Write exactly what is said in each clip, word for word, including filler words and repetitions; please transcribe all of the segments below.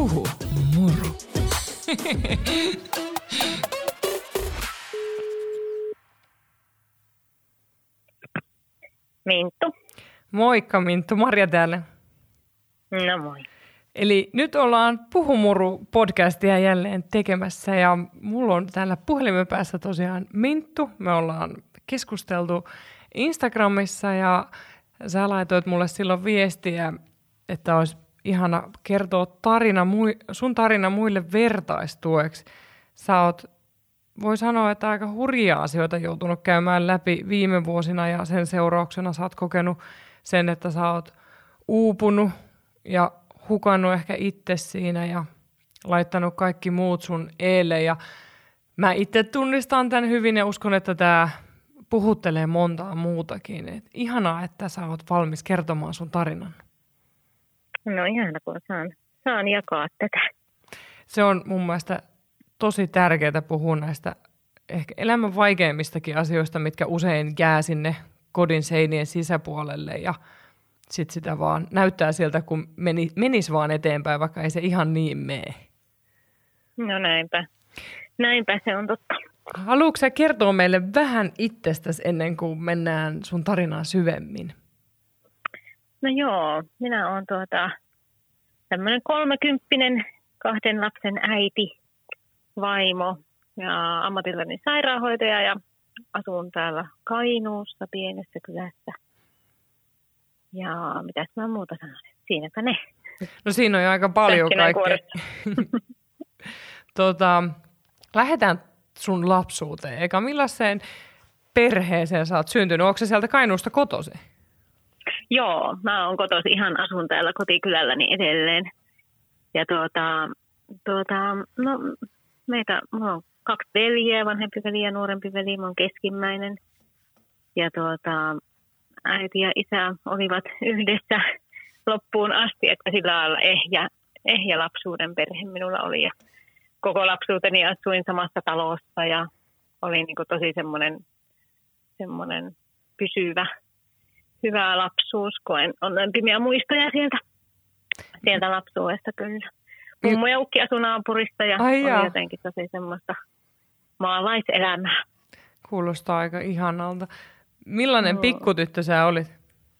Puhu muru. Minttu. Moikka Minttu, Marja täällä. No moi. Eli nyt ollaan Puhumuru-podcastia jälleen tekemässä ja mulla on täällä puhelimen päässä tosiaan Minttu. Me ollaan keskusteltu Instagramissa ja sä laitoit mulle silloin viestiä, että olisi ihana kertoa tarina, sun tarina muille vertaistueksi. Sä oot, voi sanoa, että aika hurjia asioita joutunut käymään läpi viime vuosina ja sen seurauksena sä oot kokenut sen, että sä oot uupunut ja hukannut ehkä itse siinä ja laittanut kaikki muut sun eelle. Ja mä itse tunnistan tämän hyvin ja uskon, että tämä puhuttelee montaa muutakin. Et ihanaa, että sä oot valmis kertomaan sun tarinan. No ihana, kun saan, saan jakaa tätä. Se on mun mielestä tosi tärkeää puhua näistä ehkä elämän vaikeimmistakin asioista, mitkä usein jää sinne kodin seinien sisäpuolelle ja sitten sitä vaan näyttää sieltä, kun meni, menisi vaan eteenpäin, vaikka ei se ihan niin mene. No näinpä. Näinpä se on totta. Haluatko sä kertoa meille vähän itsestäsi ennen kuin mennään sun tarinaan syvemmin? No joo, minä olen tuota, tämmöinen kolmekymppinen kahden lapsen äiti, vaimo ja ammatillani sairaanhoitaja ja asun täällä Kainuussa pienessä kylässä. Ja mitäs mä muuta sanoisin? Siinäpä ne. No siinä on jo aika paljon kaikkea. tota, lähdetään sun lapsuuteen. Eikä millaiseen perheeseen sä oot syntynyt? Onko se sieltä Kainuusta kotosi? Joo, mä oon kotosi, ihan asun täällä kotikylälläni edelleen. Ja tuota, tuota no meitä, mulla on kaksi veljeä, vanhempi veli ja nuorempi veli, mä oon keskimmäinen. Ja tuota, äiti ja isä olivat yhdessä loppuun asti, että sillä lailla ehjä, ehjä lapsuuden perhe minulla oli. Ja koko lapsuuteni asuin samassa talossa ja oli niin kuin tosi semmoinen, semmoinen pysyvä, hyvä lapsuus. Koen on lämpimiä muistoja sieltä, sieltä lapsuudesta kyllä. Mummo ja ukki asui naapurista ja Ai oli jaa. jotenkin tosi semmoista maalaiselämää. Kuulostaa aika ihanalta. Millainen no. pikkutyttö sä olit?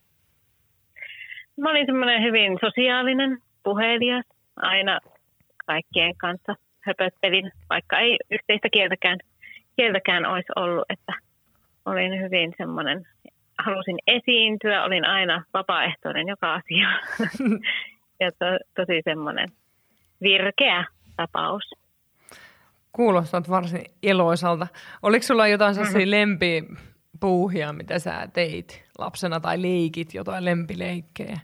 Mä olin semmoinen hyvin sosiaalinen, puhelias, aina kaikkien kanssa höpöttelin, vaikka ei yhteistä kieltäkään, kieltäkään olisi ollut, että olin hyvin semmoinen, halusin esiintyä, olin aina vapaaehtoinen joka asia ja to, tosi semmoinen virkeä tapaus. Kuulostat varsin eloisalta. Oliko sulla jotain sellaisia mm-hmm. lempipuuhia, mitä sä teit lapsena tai leikit, jotain lempileikkejä?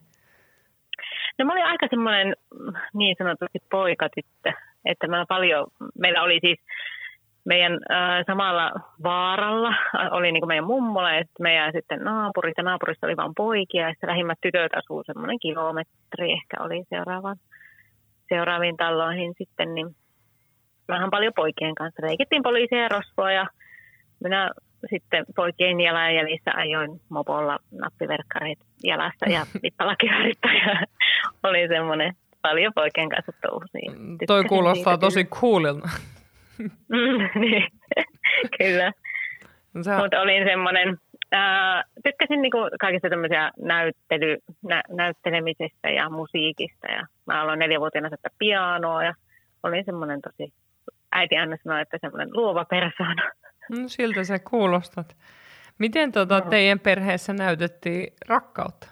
No mä olin aika semmoinen niin sanotusti poikatyttö, että mä paljon, meillä oli siis meidän äh, samalla vaaralla, oli niin kuin meidän mummola ja sitten meidän sitten naapurista, naapurista oli vaan poikia ja sitten lähimmät tytöt asuu semmoinen kilometri ehkä oli seuraavan, seuraaviin taloihin sitten, niin vähän paljon poikien kanssa leikittiin poliisia ja rosvoa ja minä sitten poikien jalanjäljissä ajoin mopolla nappiverkkarit jalassa ja vippalakiväärittä ja oli semmoinen paljon poikien kanssa touhusiin. Toi kuulostaa tosi coolilta. Mm, niin, kyllä. Sä... Mutta olin semmoinen, ää, tykkäsin niinku kaikista tämmöisiä näyttely, nä, näyttelemisestä ja musiikista ja mä aloin neljävuotiaana soittaa pianoa ja olin semmoinen tosi, äiti aina sanoi, että semmoinen luova persoona. No siltä sä kuulostat. Miten tota no. teidän perheessä näytettiin rakkautta?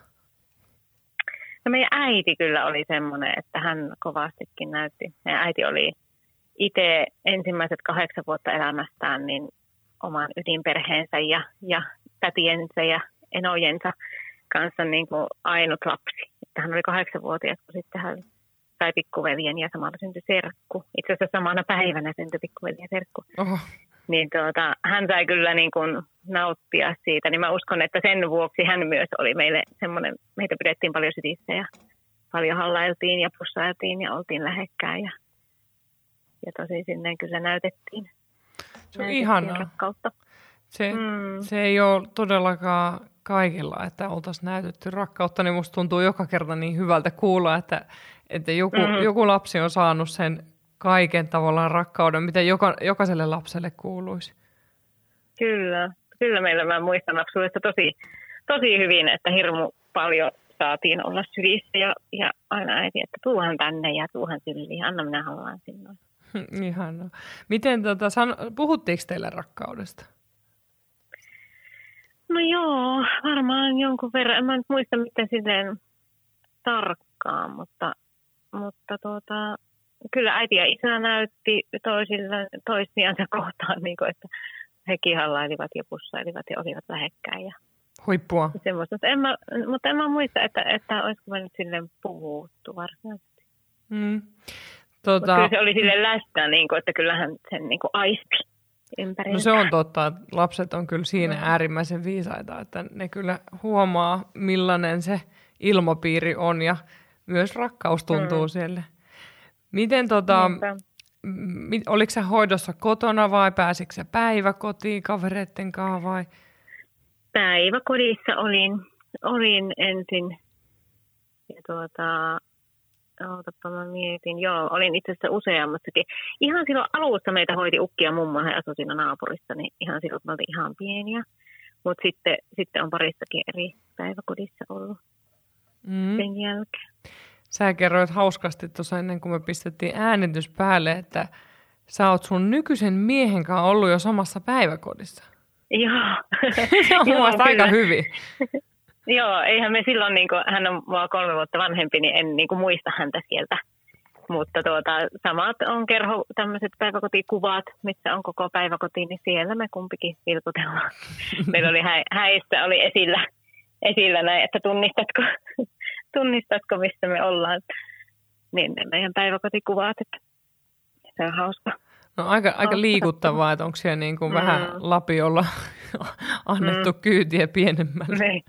No meidän äiti kyllä oli semmoinen, että hän kovastikin näytti. Meidän äiti oli itse ensimmäiset kahdeksan vuotta elämästään niin oman ydinperheensä ja, ja tätiensä ja enojensa kanssa niin kuin ainut lapsi. Että hän oli kahdeksanvuotias, kun sitten hän sai pikkuveljen ja samalla syntyi serkku. Itse asiassa samana päivänä syntyi pikkuveljen serkku. Oho. Niin tuota, hän sai kyllä niin kuin nauttia siitä, niin mä uskon, että sen vuoksi hän myös oli meille semmoinen, meitä pidettiin paljon sytissä ja paljon hallailtiin ja pussailtiin ja oltiin lähekkäin ja, ja tosi sinne kyllä näytettiin. Se on ihanaa. Rakkautta. Se, mm. se ei ole todellakaan kaikilla, että oltaisiin näytetty rakkautta, niin musta tuntuu joka kerta niin hyvältä kuulla, että, että joku, Mm-hmm. joku lapsi on saanut sen kaiken tavallaan rakkauden, mitä joka, jokaiselle lapselle kuuluisi. Kyllä, kyllä meillä mä muistan lapsuudesta tosi, tosi hyvin, että hirmu paljon saatiin olla sylissä ja, ja aina äiti, että tuuhan tänne ja tuuhan syliin, anna minä haluan sinne. Ihanaa. Miten tota, san, puhuttiinko teille rakkaudesta? No joo, varmaan jonkun verran. En mä nyt muista miten silleen tarkkaan, mutta, mutta tuota, kyllä äiti ja isä näytti toisilla, toisiansa kohtaan, niin kuin, että hekin hallailivat ja pussailivat ja olivat lähekkäin. Ja huippua. semmoista. Mutta en mä, mutta en mä muista, että, että olisiko me nyt silleen puhuttu varsinaisesti. Mm. Tota... Tota... Kyllä se oli silleen läsnä, niin kuin, että kyllähän sen niin kuin aisti ympärillä. No se on totta, että lapset on kyllä siinä mm. äärimmäisen viisaita, että ne kyllä huomaa, millainen se ilmapiiri on ja myös rakkaus tuntuu mm. siellä. Miten tota, mit, oliko sä hoidossa kotona vai pääsitkö sä päiväkotiin kavereitten kanssa vai? Päiväkodissa olin, olin ensin ja tuota, ootapa mä mietin, joo, olin itse asiassa useammassakin. Ihan silloin alussa meitä hoiti ukki ja mummo, he asuivat siinä naapurissa, niin ihan silloin me oltiin ihan pieniä. Mutta sitten, sitten on parissakin eri päiväkodissa ollut mm. sen jälkeen. Sä kerroit hauskasti tuossa ennen kuin me pistettiin äänitys päälle, että sä oot sun nykyisen miehen kanssa ollut jo samassa päiväkodissa. Joo. Se on mun mielestä aika hyvin. Joo, eihän me silloin, niin kuin, hän on mua kolme vuotta vanhempi, niin en niin kuin, muista häntä sieltä. Mutta tuota, samat on kerho tämmöiset päiväkotikuvat, missä on koko päiväkoti, niin siellä me kumpikin vilkutellaan. Meillä oli hä- häissä oli esillä, esillä näin, että tunnistatko, tunnistatko, missä me ollaan. Niin ne meidän päiväkotikuvat, että se on hauska. No aika, aika liikuttavaa, että onko siellä niin kuin mm. vähän lapiolla annettu mm. kyytiä pienemmälle. Niin.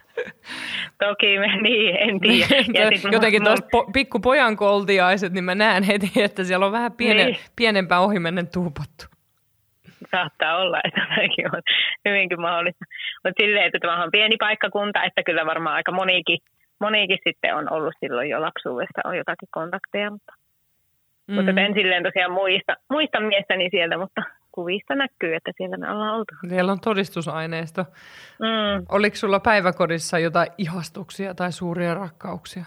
Toki me, niin, en tiedä. Jotenkin tuosta po, pikkupojan koltiaiset, niin mä näen heti, että siellä on vähän piene, niin. pienempää ohimennen tuupattu. Saattaa olla, että tämäkin on hyvinkin mahdollista. Mutta silleen, että tämä on pieni paikkakunta, että kyllä varmaan aika monikin, monikin sitten on ollut silloin jo lapsuudesta, on jotakin kontakteja, mutta Mm. Mutta en silleen tosiaan muista, muista miestäni sieltä, mutta kuvista näkyy, että siellä me ollaan oltu. Siellä on todistusaineisto. Mm. Oliko sulla päiväkodissa jotain ihastuksia tai suuria rakkauksia?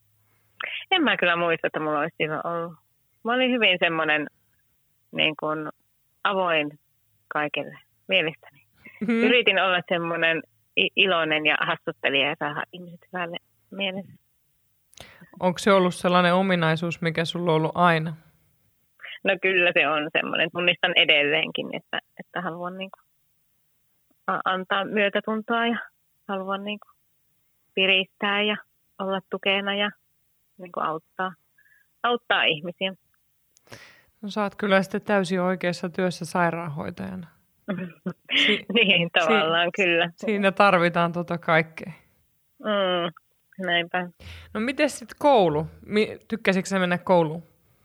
En mä kyllä muista, että mulla olisi silloin ollut. Mä olin hyvin semmoinen niin kuin avoin kaikille mielestäni. Mm. Yritin olla semmoinen iloinen ja hassuttelija ja saada ihmiset hyvälle mielessä. Onko se ollut sellainen ominaisuus, mikä sulla on ollut aina? No kyllä se on semmoinen. Tunnistan edelleenkin, että, että haluan niin kuin antaa myötätuntoa ja haluan niin kuin piristää ja olla tukena ja niin kuin auttaa, auttaa ihmisiä. No sä oot kyllä sitten täysin oikeassa työssä sairaanhoitajana. Si- niin, tavallaan si- kyllä. Siinä tarvitaan tota kaikkea. Mm. Näinpä. No miten sitten koulu? Tykkäsitkö sä mennä kouluun?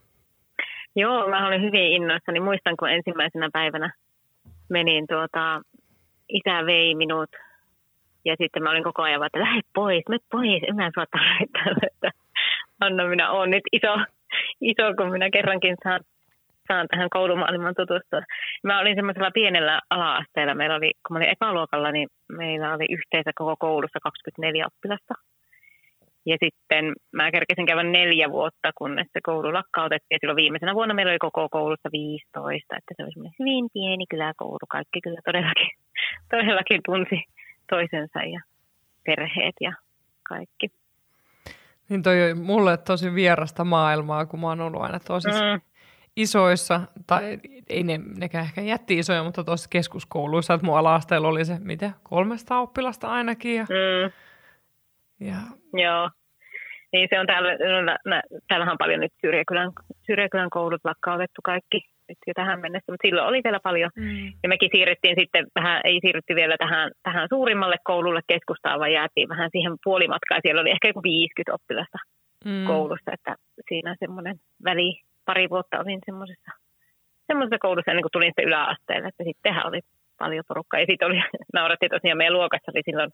Joo, mä olin hyvin innoissani. Muistan, kun ensimmäisenä päivänä menin, tuota, isä vei minut. Ja sitten mä olin koko ajan, että lähde pois, mene pois, en mä sua tarvitse. Anna, minä olen nyt iso, iso, kun minä kerrankin saan, saan tähän koulumaailmaan tutustua. Mä olin semmoisella pienellä ala-asteella. Meillä oli, kun mä olin ekaluokalla, niin meillä oli yhteensä koko koulussa kaksikymmentäneljä oppilasta. Ja sitten mä kerkesin käydä neljä vuotta, kunnes se koulu lakkautettiin. Ja silloin viimeisenä vuonna meillä oli koko koulussa viisitoista. Että se oli semmoinen hyvin pieni kyläkoulu. Kaikki kyllä todellakin, todellakin tunsi toisensa ja perheet ja kaikki. Niin toi on mulle tosi vierasta maailmaa, kun mä oon ollut aina tosi mm. isoissa, tai ei ne, nekään ehkä jätti isoja, mutta tuossa keskuskouluissa, että mun ala-asteella oli se, mitä, kolmesataa oppilasta ainakin. Ja, mm. ja... Joo, niin se on täällä, no, täällähän on paljon nyt Syrjäkylän, Syrjäkylän koulut lakkautettu kaikki nyt jo tähän mennessä, mutta silloin oli vielä paljon. Mm. Ja mekin siirryttiin sitten vähän, ei siirrytty vielä tähän, tähän suurimmalle koululle keskustaan, vaan jäätiin vähän siihen puolimatkaan. Siellä oli ehkä joku viisikymmentä oppilasta mm. koulussa, että siinä semmoinen väli, pari vuotta olin semmoisessa, semmoisessa koulussa ennen kuin tulin sitten yläasteelle, että sittenhän oli paljon porukkaa. Ja sitten oli, nauratti tosiaan, meidän luokassa oli silloin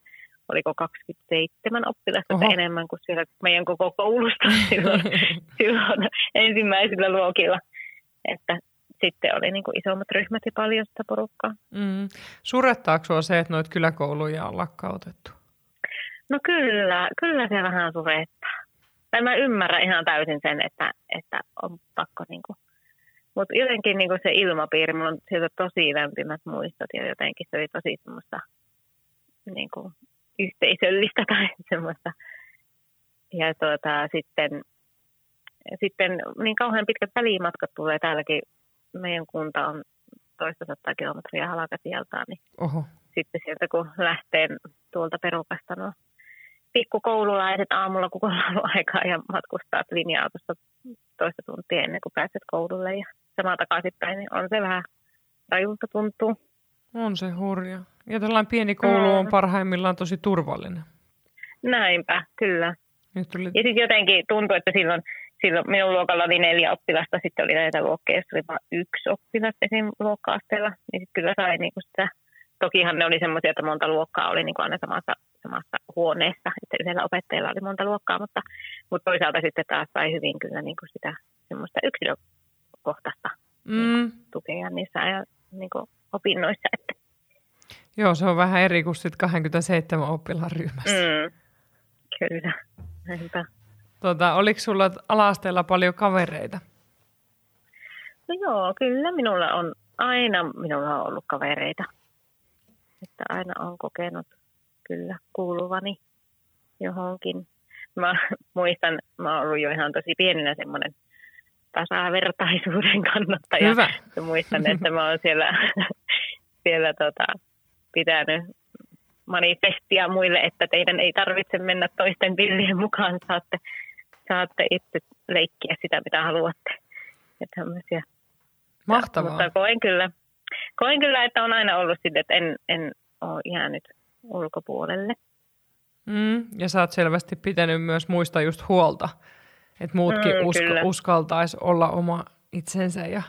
oliko kaksikymmentäseitsemän oppilasta enemmän kuin siellä meidän koko koulusta silloin, silloin ensimmäisillä luokilla. Että sitten oli niin kuin isommat ryhmät ja paljon sitä porukkaa. Mm. Surettaako sinua se, että noita kyläkouluja on lakkautettu? No kyllä, kyllä se vähän surettaa. Tai mä ymmärrän ihan täysin sen, että, että on pakko niinku. Mutta jotenkin niinku se ilmapiiri, mulla on sieltä tosi lämpimät muistot ja jotenkin se oli tosi semmoista niinku yhteisöllistä tai semmoista. Ja tuota, sitten, sitten niin kauhean pitkät välimatkat tulee täälläkin. Meidän kunta on toista sataa kilometriä Halakatieltaan, niin Oho. sitten sieltä kun lähtee tuolta perukasta no pikkukoululaiset aamulla, kun on aikaa ja matkustaa linja-autossa toista tuntia ennen kuin pääset koululle ja sama takaisinpäin, niin on se vähän rajulta tuntuu. On se hurja. Ja tällainen pieni koulu on parhaimmillaan tosi turvallinen. Näinpä, kyllä. Tuli... Ja sitten jotenkin tuntuu, että silloin, silloin minun luokalla oli neljä oppilasta, sitten oli näitä luokkeja, jossa oli vain yksi oppilas esim. Luokka-asteella, niin sitten kyllä sai niinku sitä. Tokihan ne oli semmoisia, että monta luokkaa oli niinku aina samassa samassa huoneessa, että yhdellä opettajalla oli monta luokkaa, mutta, mutta toisaalta sitten taas sai hyvin kyllä niin kuin sitä semmoista yksilökohtaista mm. niin tukea niissä ja, niin kuin opinnoissa. Että. Joo, se on vähän eri kuin sitten kaksikymmentäseitsemän oppilaan ryhmässä. Mm. Kyllä, näinpä. Tota, oliko sulla ala-asteella paljon kavereita? No joo, kyllä minulla on aina minulla on ollut kavereita. Että aina olen kokenut kyllä kuuluvani johonkin. Mä muistan, mä oon ollut jo ihan tosi pienenä semmoinen tasavertaisuuden kannattaja. Hyvä. Ja muistan, että mä oon siellä, siellä tota, pitänyt manifestia muille, että teidän ei tarvitse mennä toisten pillien mukaan. Saatte, saatte itse leikkiä sitä, mitä haluatte. Ja tämmöisiä. Mahtavaa. Mutta koen kyllä, koen kyllä, että on aina ollut sitten, että en, en ole jäänyt ulkopuolelle. Mm, ja sä oot selvästi pitänyt myös muista just huolta, että muutkin mm, usko, uskaltaisi olla oma itsensä. Ja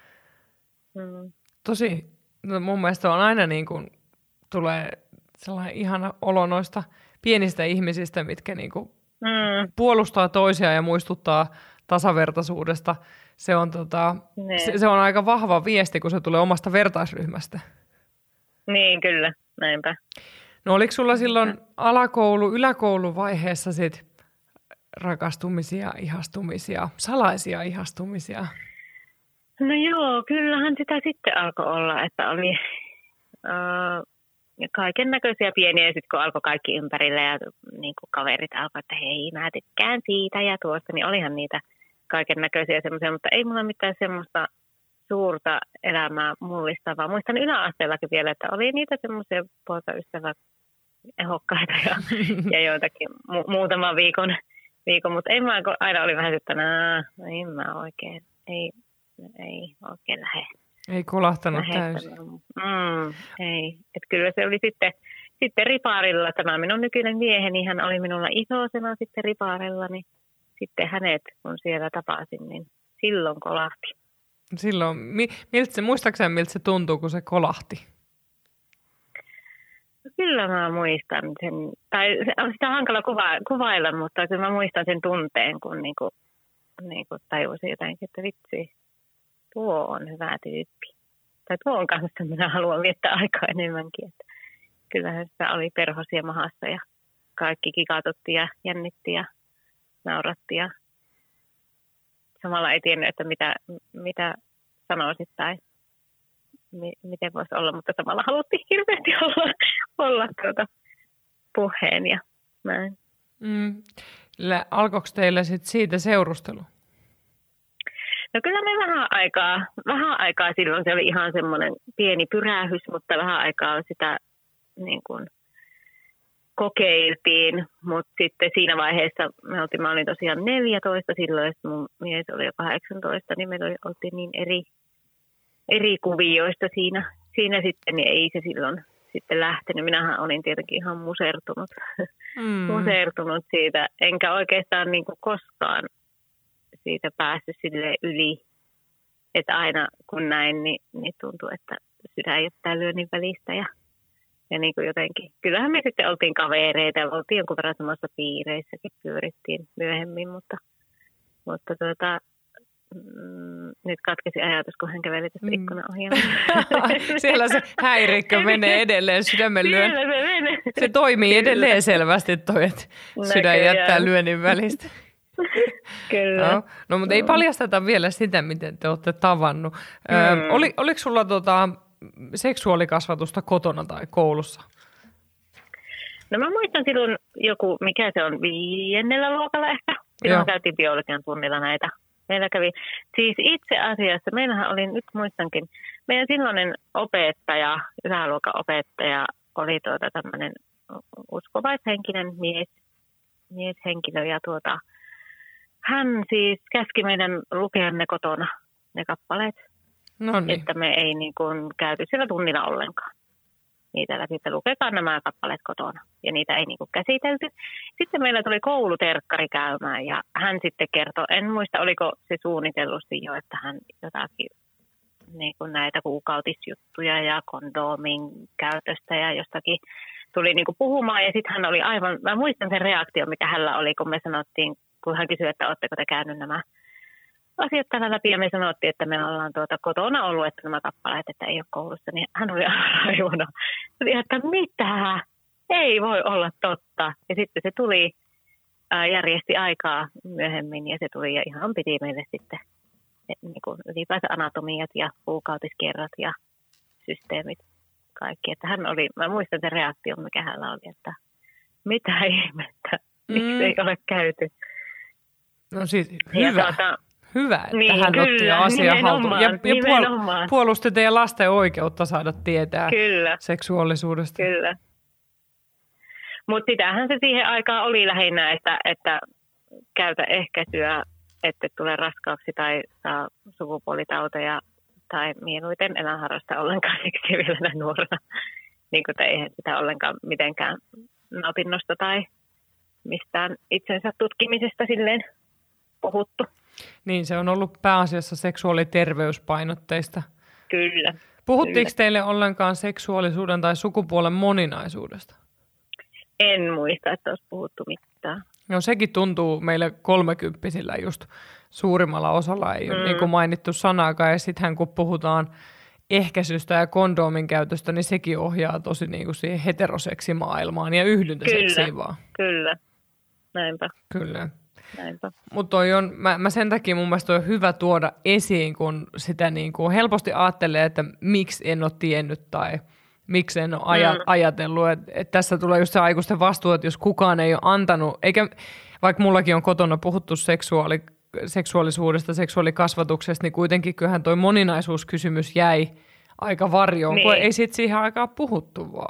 mm. Tosi, no mun mielestä on aina niin kuin, tulee sellainen ihana olo noista pienistä ihmisistä, mitkä niin kuin mm. puolustaa toisiaan ja muistuttaa tasavertaisuudesta. Se on, tota, se, se on aika vahva viesti, kun se tulee omasta vertaisryhmästä. Niin, kyllä. Näinpä. No oliko sulla silloin alakoulu, yläkouluvaiheessa sit rakastumisia, ihastumisia, salaisia ihastumisia? No joo, kyllähän sitä sitten alkoi olla, että oli äh, kaiken näköisiä pieniä, ja sitten kun alkoi kaikki ympärillä ja niin kuin kaverit alkoi, että hei, mä tykkään siitä ja tuosta, niin olihan niitä kaiken näköisiä semmoisia, mutta ei mulla mitään semmoista suurta elämää mullistavaa. Muistan yläasteellakin vielä, että oli niitä semmoisia poikaystävät ehokkaita ja, ja joitakin mu- muutaman viikon, viikon, mutta ei mä aina oli vähän, että nää, ei mä oikein, ei, ei oikein lähde. Ei kolahtanut lähe, täysin. Mm, ei, että kyllä se oli sitten, sitten ripaarilla, tämä minun nykyinen mieheni, hän oli minulla isosena sitten ripaarilla, niin sitten hänet, kun siellä tapasin, niin silloin kolahti. Silloin, miltä se, muistaakseni miltä se tuntuu, kun se kolahti? Kyllä mä muistan sen, tai sitä on hankala kuva, kuvailla, mutta kyllä mä muistan sen tunteen, kun niinku, niinku tajusin jotenkin, että vitsi, tuo on hyvä tyyppi. Tai tuo on kanssa, että minä haluan viettää aikaa enemmänkin. Että kyllähän sitä oli perhosia mahassa ja kaikki kikatutti ja jännitti ja nauratti ja samalla ei tiennyt, että mitä, mitä sanoisit tai mi, miten voisi olla, mutta samalla haluttiin hirveästi olla, olla tuota puheen ja näin. Mm. Alkoiko teillä sit siitä seurustelu? No kyllä me vähän aikaa, vähän aikaa silloin se oli ihan semmoinen pieni pyrähys, mutta vähän aikaa sitä niin kuin kokeiltiin, mutta sitten siinä vaiheessa me oltiin, mä olin tosiaan neljätoista silloin, että mun mies oli jo kahdeksantoista, niin me oltiin niin eri, eri kuvioista siinä, siinä sitten, niin ei se silloin sitten lähtenyt. Minähän olin tietenkin ihan musertunut, mm. musertunut siitä, enkä oikeastaan niin kuin koskaan siitä päässyt silleen yli, että aina kun näin, niin, niin tuntui, että sydän jättää lyönnin välistä ja Ja niin kuin jotenkin, kyllähän me sitten oltiin kavereita ja oltiin jonkun verran samassa piireissäkin, pyörittiin myöhemmin, mutta, mutta tuota, mm, nyt katkesi ajatus, kun hän käveli tästä ikkunan ohi. Siellä se häirikkö menee edelleen sydämen lyön. Siellä se menee. Se toimii Kyllä. edelleen selvästi toi, että sydän jättää lyönnin välistä. Kyllä. No, no mutta ei paljasteta vielä sitä, miten te olette tavannut. Mm. Ö, oli, oliko sulla tota, seksuaalikasvatusta kotona tai koulussa? No mä muistan silloin joku, mikä se on, viidennellä luokalla ehkä. Silloin Joo. käytiin biologian tunnilla näitä. Meillä kävi, siis itse asiassa, meillähän oli, nyt muistankin, meidän silloinen opettaja, yläluokan opettaja, oli tuota tämmöinen uskovaishenkinen mies, mieshenkilö ja tuota, hän siis käski meidän lukea ne kotona, ne kappaleet, Noniin. että me ei niin kuin käyty sillä tunnilla ollenkaan. Niitä läpi, että lukekaa nämä kappaleet kotona. Ja niitä ei niin kuin käsitelty. Sitten meillä tuli kouluterkkari käymään ja hän sitten kertoi, en muista oliko se suunnitellusti jo, että hän jotakin niin kuin näitä kuukautisjuttuja ja kondoomin käytöstä ja jostakin tuli niin kuin puhumaan. Ja sitten hän oli aivan, mä muistan sen reaktion, mikä hänellä oli, kun me sanottiin, kun hän kysyi, että ootteko te käynyt nämä asiat tällä läpi, ja me sanottiin, että me ollaan tuota kotona ollut, että nämä kappaleet, että ei ole koulussa, niin hän oli raivona. Oli, että mitä? Ei voi olla totta. Ja sitten se tuli, ää, järjesti aikaa myöhemmin, ja se tuli, ja ihan piti meille sitten niin kuin ylipäänsä anatomiat ja kuukautiskierrat ja systeemit kaikki. Että hän oli, mä muistan sen reaktion, mikä hänellä oli, että mitä ihmettä, miksi mm. ei ole käyty. No siis hyvä. Tuota, hyvä, että niin, hän kyllä, otti asian haltuun. Ja, ja puol- puolusti teidän lasten oikeutta saada tietää kyllä. seksuaalisuudesta. Kyllä. Mutta sitähän se siihen aikaan oli lähinnä, että, että käytä ehkäisyä, että tule raskaaksi tai saa sukupuolitauteja tai mieluiten elää harrasta ollenkaan siksi vielä näin nuorena. Niin kuin eihän sitä ollenkaan mitenkään nautinnosta tai mistään itsensä tutkimisesta silleen puhuttu. Niin, se on ollut pääasiassa seksuaaliterveyspainotteista. Kyllä. Puhuttiinko kyllä. teille ollenkaan seksuaalisuuden tai sukupuolen moninaisuudesta? En muista, että olisi puhuttu mitään. No sekin tuntuu meille kolmekymppisillä just suurimmalla osalla ei ole mm. niin kuin mainittu sanaakaan. Ja sittenhän kun puhutaan ehkäisystä ja kondoomin käytöstä, niin sekin ohjaa tosi niin kuin siihen heteroseksimaailmaan ja yhdyntäseksiin vaan. Kyllä, näinpä. Kyllä. Näinpä. Mutta on, mä, mä sen takia mun mielestä on hyvä tuoda esiin, kun sitä niin kuin helposti ajattelee, että miksi en ole tiennyt tai miksi en ole aja, mm. ajatellut. Että et tässä tulee just se aikuisten vastuu, että jos kukaan ei ole antanut, eikä vaikka mullakin on kotona puhuttu seksuaali, seksuaalisuudesta, seksuaalikasvatuksesta, niin kuitenkin kyllähän toi moninaisuuskysymys jäi aika varjoon, niin. kun ei sit siihen aikaan puhuttu vaan.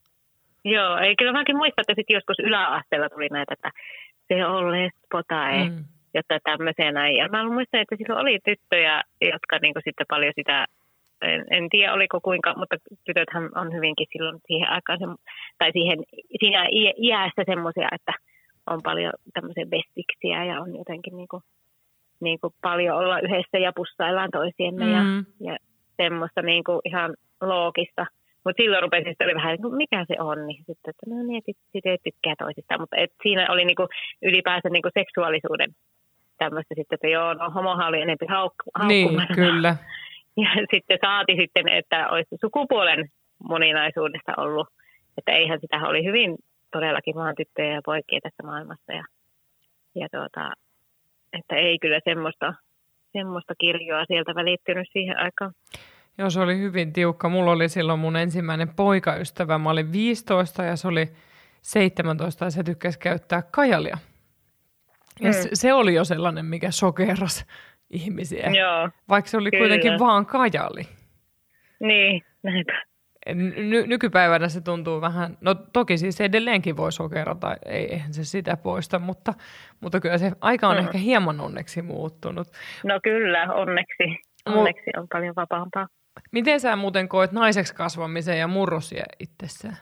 Joo, ei kyllä mäkin muistan, että sitten joskus yläasteella tuli näitä, että se on lesbo tai mm. jotain tämmöisiä näin. Ja mä muistan, että silloin oli tyttöjä, jotka niinku sitten paljon sitä, en, en tiedä oliko kuinka, mutta tytöthän on hyvinkin silloin siihen aikaan, tai siihen, siinä iässä semmoisia, että on paljon tämmöisiä bestiksiä ja on jotenkin niinku, niinku paljon olla yhdessä ja pussaillaan toisiemme mm. ja, ja semmoista niinku ihan loogista. Mutta silloin rupesin, että oli vähän, että mikä se on, niin sitten, että no niin, sitten ei tykkää toisistaan. Mutta et siinä oli niinku ylipäänsä niinku seksuaalisuuden tämmöistä sitten, että joo, no homohan oli enemmän hauk- Niin, kyllä. Ja sitten saati sitten, että olisi sukupuolen moninaisuudesta ollut. Että eihän sitä oli hyvin todellakin vaan tyttöjä ja poikia tässä maailmassa. Ja, ja tuota, että ei kyllä semmoista, semmoista kirjoa sieltä välittynyt siihen aikaan. Joo, se oli hyvin tiukka. Mulla oli silloin mun ensimmäinen poikaystävä. Mä olin viisitoista ja se oli seitsemäntoista ja se tykkäsi käyttää kajalia. Ja mm. se, se oli jo sellainen, mikä sokerasi ihmisiä. Joo, vaikka se oli kyllä. kuitenkin vaan kajali. Niin, näinpä. Ny- nykypäivänä se tuntuu vähän, no toki siis edelleenkin voi sokerata, ei, eihän se sitä poista, mutta, mutta kyllä se aika on mm. ehkä hieman onneksi muuttunut. No kyllä, onneksi. Onneksi on paljon vapaampaa. Miten sä muuten koet naiseksi kasvamisen ja murrosia itsessään?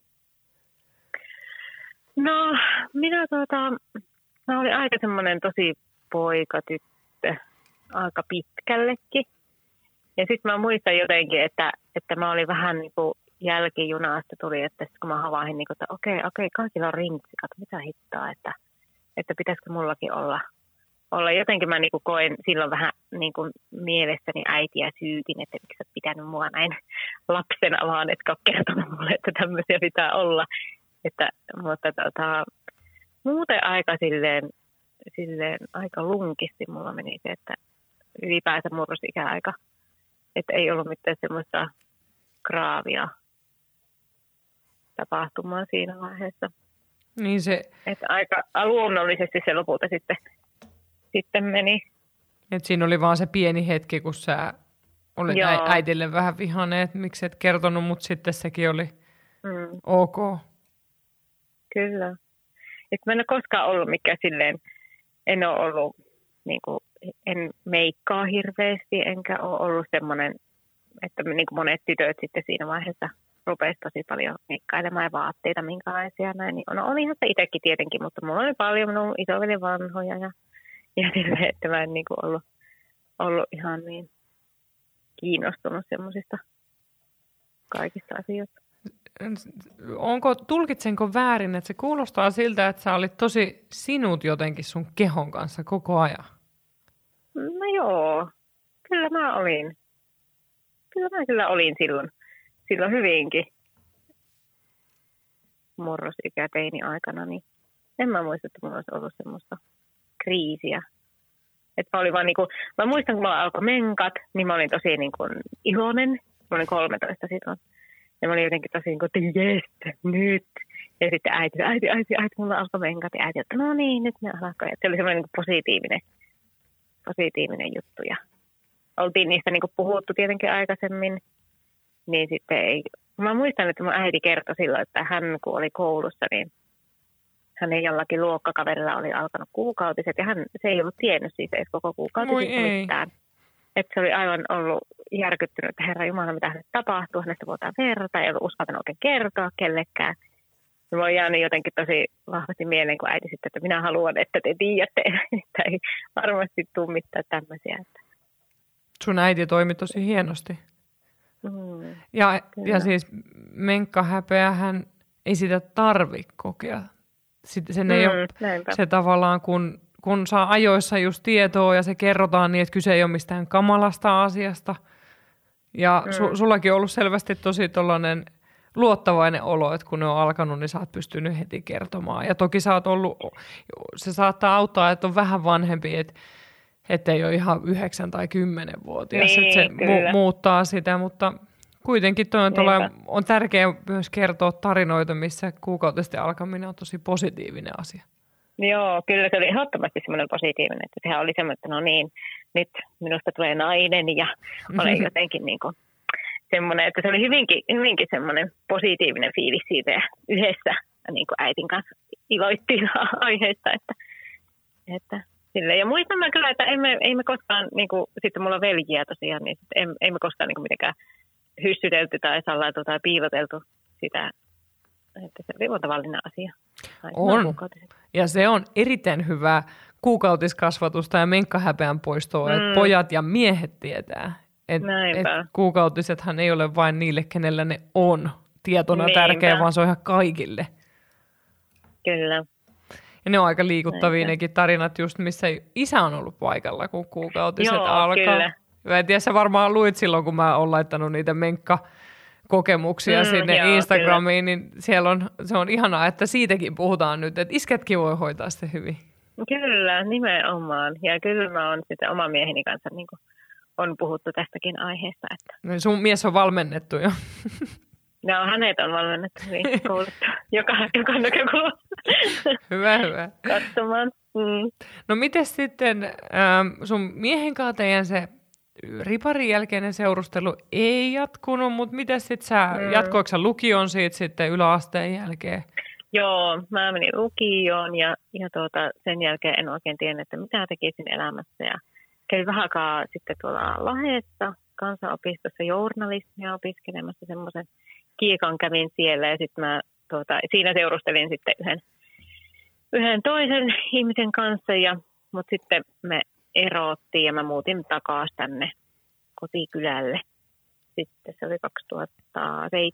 No, minä tuota, mä olin aika semmoinen tosi poikatyttö, aika pitkällekin. Ja sitten mä muistan jotenkin, että, että mä olin vähän niin kuin jälkijunasta tuli, että kun mä havahin, niin kuin, että okei, okei, kaikilla on rintsikat, mitä hittaa, että, että pitäisikö mullakin olla. olla. Jotenkin mä niin kuin koin silloin vähän niin kuin mielessäni äitiä syytin, että miksi sä pitänyt mua näin lapsena vaan, etkä ole kertonut mulle, että tämmöisiä pitää olla. Että, mutta tota, muuten aika silleen, silleen aika lunkisti mulla meni se, että ylipäänsä murrosikäaika. Että ei ollut mitään semmoista graavia tapahtumaa siinä vaiheessa. Niin se... Että aika luonnollisesti se lopulta sitten, sitten meni. Että siinä oli vaan se pieni hetki, kun sä olet Joo. äitille vähän vihainen, että miksi et kertonut, mutta sitten sekin oli mm. ok. Kyllä. Et mä en ole koskaan ollut mikään silleen, en ole ollut, niin kuin, en meikkaa hirveästi, enkä ole ollut semmoinen, että niin kuin monet tytöt sitten siinä vaiheessa rupesi tosi paljon meikkailemaan ja vaatteita, minkälaisia näin. Niin, no olihan se itsekin tietenkin, mutta mulla oli paljon minun isoveli vanhoja ja, ja silleen, että mä en niin kuin ollut, ollut ihan niin kiinnostunut semmoisista kaikista asioista. Onko, tulkitsenko väärin, että se kuulostaa siltä, että sä olit tosi sinut jotenkin sun kehon kanssa koko ajan? No joo, kyllä mä olin. Kyllä mä kyllä olin silloin, silloin hyvinkin murrosikä teini aikana, niin en mä muista, että mulla olisi ollut semmoista kriisiä. Että mä olin vaan niinku, mä muistan, kun mulla alkoi menkat, niin mä olin tosi niinku iloinen. Mä olin kolmetoista silloin. Ja mä olin jotenkin tosi niin kuin, että jes, nyt. Ja sitten äiti, äiti, äiti, äiti, mulla alkoi menkat. Ja äiti, että no niin, nyt me alkaa. Se oli semmoinen niin positiivinen, positiivinen juttu. Ja oltiin niistä niin kuin puhuttu tietenkin aikaisemmin. Niin sitten ei. Mä muistan, että mun äiti kertoi silloin, että hän kun oli koulussa, niin hänen jollakin luokkakaverilla oli alkanut kuukautiset. Ja hän, se ei ollut tiennyt siitä edes koko kuukautisista mitään. Että se oli aivan ollut järkyttynyt, että herra Jumala, mitä hänelle tapahtuu, hänestä vuotaa verta, ei ollut uskaltanut oikein kertoa kellekään. Ja mä oon jäänyt jotenkin tosi vahvasti mieleen, kun äiti sitten, että minä haluan, että te tiedätte, että ei varmasti tule mitään tämmöisiä. Sun äiti toimi tosi hienosti. Mm, ja, ja siis menkkahäpeähän ei sitä tarvitse kokea. Sitten sen ei mm, ole näinpä. Se tavallaan, kun... kun saa ajoissa just tietoa ja se kerrotaan niin, että kyse ei ole mistään kamalasta asiasta. Ja mm. su, sullakin on ollut selvästi tosi tollainen luottavainen olo, että kun ne on alkanut, niin sä oot pystynyt heti kertomaan. Ja toki sä oot ollut, se saattaa auttaa, että on vähän vanhempi, että et ei ole ihan yhdeksän- tai kymmenenvuotias, niin, että se mu- muuttaa sitä, mutta kuitenkin toi on, tolla, on tärkeää myös kertoa tarinoita, missä kuukautisten alkaminen on tosi positiivinen asia. Joo, kyllä se oli ehdottomasti semmoinen positiivinen, että sehän oli semmoinen, että no niin, nyt minusta tulee nainen ja olen jotenkin niin kuin semmoinen, että se oli hyvinkin, hyvinkin semmoinen positiivinen fiilis siitä ja yhdessä niin kuin äitin kanssa iloittiin aiheesta, että, että silleen. Ja muistan mä kyllä, että emme, emme koskaan, niin kuin, sitten mulla on veljiä tosiaan, niin emme, emme koskaan niin kuin mitenkään hyssytelty tai sallattu tai piiloteltu sitä, että se oli tavallinen asia. On. Ja se on erittäin hyvää kuukautiskasvatusta ja menkkahäpeän poistoa, mm. että pojat ja miehet tietää. Että et kuukautisethan ei ole vain niille, kenellä ne on tietona Niinpä. Tärkeä, vaan se on ihan kaikille. Kyllä. Ja ne on aika liikuttavia Näinpä. Nekin tarinat just, missä isä on ollut paikalla, kun kuukautiset Joo, alkaa. Kyllä. Mä en tiedä, sä varmaan luit silloin, kun mä oon laittanut niitä menkka kokemuksia mm, sinne joo, Instagramiin, kyllä. Niin siellä on, se on ihanaa, että siitäkin puhutaan nyt, että isketkin voi hoitaa se hyvin. Kyllä, nimenomaan. Ja kyllä mä oon sitten oman mieheni kanssa, niin kuin on puhuttu tästäkin aiheesta. Että... No, sun mies on valmennettu jo. No, hänet on valmennettu hyvin kouluttu joka, joka näkökulmasta. Hyvä, hyvä. Katsomaan. Mm. No miten sitten ähm, sun miehen kanssa teidän se riparin jälkeinen seurustelu ei jatkunut, mutta miten sitten sä, mm. jatkoiko sä lukion siitä sitten yläasteen jälkeen? Joo, mä menin lukioon ja, ja tuota, sen jälkeen en oikein tiennyt, että mitä tekisin elämässä. Ja kävin vähän aikaa sitten tuolla Lahdessa kansanopistossa journalismia opiskelemassa, semmoisen kiekan kävin siellä ja sitten mä tuota, siinä seurustelin sitten yhden, yhden toisen ihmisen kanssa, ja, mutta sitten me erottiin ja mä muutin takaisin tänne kotikylälle. Sitten se oli kaksituhattaseitsemän.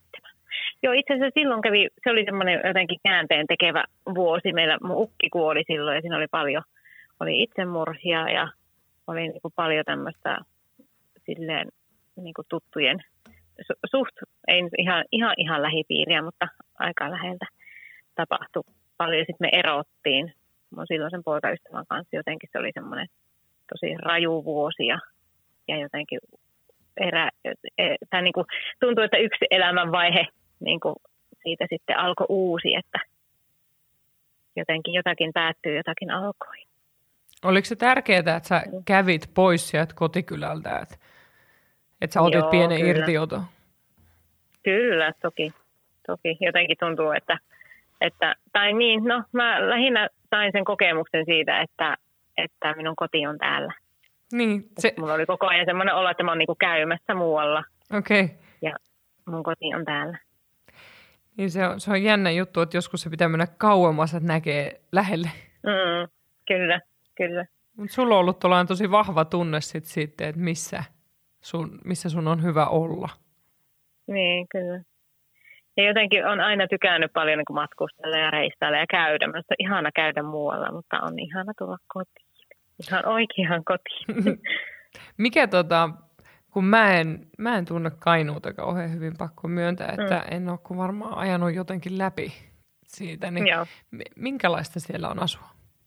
Joo, itse asiassa silloin kävi, se oli semmoinen jotenkin käänteen tekevä vuosi. Meillä mun ukki kuoli silloin ja siinä oli paljon, oli itsemurhia ja oli niin kuin paljon tämmöistä silleen niin kuin tuttujen, su- suht, ei ihan, ihan, ihan lähipiiriä, mutta aika läheltä tapahtui paljon. Sitten me erottiin mun silloisen poikaystävän kanssa. Jotenkin se oli semmoinen tosi raju vuosi ja, ja jotenkin erä, tai niin kuin tuntui, että yksi elämänvaihe niin kuin siitä sitten alkoi uusi, että jotenkin jotakin päättyy, jotakin alkoi. Oliko se tärkeää, että sä kävit pois sieltä kotikylältä, että, että sä otit Joo, pienen kyllä. irtioton? Kyllä, toki. Toki jotenkin tuntuu, että, että tai niin, no mä lähinnä sain sen kokemuksen siitä, että, että minun koti on täällä. Niin, se... Mulla oli koko ajan semmoinen olo, että mä oon niinku käymässä muualla. Okei. Okay. Ja mun koti on täällä. Niin se on, se on jännä juttu, että joskus se pitää mennä kauemmas, että näkee lähelle. Mm, kyllä, kyllä. Mutta sulla on ollut tuollainen tosi vahva tunne sit siitä, että missä sun, missä sun on hyvä olla. Niin, kyllä. Ja jotenkin on aina tykännyt paljon niin kuin matkustella ja reissailla ja käydä. Minusta on ihana käydä muualla, mutta on ihana tulla kotiin. Ihan oikeaan kotiin. Mikä tota, kun mä en, mä en tunne Kainuuta kauhean hyvin, pakko myöntää, että mm. en ole kuin varmaan ajanut jotenkin läpi siitä, niin Joo. minkälaista siellä on asua?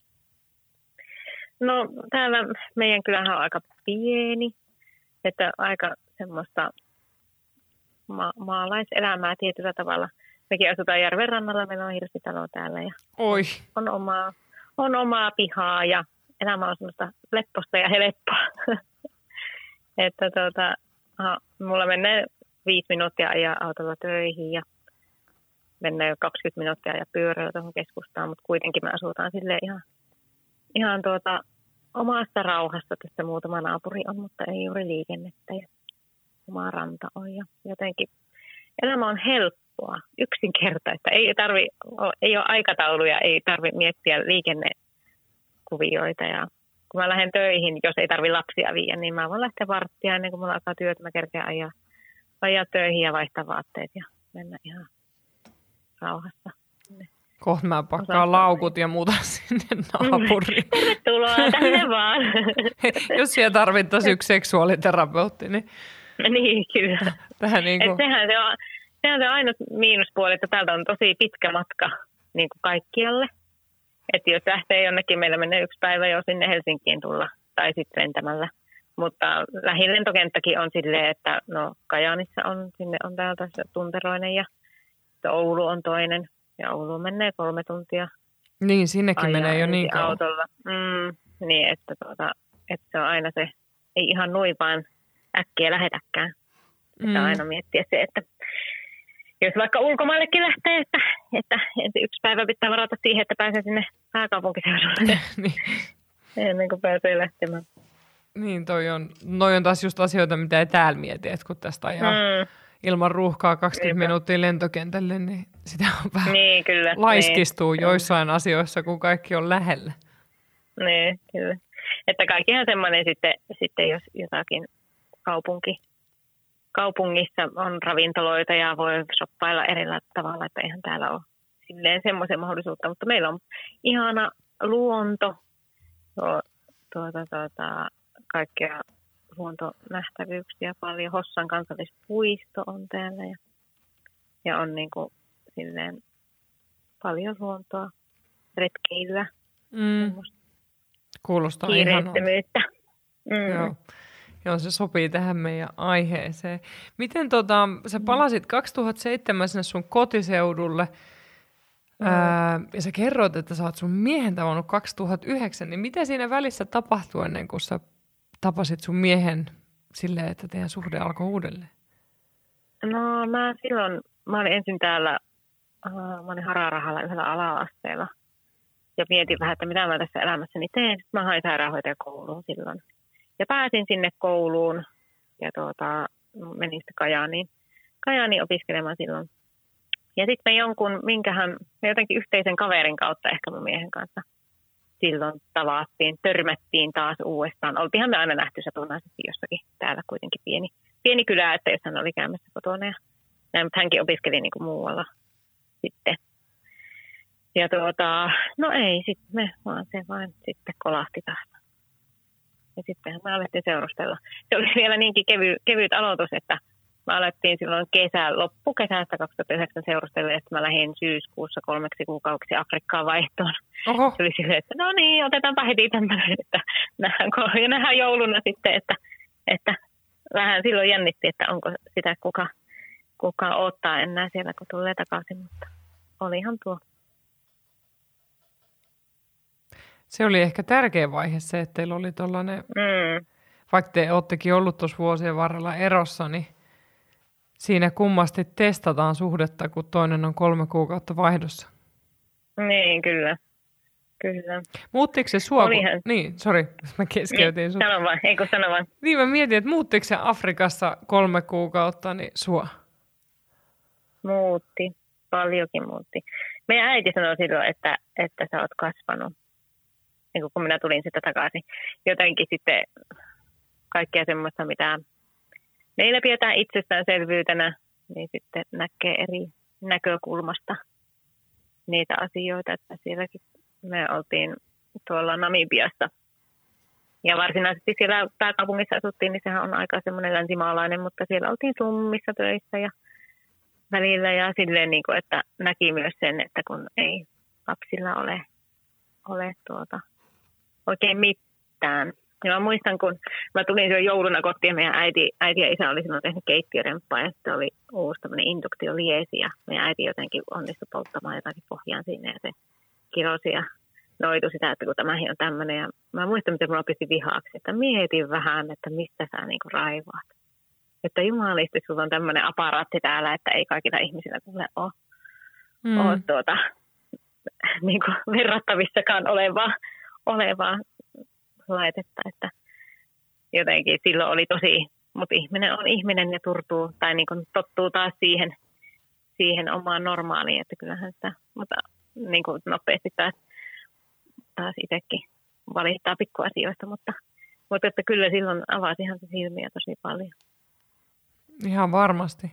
No täällä meidän kylähän on aika pieni, että aika semmoista ma- maalaiselämää tietyllä tavalla. Mekin asutaan järven rannalla, meillä on hirsitalo täällä ja Oi. On, omaa, on omaa pihaa ja elämä on semmoista lepposta ja helppoa. Että tuota, aha, mulla menee viisi minuuttia ajaa autolla töihin ja mennään jo kaksikymmentä minuuttia ja pyörällä tuohon keskustaan, mutta kuitenkin me asutaan silleen ihan, ihan tuota, omassa rauhassa. Tässä muutama naapuri on, mutta ei juuri liikennettä ja oma ranta on. Ja jotenkin elämä on helppoa, yksinkertaista. Ei, tarvi, ei ole aikatauluja, ei tarvitse miettiä liikennekuvioita. Ja kun mä lähden töihin, jos ei tarvitse lapsia viedä, niin mä voin lähteä varttia ennen kuin mulla alkaa työtä. Mä kerkeän ajaa, ajaa töihin ja vaihtaa vaatteet ja mennä ihan rauhassa. Kohta mä pakkaan laukut ja muuta sinne naapuriin. Tervetuloa, tänne vaan. Jos siellä tarvittaisiin yksi seksuaaliterapeutti, niin... Niin, kyllä. Tähän niin kuin... sehän, se on, sehän se on ainut miinuspuoli, että täältä on tosi pitkä matka niin kuin kaikkialle. Että jos lähtee jonnekin, meillä menee yksi päivä jo sinne Helsinkiin tulla tai sitten lentämällä. Mutta lähilentokenttäkin on silleen, että no Kajaanissa on, sinne on täältä se Tunteroinen ja Oulu on toinen. Ja Ouluun menee kolme tuntia. Niin, sinnekin menee jo niin kauan. Autolla. Mm, niin, että, tuota, että se on aina se, ei ihan noin vaan äkkiä lähetäkään. Mm. Että aina miettiä se, että jos vaikka ulkomaallekin lähtee, että, että yksi päivä pitää varata siihen, että pääsee sinne pääkaupunkiseudulle. niin. Ennen kuin pääsee lähtemään. Niin, toi on, noi on taas just asioita, mitä ei täällä mieti, että kun tästä ajaa mm. ilman ruuhkaa kaksikymmentä Niinpä. Minuuttia lentokentälle, niin sitä on vähän niin, kyllä. laiskistuu niin. joissain asioissa, kun kaikki on lähellä. Niin, kyllä. Että kaikkihan semmoinen sitten, sitten jos jotakin kaupunki, kaupungissa on ravintoloita ja voi shoppailla erillä tavalla, että eihän täällä ole silleen semmoisen mahdollisuutta, mutta meillä on ihana luonto, tuota, tuota, kaikkea luontonähtävyyksiä paljon. Hossan kansallispuisto on täällä ja, ja on niin kuin silleen paljon luontoa, retkeilyä. Mm. Kuulostaa ihanalta. Mm. Joo. Joo, se sopii tähän meidän aiheeseen. Miten tota, sä palasit kaksituhattaseitsemän sinne sun kotiseudulle mm. ää, ja sä kerroit, että sä oot sun miehen tavannut kaksituhattayhdeksän, niin mitä siinä välissä tapahtui ennen kuin sä tapasit sun miehen silleen, että teidän suhde alkoi uudelleen? No mä silloin, mä olin ensin täällä, äh, mä olin Hararahalla yhdellä ala-asteella ja mietin vähän, että mitä mä tässä elämässäni teen. Sitten mä hain sairaanhoitajakouluun silloin. Ja pääsin sinne kouluun ja tuota, menin sitten Kajaaniin, Kajaaniin opiskelemaan silloin. Ja sitten me jonkun, minkähän, me jotenkin yhteisen kaverin kautta ehkä mun miehen kanssa silloin tavattiin, törmättiin taas uudestaan. Oltiinhan me aina nähty satunnaisesti jossakin täällä kuitenkin pieni, pieni kylä, että jos hän oli käymässä kotona. Ja Näin, mutta hänkin opiskeli niin kuin muualla sitten. Ja tuota, no ei sitten me, vaan se vain sitten kolahti taas. Ja sittenhän me alettiin seurustella. Se oli vielä niinkin kevy, kevyt aloitus, että me alettiin silloin kesä, loppukesästä kaksituhattayhdeksän seurustella, ja sitten mä lähdin syyskuussa kolmeksi kuukaudeksi Afrikkaan vaihtoon. Oho. Se oli silleen, että no niin, otetaanpa heti tämmöinen, että nähdään, ja nähdään jouluna sitten, että, että vähän silloin jännitti, että onko sitä kuka, kuka ottaa enää siellä, kun tulee takaisin, mutta olihan tuo. Se oli ehkä tärkeä vaihe se, että teillä oli tollainen, Mm. vaikka te oottekin ollut tuossa vuosien varrella erossa, niin siinä kummasti testataan suhdetta, kun toinen on kolme kuukautta vaihdossa. Niin, kyllä. Kyllä. Muuttiko se sua? Olihan. Niin, sori, mä keskeytin Niin, sut. sano vaan, eikö sano vaan. Niin, mä mietin, että muuttiko se Afrikassa kolme kuukautta, niin sua? Muutti, paljonkin muutti. Meidän äiti sanoi silloin, että, että sä oot kasvanut, niin kun minä tulin sitä takaisin. Jotenkin sitten kaikkea semmoista, mitä meillä pidetään itsestäänselvyytenä, niin sitten näkee eri näkökulmasta niitä asioita, että sielläkin me oltiin tuolla Namibiassa. Ja varsinaisesti siellä pääkaupungissa asuttiin, niin sehän on aika semmoinen länsimaalainen, mutta siellä oltiin summissa töissä ja välillä ja silleen, niin kuin, että näki myös sen, että kun ei lapsilla ole, ole tuota, oikein mitään. Ja mä muistan, kun mä tulin silloin jouluna kotiin ja meidän äiti, äiti ja isä oli silloin tehnyt keittiöremppaa ja sitten oli uusi tämmöinen induktioliesi ja meidän äiti jotenkin onnistui polttamaan jotakin pohjaan sinne ja se kirosi ja noitui sitä, että kun tämäkin on tämmöinen. Ja mä muistan, miten mulla pisti vihaaksi, että mietin vähän, että mistä sä niinku raivaat. Että jumalisti, sulla on tämmöinen aparaatti täällä, että ei kaikilla ihmisillä tule ole, mm. ole tuota, niinku verrattavissakaan olevaa, olevaa laitetta. Että jotenkin silloin oli tosi, mutta ihminen on ihminen ja turtuu tai niinku tottuu taas siihen, siihen omaan normaaliin, että kyllähän sitä, mutta niinku nopeasti taas, taas itsekin valittaa pikkuasioista, mutta, mutta että kyllä silloin avasi ihan se silmiä tosi paljon. Ihan varmasti.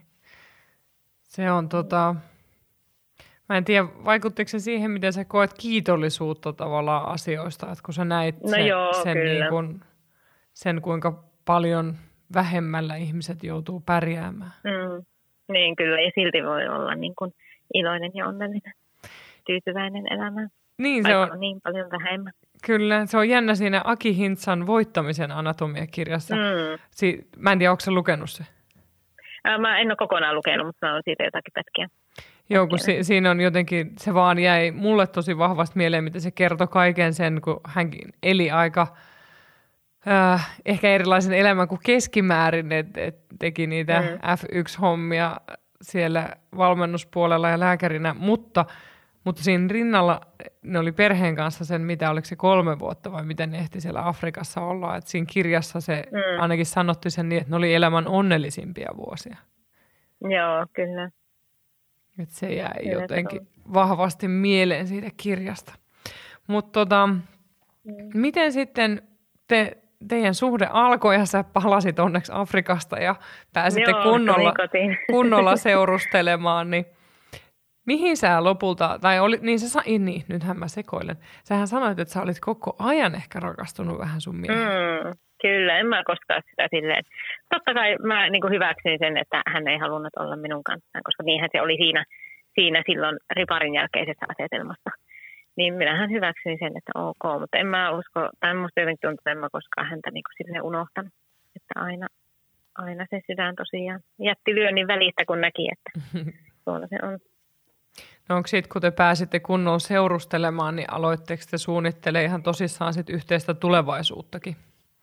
Se on tota, mä en tiedä, vaikuttiko se siihen, miten sä koet kiitollisuutta tavallaan asioista, että kun sä näit no sen, joo, sen, niin kun, sen, kuinka paljon vähemmällä ihmiset joutuu pärjäämään. Mm, niin kyllä, ja silti voi olla niin kuin iloinen ja onnellinen, tyytyväinen elämään. Niin se on, on niin paljon vähemmän. Kyllä, se on jännä siinä Aki Hintsan voittamisen anatomiakirjassa. Mm. Si- mä en tiedä, onko sä lukenut se? Mä en ole kokonaan lukenut, mutta mä olen siitä jotakin pätkiä. Joo, kun si- siinä on jotenkin, se vaan jäi mulle tosi vahvasti mieleen, mitä se kertoi kaiken sen, kun hänkin eli aika äh, ehkä erilaisen elämän kuin keskimäärin, että et teki niitä mm. F yksi -hommia siellä valmennuspuolella ja lääkärinä, mutta, mutta siinä rinnalla ne oli perheen kanssa sen, mitä oliko se kolme vuotta vai miten ne ehti siellä Afrikassa olla. Et siinä kirjassa se mm. ainakin sanottiin sen niin, että ne oli elämän onnellisimpia vuosia. Joo, kyllä. Et se jäi kyllä jotenkin vahvasti mieleen siitä kirjasta. Mutta tota, mm. miten sitten te, teidän suhde alkoi ja sä palasit onneksi Afrikasta ja pääsitte Joo, kunnolla, kunnolla seurustelemaan, niin mihin sä lopulta, tai oli, niin sä, niin, nythän mä sekoilen. Sähän sanoit, että sä olit koko ajan ehkä rakastunut vähän sun miehen. Mm, kyllä, en mä koskaan sitä silleen. Totta kai mä niin kuin hyväksyin sen, että hän ei halunnut olla minun kanssaan, koska niinhän se oli siinä, siinä silloin riparin jälkeisessä asetelmassa. Niin minähän hyväksyin sen, että ok, mutta en mä usko, tai musta jotenkin tuntuu, että en mä koskaan häntä niin kuin silleen unohtanut. Että aina, aina se sydän tosiaan jätti lyönnin välistä, kun näki, että tuolla se on. No onko sitten, kun te pääsitte kunnolla seurustelemaan, niin aloitteko te suunnittelemaan ihan tosissaan sit yhteistä tulevaisuuttakin?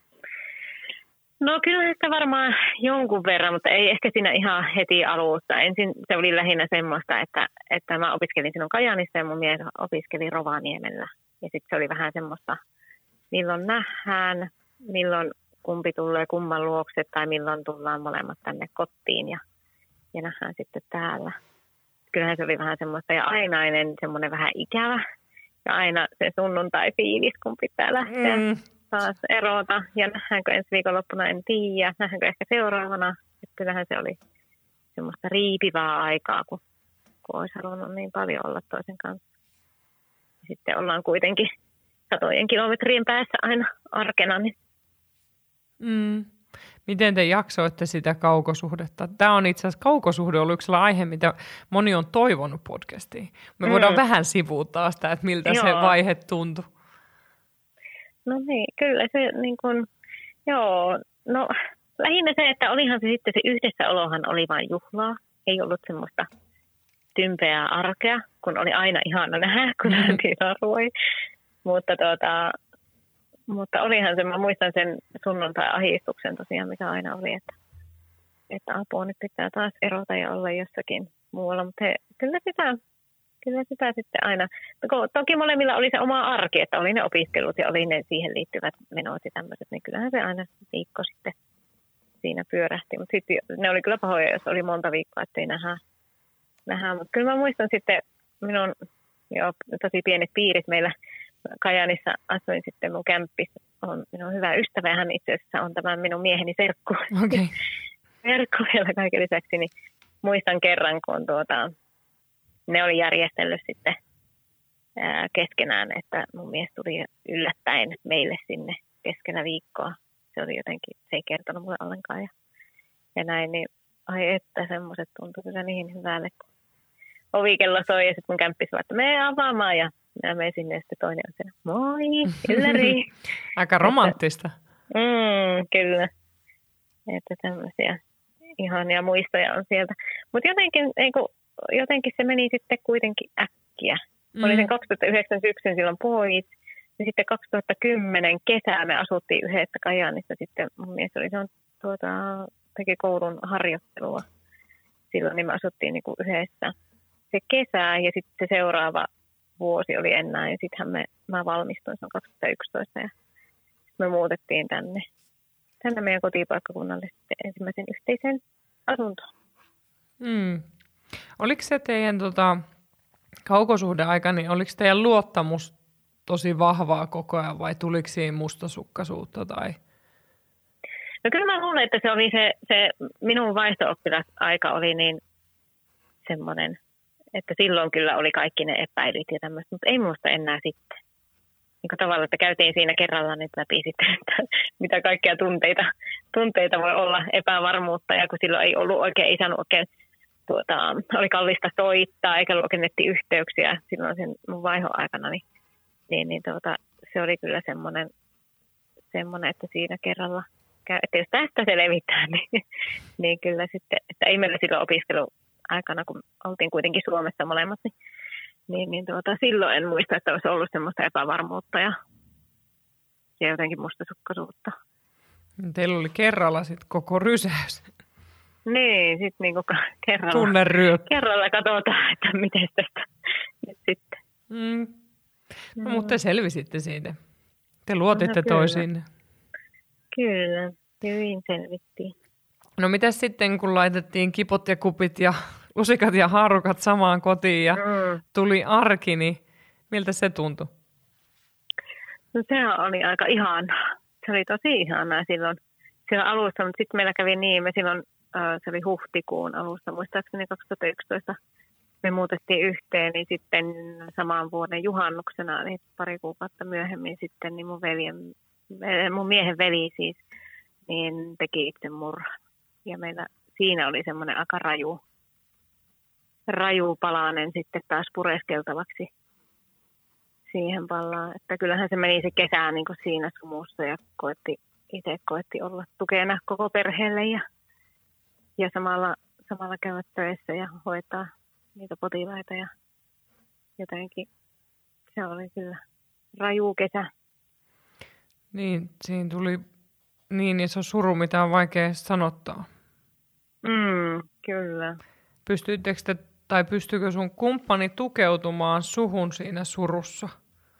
No kyllä sitä varmaan jonkun verran, mutta ei ehkä siinä ihan heti alussa. Ensin se oli lähinnä semmoista, että, että mä opiskelin sinun Kajaanissa ja mun mies opiskeli Rovaniemellä. Ja sitten se oli vähän semmoista, milloin nähdään, milloin kumpi tulee kumman luokse tai milloin tullaan molemmat tänne kotiin ja, ja nähdään sitten täällä. Kyllähän se oli vähän semmoista ja ainainen semmoinen vähän ikävä ja aina se sunnuntai-fiilis, kun pitää lähteä mm. taas erota. Ja nähdäänkö ensi viikonloppuna, en tiedä. Nähdäänkö ehkä seuraavana. Että kyllähän se oli semmoista riipivää aikaa, kun, kun olisi halunnut niin paljon olla toisen kanssa. Sitten ollaan kuitenkin satojen kilometrien päässä aina arkena. Niin. Mm. Miten te jaksoitte sitä kaukosuhdetta? Tämä on itse asiassa kaukosuhde ollut yksi aihe, mitä moni on toivonut podcastiin. Me mm. voidaan vähän sivuuttaa sitä, että miltä joo. se vaihe tuntui. No niin, kyllä se niin kuin, joo, no lähinnä se, että olihan se sitten se yhdessäolohan oli vain juhlaa. Ei ollut semmoista tympeää arkea, kun oli aina ihana nähdä, kun lähtiin arvoihin. Mutta tuota... Mutta olihan se, mä muistan sen sunnuntai-ahdistuksen tosiaan, mikä aina oli, että, että apua nyt pitää taas erota ja olla jossakin muualla. Mutta he, kyllä, sitä, kyllä sitä sitten aina, toki molemmilla oli se oma arki, että oli ne opiskelut ja oli ne siihen liittyvät menot ja tämmöiset, niin kyllähän se aina viikko sitten siinä pyörähti. Mutta sitten ne oli kyllä pahoja, jos oli monta viikkoa, ettei nähdä. nähdä. Mutta kyllä mä muistan sitten minun jo tosi pienet piirit meillä, Kajaanissa asuin sitten mun kämppissä, on minun hyvä ystävä ja hän itse asiassa on tämän minun mieheni serkku. Okay. Serkku vielä kaiken lisäksi, niin muistan kerran, kun tuota, ne oli järjestellyt sitten ää, keskenään, että mun mies tuli yllättäen meille sinne keskellä viikkoa. Se oli jotenkin, se ei kertonut mulle ollenkaan ja, ja näin, niin ai että semmoiset tuntui kyllä niin hyvälle, kun ovikello soi ja sitten mun kämppis että me avaamaan ja minä menen sinne ja sitten toinen on siellä, moi, Ylläri. Aika romanttista. Mm, kyllä. Että tämmöisiä ihania muistoja on sieltä. Mutta jotenkin, jotenkin se meni sitten kuitenkin äkkiä. Mm. Oli sen kaksituhattayhdeksän syksyn silloin pois. Ja sitten kaksituhattakymmenen kesää me asuttiin yhdessä Kajaanissa. Sitten mun mies oli se on, tuota, teki koulun harjoittelua. Silloin niin me asuttiin niinku yhdessä se kesää ja sitten se seuraava vuosi oli enää ja sittenhän me, mä valmistuin, se on kaksituhattayksitoista ja me muutettiin tänne, tänne meidän kotipaikkakunnalle sitten ensimmäisen yhteisen asuntoon. Mm. Oliko se teidän tota, kaukosuhdeaika, niin oliko teidän luottamus tosi vahvaa koko ajan vai tuliko siinä mustasukkaisuutta? Tai? No kyllä mä luulen, että se oli se, se minun vaihto-oppilasaika oli niin semmoinen, että silloin kyllä oli kaikki ne epäilyt ja tämmöistä, mutta ei minusta enää sitten. Niin kuin tavallaan, että käytiin siinä kerralla nyt läpi sitten, että mitä kaikkia tunteita, tunteita voi olla, epävarmuutta. Ja kun silloin ei ollut oikein, ei saanut oikein, tuota, oli kallista soittaa, eikä ollut oikein nettiyhteyksiä silloin sen mun vaihon aikana, niin, niin, niin tuota, se oli kyllä semmoinen, semmoinen, että siinä kerralla, että jos tästä se levittää, niin, niin kyllä sitten, että ei meillä silloin opiskelu aikana, kun oltiin kuitenkin Suomessa molemmat, niin, niin, niin tuota, silloin en muista, että olisi ollut semmoista epävarmuutta ja, ja jotenkin mustasukkaisuutta. Teillä oli kerralla sitten koko rysäys. Niin, sitten niinku kerralla, Tunneryöp. kerralla katsotaan, että miten tästä nyt sitten. Mm. No, mm. Mutta te selvisitte siitä. Te luotitte no, kyllä. toisiinne. Kyllä, hyvin selvittiin. No mitäs sitten, kun laitettiin kipot ja kupit ja lusikat ja haarukat samaan kotiin ja mm. tuli arki, niin miltä se tuntui? No sehän oli aika ihanaa. Se oli tosi ihanaa silloin, silloin alussa, mutta sitten meillä kävi niin, me silloin, äh, se oli huhtikuun alussa, muistaakseni kaksituhattayksitoista, me muutettiin yhteen, niin sitten saman vuoden juhannuksena, niin pari kuukautta myöhemmin sitten, niin mun, veljen, mun miehen veli siis, niin teki itsemurhan. Ja meillä siinä oli semmoinen aika raju, raju palanen sitten taas pureskeltavaksi siihen pallaan. Että kyllähän se meni se kesä niin kuin siinä sumussa ja koetti, itse koetti olla tukena koko perheelle ja, ja samalla, samalla käydä töissä ja hoitaa niitä potilaita. Ja jotenkin se oli kyllä raju kesä. Niin, siinä tuli niin iso suru, mitä on vaikea sanottaa. Mm, kyllä. Pystyittekö te, tai pystyykö sun kumppani tukeutumaan suhun siinä surussa?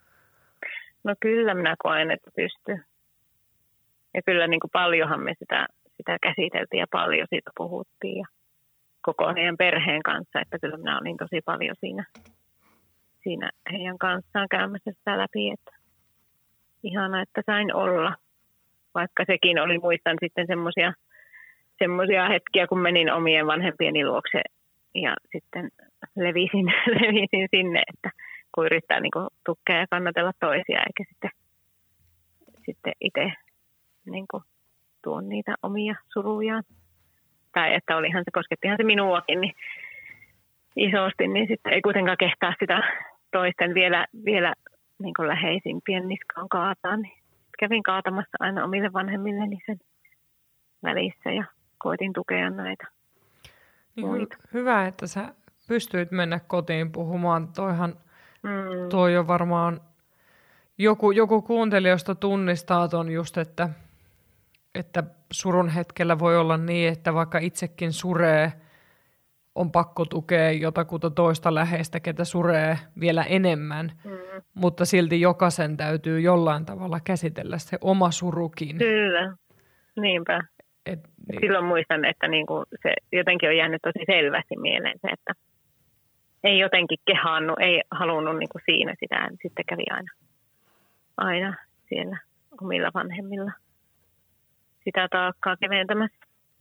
No kyllä minä koen, että pystyy. Ja kyllä niin kuin paljonhan me sitä, sitä käsiteltiin ja paljon siitä puhuttiin ja koko heidän perheen kanssa, että kyllä minä olin tosi paljon siinä, siinä heidän kanssaan käymässä sitä läpi, että ihana, että sain olla. Vaikka sekin oli, muistan sitten semmoisia semmoisia hetkiä, kun menin omien vanhempieni luokse ja sitten levisin, levisin sinne, että kun yrittää niin kuin tukea ja kannatella toisia, eikä sitten, sitten itse niin kuin tuon niitä omia surujaan. Tai että olihan se, koskettihan se minuakin niin isosti, niin sitten ei kuitenkaan kehtaa sitä toisten vielä, vielä niin kuin läheisimpien niskaan kaataa. Niin kävin kaatamassa aina omille vanhemmilleni sen välissä ja koitin tukea näitä niin muita. Hyvä, että sä pystyit mennä kotiin puhumaan. Toihan, Mm. toi on varmaan, joku, joku kuuntelijoista tunnistaa ton just, että, että surun hetkellä voi olla niin, että vaikka itsekin suree, on pakko tukea jotakuta toista läheistä, ketä suree vielä enemmän, mm. mutta silti jokaisen täytyy jollain tavalla käsitellä se oma surukin. Kyllä, niinpä. Et, niin. Silloin muistan, että niinku se jotenkin on jäänyt tosi selvästi mieleen se, että ei jotenkin kehaannut, ei halunnut niinku siinä sitä, niin sitten kävi aina, aina siellä omilla vanhemmilla sitä taakkaa keventämässä.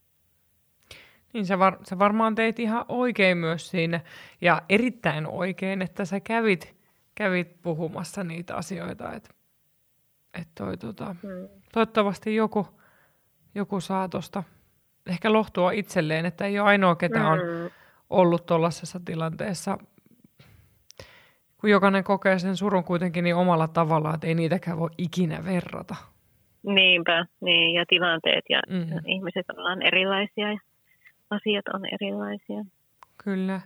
Niin sä, var, sä varmaan teit ihan oikein myös siinä ja erittäin oikein, että sä kävit, kävit puhumassa niitä asioita. Et, et toi, tota, hmm. Toivottavasti joku, joku saa tuosta ehkä lohtua itselleen, että ei ole ainoa, ketä on hmm. ollut tuollaisessa tilanteessa. Kun jokainen kokee sen surun kuitenkin niin omalla tavallaan, että ei niitäkään voi ikinä verrata. Niinpä, niin, ja tilanteet ja hmm. ihmiset ollaan erilaisia ja asiat on erilaisia. Kyllä.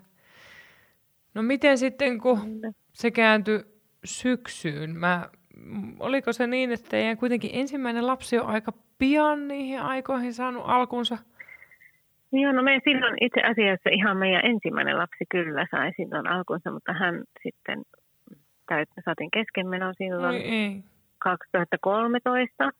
No miten sitten, kun se kääntyi syksyyn? Mä, oliko se niin, että teidän kuitenkin ensimmäinen lapsi on aika pian niihin aikoihin saanut alkunsa? Joo, no me silloin itse asiassa ihan meidän ensimmäinen lapsi kyllä sai silloin alkunsa, mutta hän sitten, tai saatiin keskenmeno silloin ei, ei. kaksituhattakolmetoista.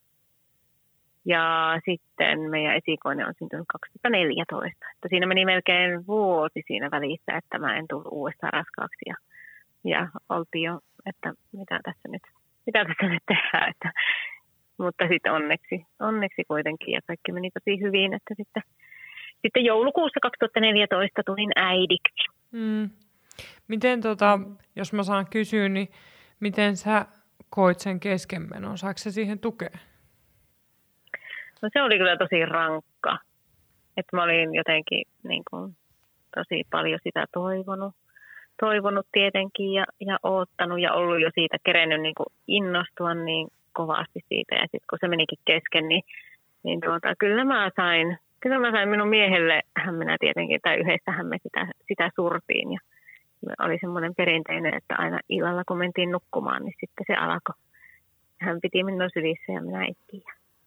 Ja sitten meidän esikoinen on syntynyt kaksituhattaneljätoista. Että siinä meni melkein vuosi siinä välissä, että mä en tullut uudestaan raskaaksi. Ja, ja oltiin jo, että mitä tässä nyt, mitä tässä nyt tehdään. Että, mutta sitten onneksi, onneksi kuitenkin ja kaikki meni tosi hyvin. Että sitten, sitten joulukuussa kaksituhattaneljätoista tulin äidiksi. Hmm. Miten, tota, jos mä saan kysyä, niin miten sä koit sen keskenmenon? Saatko sä siihen tukea? No se oli kyllä tosi rankka. Että mä olin jotenkin niin kuin, tosi paljon sitä toivonut, toivonut tietenkin ja, ja oottanut ja ollut jo siitä kerennyt niin kuin innostua niin kovasti siitä. Ja sitten kun se menikin kesken, niin, niin tuota, kyllä mä sain, kyllä mä sain minun miehelle, hän minä tietenkin, tai yhdessähän me sitä, sitä surtiin. Ja oli semmoinen perinteinen, että aina illalla kun mentiin nukkumaan, niin sitten se alkoi. Hän piti minun sylissä ja minä itkin.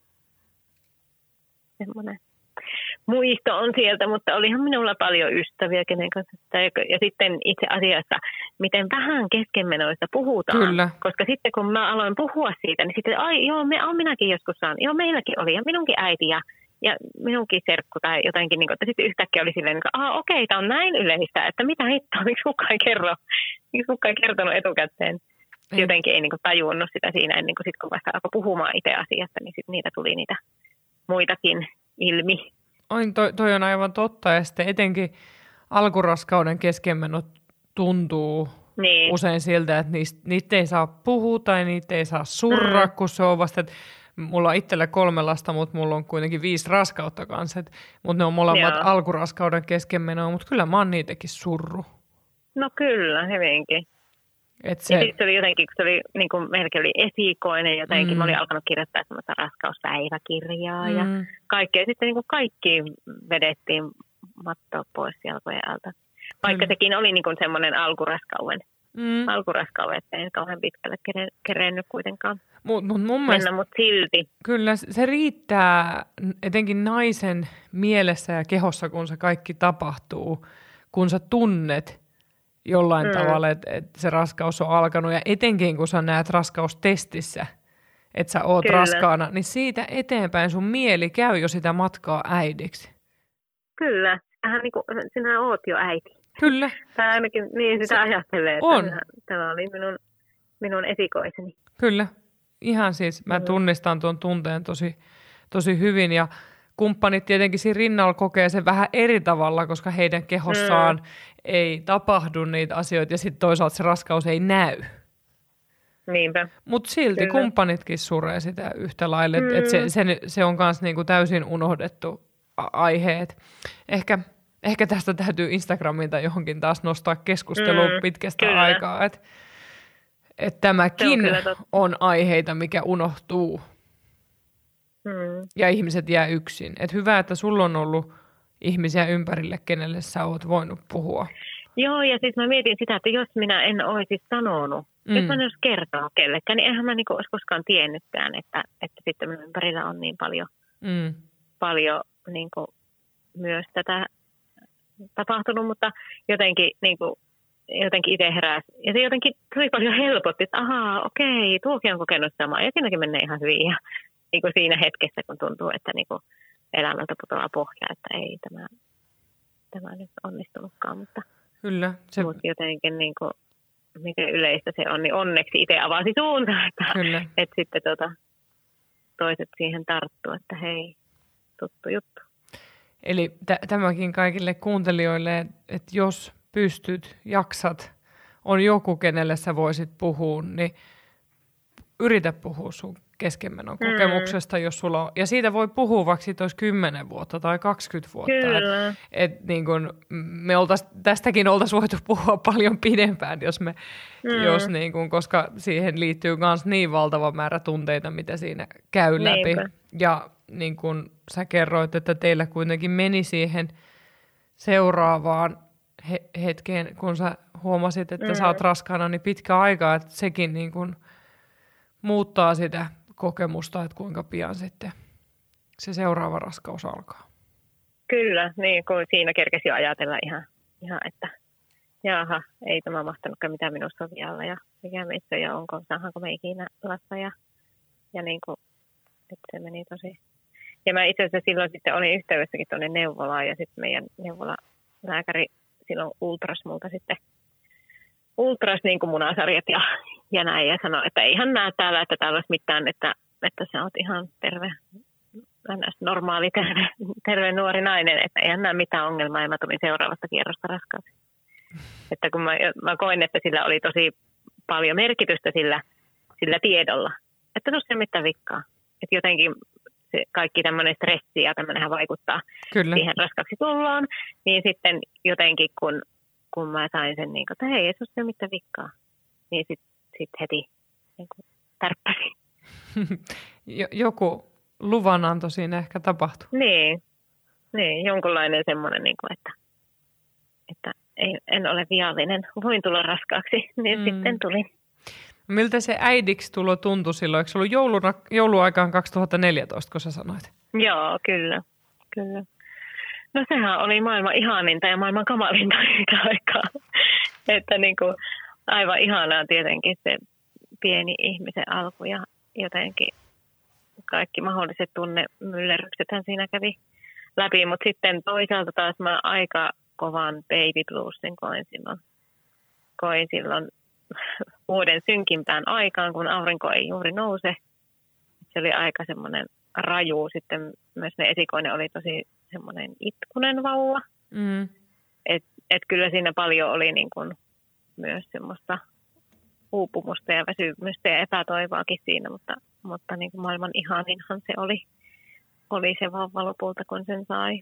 Semmoinen muisto on sieltä, mutta olihan minulla paljon ystäviä, kenen kanssa sitä. Ja sitten itse asiassa, miten vähän keskenmenoista puhutaan. Kyllä. Koska sitten kun mä aloin puhua siitä, niin sitten, ai joo, me, on minäkin joskus saan. Joo, meilläkin oli. Ja minunkin äiti ja, ja minunkin serkku tai jotenkin. Niin kuin, että sitten yhtäkkiä oli silleen, että ah, okei, tämä on näin yleistä, että mitä hittoa, miksi kukaan ei kerro. Miksi kukaan ei kertonut etukäteen. Ei. Jotenkin ei niin kuin, tajunnut sitä siinä ennen kuin sit, kun vasta alkoi puhumaan itse asiasta, niin sitten niitä tuli niitä muitakin ilmi. Oi, toi, toi on aivan totta, ja sitten etenkin alkuraskauden keskenmenot tuntuu niin usein siltä, että niistä, niitä ei saa puhua tai niitä ei saa surra, mm. kun se on vasta, että mulla on itsellä kolme lasta, mutta mulla on kuitenkin viisi raskautta kanssa, et, mutta ne on molemmat Joo. alkuraskauden keskenmenoa, mutta kyllä mä oon niitäkin surru. No kyllä, hyvinkin. Et se... Ja sitten se oli jotenkin, kun se oli, niin kuin melkein oli esikoinen jotenkin, mm. mä olin alkanut kirjoittaa semmoista raskauspäiväkirjaa mm. ja kaikkea. Sitten niin kuin kaikki vedettiin mattoa pois jalkojen alta. Vaikka mm. sekin oli niin kuin semmoinen alkuraskauden, mm. alkuraskauden, että ei kauhean pitkälle kerennyt kuitenkaan mut, mut mun mennä, mielestä, mutta silti. Kyllä se riittää etenkin naisen mielessä ja kehossa, kun se kaikki tapahtuu, kun sä tunnet jollain mm. tavalla, että et se raskaus on alkanut, ja etenkin kun sä näet raskaustestissä, että sä oot Kyllä. raskaana, niin siitä eteenpäin sun mieli käy jo sitä matkaa äidiksi. Kyllä, sähän niin kuin, sinä oot jo äiti. Kyllä. Tai ainakin niin sitä se ajattelee, että on. Tämä oli minun, minun esikoiseni. Kyllä, ihan siis mä mm. tunnistan tuon tunteen tosi, tosi hyvin, ja kumppanit tietenkin siinä rinnalla kokee sen vähän eri tavalla, koska heidän kehossaan mm. ei tapahdu niitä asioita ja sitten toisaalta se raskaus ei näy. Niinpä. Mutta silti Kyllä. kumppanitkin suree sitä yhtä lailla, että mm. et se, se, se on myös niinku täysin unohdettu aihe. Et ehkä, ehkä tästä täytyy Instagramiin tai johonkin taas nostaa keskustelua mm. pitkästä Kyllä. aikaa, että et tämäkin on, on aiheita, mikä unohtuu. Hmm. Ja ihmiset jää yksin. Et hyvä, että sulla on ollut ihmisiä ympärille, kenelle sä oot voinut puhua. Joo, ja siis mä mietin sitä, että jos minä en olisi sanonut, mm. jos mä en olisi kertoa kellekään, niin eihän mä niinku olisi koskaan tiennytkään, että, että sitten minun ympärillä on niin paljon, mm. paljon niinku myös tätä tapahtunut, mutta jotenkin, niinku, jotenkin itse heräsi. Ja se jotenkin tuli paljon helpotti, että ahaa, okei, tuokin on kokenut samaa, ja siinäkin menee ihan hyvin. Ja niin kuin siinä hetkessä, kun tuntuu, että niin kuin elämältä putoaa pohja, että ei tämä, tämä nyt onnistunutkaan, mutta, Kyllä, se... mutta jotenkin niin kuin, miten yleistä se on, niin onneksi itse avasi suunta, että, että sitten tota, toiset siihen tarttuu, että hei, tuttu juttu. Eli t- tämäkin kaikille kuuntelijoille, että jos pystyt, jaksat, on joku, kenelle sä voisit puhua, niin yritä puhua sun keskenmenon kokemuksesta, mm. jos sulla on. Ja siitä voi puhua, vaikka siitä olisi kymmenen vuotta tai kaksikymmentä vuotta. Kyllä. Et, et niin kun me oltais, tästäkin oltaisiin voitu puhua paljon pidempään, jos me, mm. jos niin kun, koska siihen liittyy myös niin valtava määrä tunteita, mitä siinä käy läpi. Niinpä. Ja niin kun sä kerroit, että teillä kuitenkin meni siihen seuraavaan he- hetkeen, kun sä huomasit, että mm. sä oot raskaana, niin pitkä aikaa, että sekin niin kun muuttaa sitä kokemusta, että kuinka pian sitten se seuraava raskaus alkaa. Kyllä, niin kun siinä kerkesi ajatella ihan, ihan että jaha, ei tämä mahtanutkaan mitään minusta on vialla ja mikä meissä ja onko, saadaanko me ikinä lasta ja, ja niin kuin, että se meni tosi. Ja mä itse asiassa silloin sitten olin yhteydessäkin tuonne neuvolaan ja sitten meidän neuvolalääkäri silloin ultras multa sitten ultras niin kuin munasarjat ja, ja näin ja sanoi, että eihän näe täällä, että täällä olisi mitään, että, että sä oot ihan terve, normaali, terve, terve nuori nainen, että eihän näe mitään ongelmaa ja mä tulin seuraavasta kierrosta raskaaksi. Että kun mä, mä koin, että sillä oli tosi paljon merkitystä sillä, sillä tiedolla, että tuossa ei ole mitään vikkaa. Että jotenkin se kaikki tämmöinen stressi ja tämmöinenhän vaikuttaa Kyllä. siihen raskaaksi tullaan, niin sitten jotenkin kun kun mä sain sen, niin kuin, että hei, ei se ole mitään vikkaa, niin sitten sit heti niin kuin, tärppäsi. Joku luvananto siinä ehkä tapahtui. Niin, niin jonkunlainen semmoinen, niin kuin, että, että ei, en ole viallinen, voin tulla raskaaksi, niin mm. sitten tuli. Miltä se äidiksi tulo tuntui silloin? Eikö se ollut jouluna, jouluaikaan kaksituhattaneljätoista, kun sä sanoit? Joo, kyllä, kyllä. No sehän oli maailman ihaninta ja maailman kamalinta yhtä aikaa. Että niin kuin aivan ihanaa tietenkin se pieni ihmisen alku ja jotenkin kaikki mahdolliset tunnemyllerryksethän siinä kävi läpi. Mutta sitten toisaalta taas mä aika kovan baby bluesin koin silloin, koin silloin vuoden synkimpään aikaan, kun aurinko ei juuri nouse. Se oli aika semmoinen raju. Sitten myös ne esikoinen oli tosi semmoinen itkunen vauva. Mm. Että et kyllä siinä paljon oli niin kun myös semmoista uupumusta ja väsymystä ja epätoivoakin siinä, mutta, mutta niin kuin maailman ihaninhan se oli, oli se vauva lopulta, kun sen sai.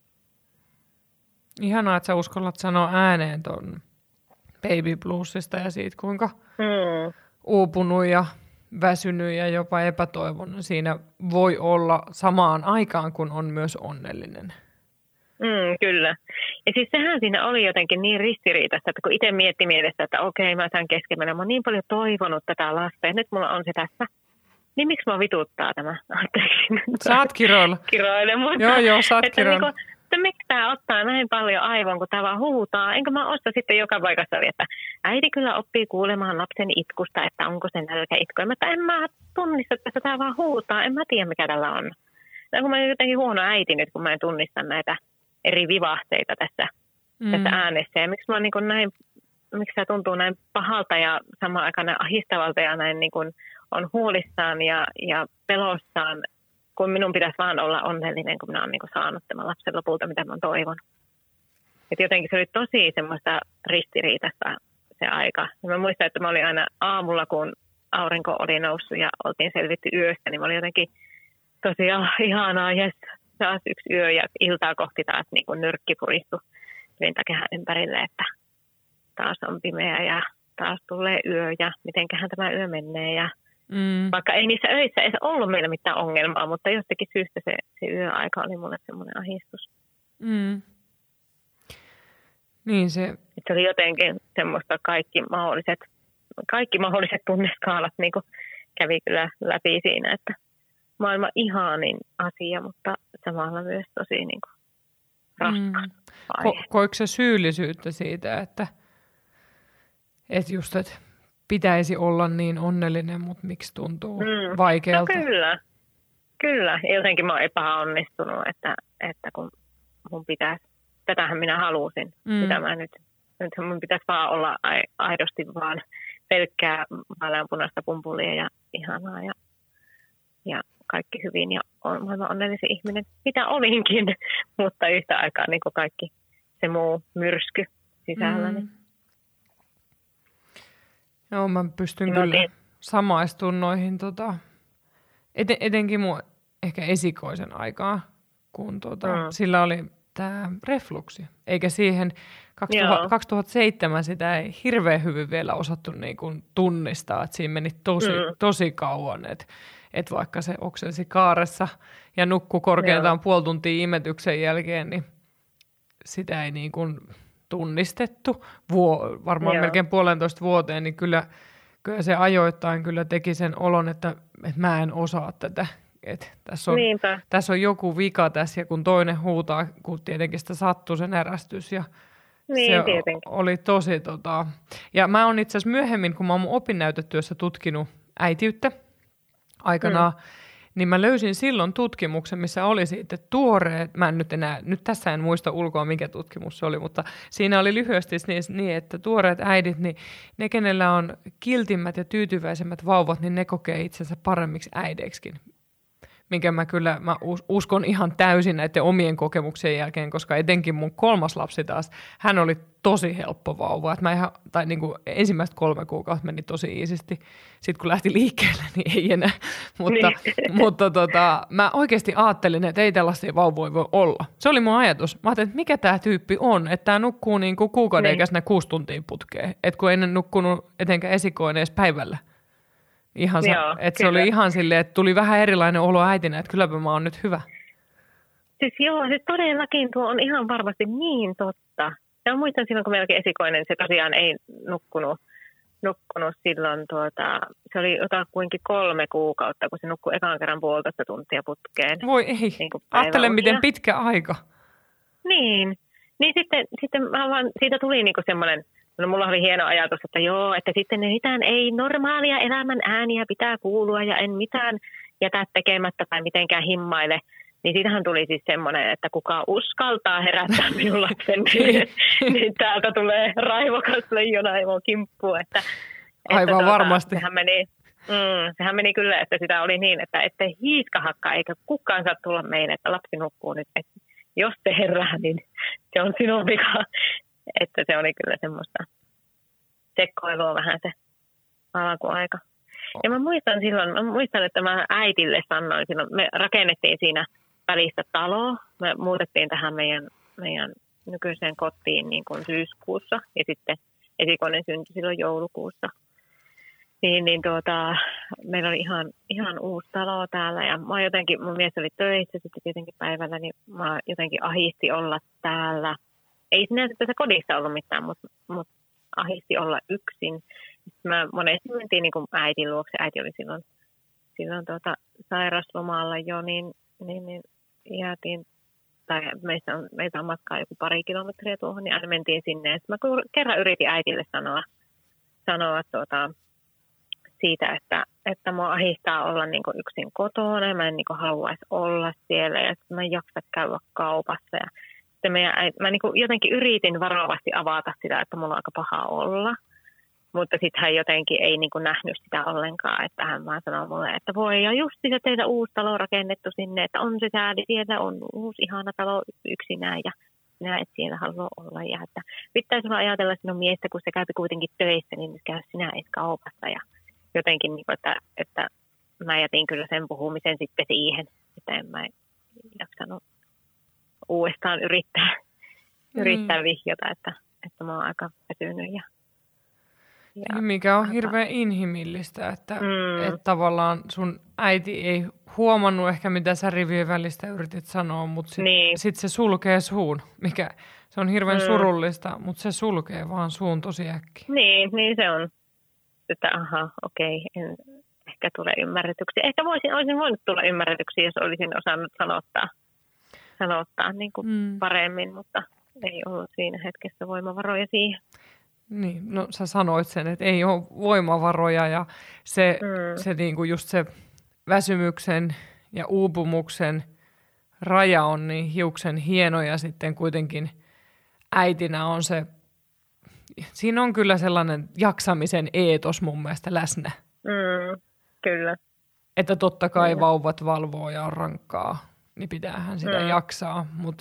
Ihanaa, että sä uskallat sanoa ääneen ton baby bluesista ja siitä, kuinka mm. uupunut ja väsynyt ja jopa epätoivon. Siinä voi olla samaan aikaan, kun on myös onnellinen. Mm, kyllä. Ja siis sehän siinä oli jotenkin niin ristiriitaista, että kun itse mietti mielessä, että okei, mä saan keskemennä, mä oon niin paljon toivonut tätä lasta ja nyt mulla on se tässä. Niin miksi mua vituttaa tämä? Saat kiroilla. Kiroille, mutta joo, joo, saat kiroilla. Niin että miksi tämä ottaa näin paljon aivoon, kun tämä vaan huutaa. Enkä mä osta sitten joka paikassa, että äiti kyllä oppii kuulemaan lapsen itkusta, että onko se nälkäitku. Mutta en mä tunnista, että tämä vaan huutaa. En mä tiedä, mikä tällä on. Ja kun mä oon jotenkin huono äiti nyt, kun mä en tunnista näitä eri vivahteita tässä, mm. tässä äänessä. Ja miksi, mä niin kuin näin, miksi tämä tuntuu näin pahalta ja samaan aikaan ahistavalta ja näin niin kuin on huolissaan ja, ja pelossaan kun minun pitäisi vaan olla onnellinen, kun minä olen niin kuin saanut tämän lapsen lopulta, mitä minä toivon. Et jotenkin se oli tosi semmoista ristiriitaista se aika. Ja mä muistan, että mä olin aina aamulla, kun aurinko oli noussut ja oltiin selvitty yöstä, niin mä olin jotenkin tosi ah, ihanaa, jes, taas yksi yö ja iltaa kohti taas niin kuin nyrkki puristu rintakehän ympärille, että taas on pimeä ja taas tulee yö ja mitenköhän tämä yö menee. Ja mm. Vaikka ei niissä öissä edes ollut meillä mitään ongelmaa, mutta jostakin syystä se, se yöaika oli mulle semmoinen ahdistus. Mm. Niin se... se oli jotenkin semmoista kaikki mahdolliset, kaikki mahdolliset tunneskaalat niin kuin kävi kyllä läpi siinä, että maailman ihanin asia, mutta samalla myös tosi niin kuin raskas mm. Ko- koiko se syyllisyyttä siitä, että, että just, että pitäisi olla niin onnellinen, mutta miksi tuntuu mm. vaikealta? No kyllä, kyllä. Jotenkin mä oon epäonnistunut, että, että kun mun pitäisi, tätähän minä halusin, mm. mitä mä nyt, nyt mun pitäisi vaan olla aidosti vaan pelkkää vaaleanpunaista pumpulia ja ihanaa ja, ja kaikki hyvin ja on maailman onnellisin ihminen, mitä olinkin, mutta yhtä aikaa niin kuin kaikki se muu myrsky sisälläni. Mm. Joo, mä pystyn no, kyllä samaistumaan noihin, tota, eten, etenkin mun ehkä esikoisen aikaa, kun tota, mm. sillä oli tämä refluksi, eikä siihen kaksituhatta, kaksituhattaseitsemän sitä ei hirveän hyvin vielä osattu niin kuin tunnistaa, että siinä meni tosi, mm. tosi kauan, että et vaikka se oksensi kaaressa ja nukkui korkeintaan puoli tuntia imetyksen jälkeen, niin sitä ei niin kuin tunnistettu Vuo, varmaan Joo. melkein puolentoista vuoteen, niin kyllä, kyllä se ajoittain kyllä teki sen olon, että, että mä en osaa tätä. Että tässä, on, tässä on joku vika tässä, ja kun toinen huutaa, kun tietenkin sitä sattuu se närästys. Ja niin, se tietenkin. oli tosi... Tota... Ja mä oon itse asiassa myöhemmin, kun mä oon mun opinnäytetyössä tutkinut äitiyttä aikanaan, mm. niin mä löysin silloin tutkimuksen, missä oli siitä tuoreet, mä en nyt enää, nyt tässä en muista ulkoa, mikä tutkimus se oli, mutta siinä oli lyhyesti niin, niin että tuoreet äidit, niin ne, kenellä on kiltimmät ja tyytyväisemmät vauvat, niin ne kokee itsensä paremmiksi äideiksikin. Minkä mä kyllä mä uskon ihan täysin näiden omien kokemuksien jälkeen, koska etenkin mun kolmas lapsi taas, hän oli tosi helppo vauva. Että mä ihan, tai niin kuin ensimmäistä kolme kuukautta meni tosi iisisti. Sitten kun lähti liikkeelle, niin ei enää. Mutta, niin. mutta tota, mä oikeasti ajattelin, että ei tällaisia vauvoja voi olla. Se oli mun ajatus. Mä ajattelin, että mikä tämä tyyppi on, että tämä nukkuu niin kuin kuukauden eikä sinne kuusi tuntia putkeen. Että kun ei ne nukkunut etenkään esikoinen edes päivällä. Ihan se, Joo, että se oli ihan silleen, että tuli vähän erilainen olo äitinä, että kylläpä mä oon nyt hyvä. Siis joo, siis todellakin tuo on ihan varmasti niin totta. Ja muistan silloin, kun meilläkin esikoinen, se tosiaan ei nukkunut, nukkunut silloin, tuota, se oli jotakuinkin kolme kuukautta, kun se nukkui ekan kerran puolitoista tuntia putkeen. Voi ei, niin ajattele miten pitkä aika. Niin, niin sitten, sitten mä vaan, siitä tuli niinku semmoinen... No, mulla oli hieno ajatus, että joo, että sitten mitään ei normaalia elämän ääniä pitää kuulua ja en mitään jätä tekemättä tai mitenkään himmaile. Niin siitähän tuli siis semmoinen, että kuka uskaltaa herättää minun lapsen, niin, niin täältä tulee raivokas leijona Eivon kimppuun. Että, Aivan että tuota, varmasti. Sehän meni, mm, sehän meni kyllä, että sitä oli niin, että ettei hiiskahakka eikä kukaan saa tulla meille, että lapsi nukkuu nyt. Että jos se herää, niin se on sinun vika. Että se oli kyllä semmoista sekoilua vähän se alkuaika. Ja mä muistan silloin, mä muistan, että mä äitille sanoin silloin, me rakennettiin siinä välissä taloa. Me muutettiin tähän meidän, meidän nykyiseen kotiin niin kuin syyskuussa ja sitten esikoinen syntyi silloin joulukuussa. Niin, niin tuota, meillä oli ihan, ihan uusi talo täällä ja mä jotenkin, mun mies oli töissä sitten tietenkin päivällä, niin mä jotenkin ahisti olla täällä. Ei sinänsä tässä kodissa ollut mitään, mutta, mutta ahisti olla yksin. Sitten mä monesti mentiin niin kuin äitin luokse. Äiti oli silloin, silloin tuota, sairaslomalla jo, niin, niin, niin jäätiin, tai meistä on, meitä on matkaa joku pari kilometriä tuohon, niin aina mentiin sinne. Ja mä kerran yritin äitille sanoa, sanoa tuota, siitä, että, että mua ahistaa olla niin kuin yksin kotona. Mä en niin kuin haluaisi olla siellä ja mä en jaksa käydä kaupassa. Ja meidän, mä niin kuin jotenkin yritin varovasti avata sitä, että mulla on aika paha olla. Mutta sitten hän jotenkin ei niin kuin nähnyt sitä ollenkaan, että hän vaan sanoi mulle, että voi, ja just se teidän uusi talo rakennettu sinne, että on se sääli, siellä on uusi ihana talo yksinään, ja sinä et siellä halua olla. Ja että pitää sulla ajatella sinun miestä, kun se käypi kuitenkin töissä, niin käy sinä et kaupassa. Ja jotenkin, niin kuin, että, että mä jätin kyllä sen puhumisen sitten siihen, että en mä jaksanut uudestaan yrittää, mm. yrittää vihjata, että, että mä oon aika väsynyt. Ja, ja mikä on hirveän inhimillistä, että, mm. että tavallaan sun äiti ei huomannut ehkä, mitä sä rivien välistä yritit sanoa, mutta sitten niin. sit se sulkee suun, mikä se on hirveän mm. surullista, mutta se sulkee vaan suun tosi äkkiä. Niin, niin se on. Että aha, okei, en ehkä tule ymmärretyksi. Ehkä voisin, olisin voinut tulla ymmärretyksi, jos olisin osannut sanottaa, sanottaa niin kuin mm. paremmin, mutta ei ollut siinä hetkessä voimavaroja siihen. Niin, no sä sanoit sen, että ei ole voimavaroja ja se, mm. se niin kuin just se väsymyksen ja uupumuksen raja on niin hiuksen hieno ja sitten kuitenkin äitinä on se, siinä on kyllä sellainen jaksamisen eetos mun mielestä läsnä. Mm, kyllä. Että totta kai kyllä. vauvat valvoo ja on rankkaa, niin pitäähän sitä mm. jaksaa, mutta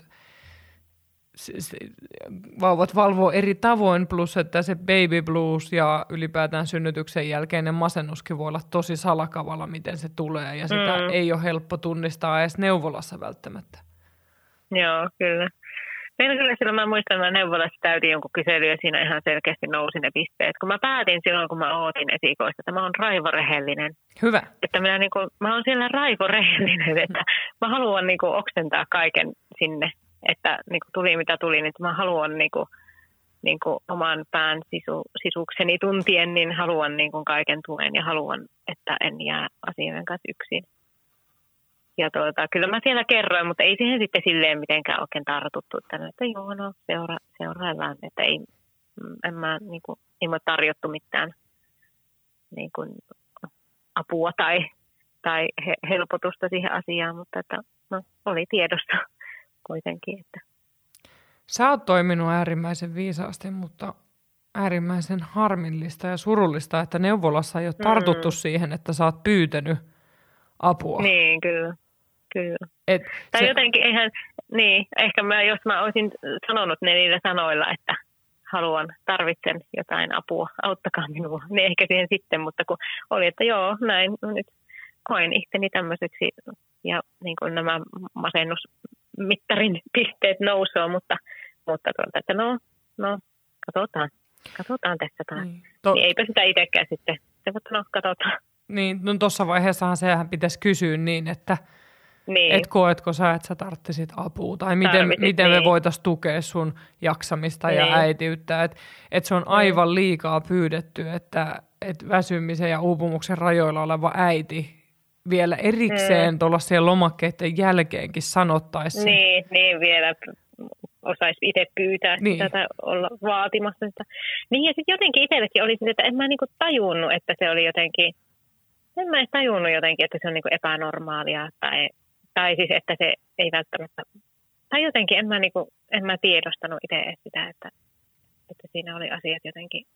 vauvat valvoo eri tavoin, plus että se baby blues ja ylipäätään synnytyksen jälkeinen masennuskin voi olla tosi salakavalla, miten se tulee, ja sitä mm. ei ole helppo tunnistaa edes neuvolassa välttämättä. Joo, kyllä. Meillä kyllä silloin, mä muistan, että mä neuvolassa täytin jonkun kysely, ja siinä ihan selkeästi nousi ne pisteet. Kun mä päätin silloin, kun mä ootin esikoista, että mä oon raivorehellinen. Hyvä. Että minä niin kuin, mä oon siellä raivorehellinen, että mä haluan niin kuin oksentaa kaiken sinne. Että niin kuin tuli mitä tuli, niin mä haluan niin kuin, niin kuin oman pään sisu, sisukseni tuntien, niin haluan niin kuin kaiken tuen ja haluan, että en jää asioiden kanssa yksin. Ja tuota, kyllä mä siellä kerroin, mutta ei siihen sitten silleen mitenkään oikein tartuttu, että, että joo, no seura, seuraillaan, että ei, en mä, niin kuin, ei mä tarjottu mitään niin kuin, apua tai, tai helpotusta siihen asiaan, mutta että, no, oli tiedossa. Kuitenkin, että. Sä oot toiminut äärimmäisen viisaasti, mutta äärimmäisen harmillista ja surullista, että neuvolassa ei ole tartuttu mm. siihen, että sä oot pyytänyt apua. Niin, kyllä. kyllä. Et tai se... jotenkin eihän, niin, ehkä mä, jos mä olisin sanonut ne niillä sanoilla, että haluan, tarvitsen jotain apua, auttakaa minua, niin ehkä siihen sitten, mutta kun oli, että joo, näin, no nyt koen itteni tämmöiseksi ja niin kuin nämä masennusmittarin pisteet nousee, mutta, mutta tuolta, että no, no, katsotaan, katsotaan tässä taas. Niin, to... niin eipä sitä itsekään sitten, mutta no, katsotaan. Niin, no tuossa vaiheessahan sehän pitäisi kysyä niin, että niin. et koetko sä, että sä tarttisit apua, tai miten, Tarvisit, miten me niin. voitaisiin tukea sun jaksamista niin. ja äitiyttä, että et se on aivan liikaa pyydetty, että et väsymisen ja uupumuksen rajoilla oleva äiti vielä erikseen mm. tuolla siellä lomakkeiden jälkeenkin sanottaisi. Niin, niin vielä osaisi itse pyytää niin. sitä tai olla vaatimassa sitä. Niin ja sitten jotenkin itsellekin oli sitä, että en mä niinku tajunnut, että se oli jotenkin, en mä edes tajunnut jotenkin, että se on niinku epänormaalia tai, tai siis, että se ei välttämättä, tai jotenkin en mä, niinku, en mä tiedostanut itse edes sitä, että, että siinä oli asiat jotenkin,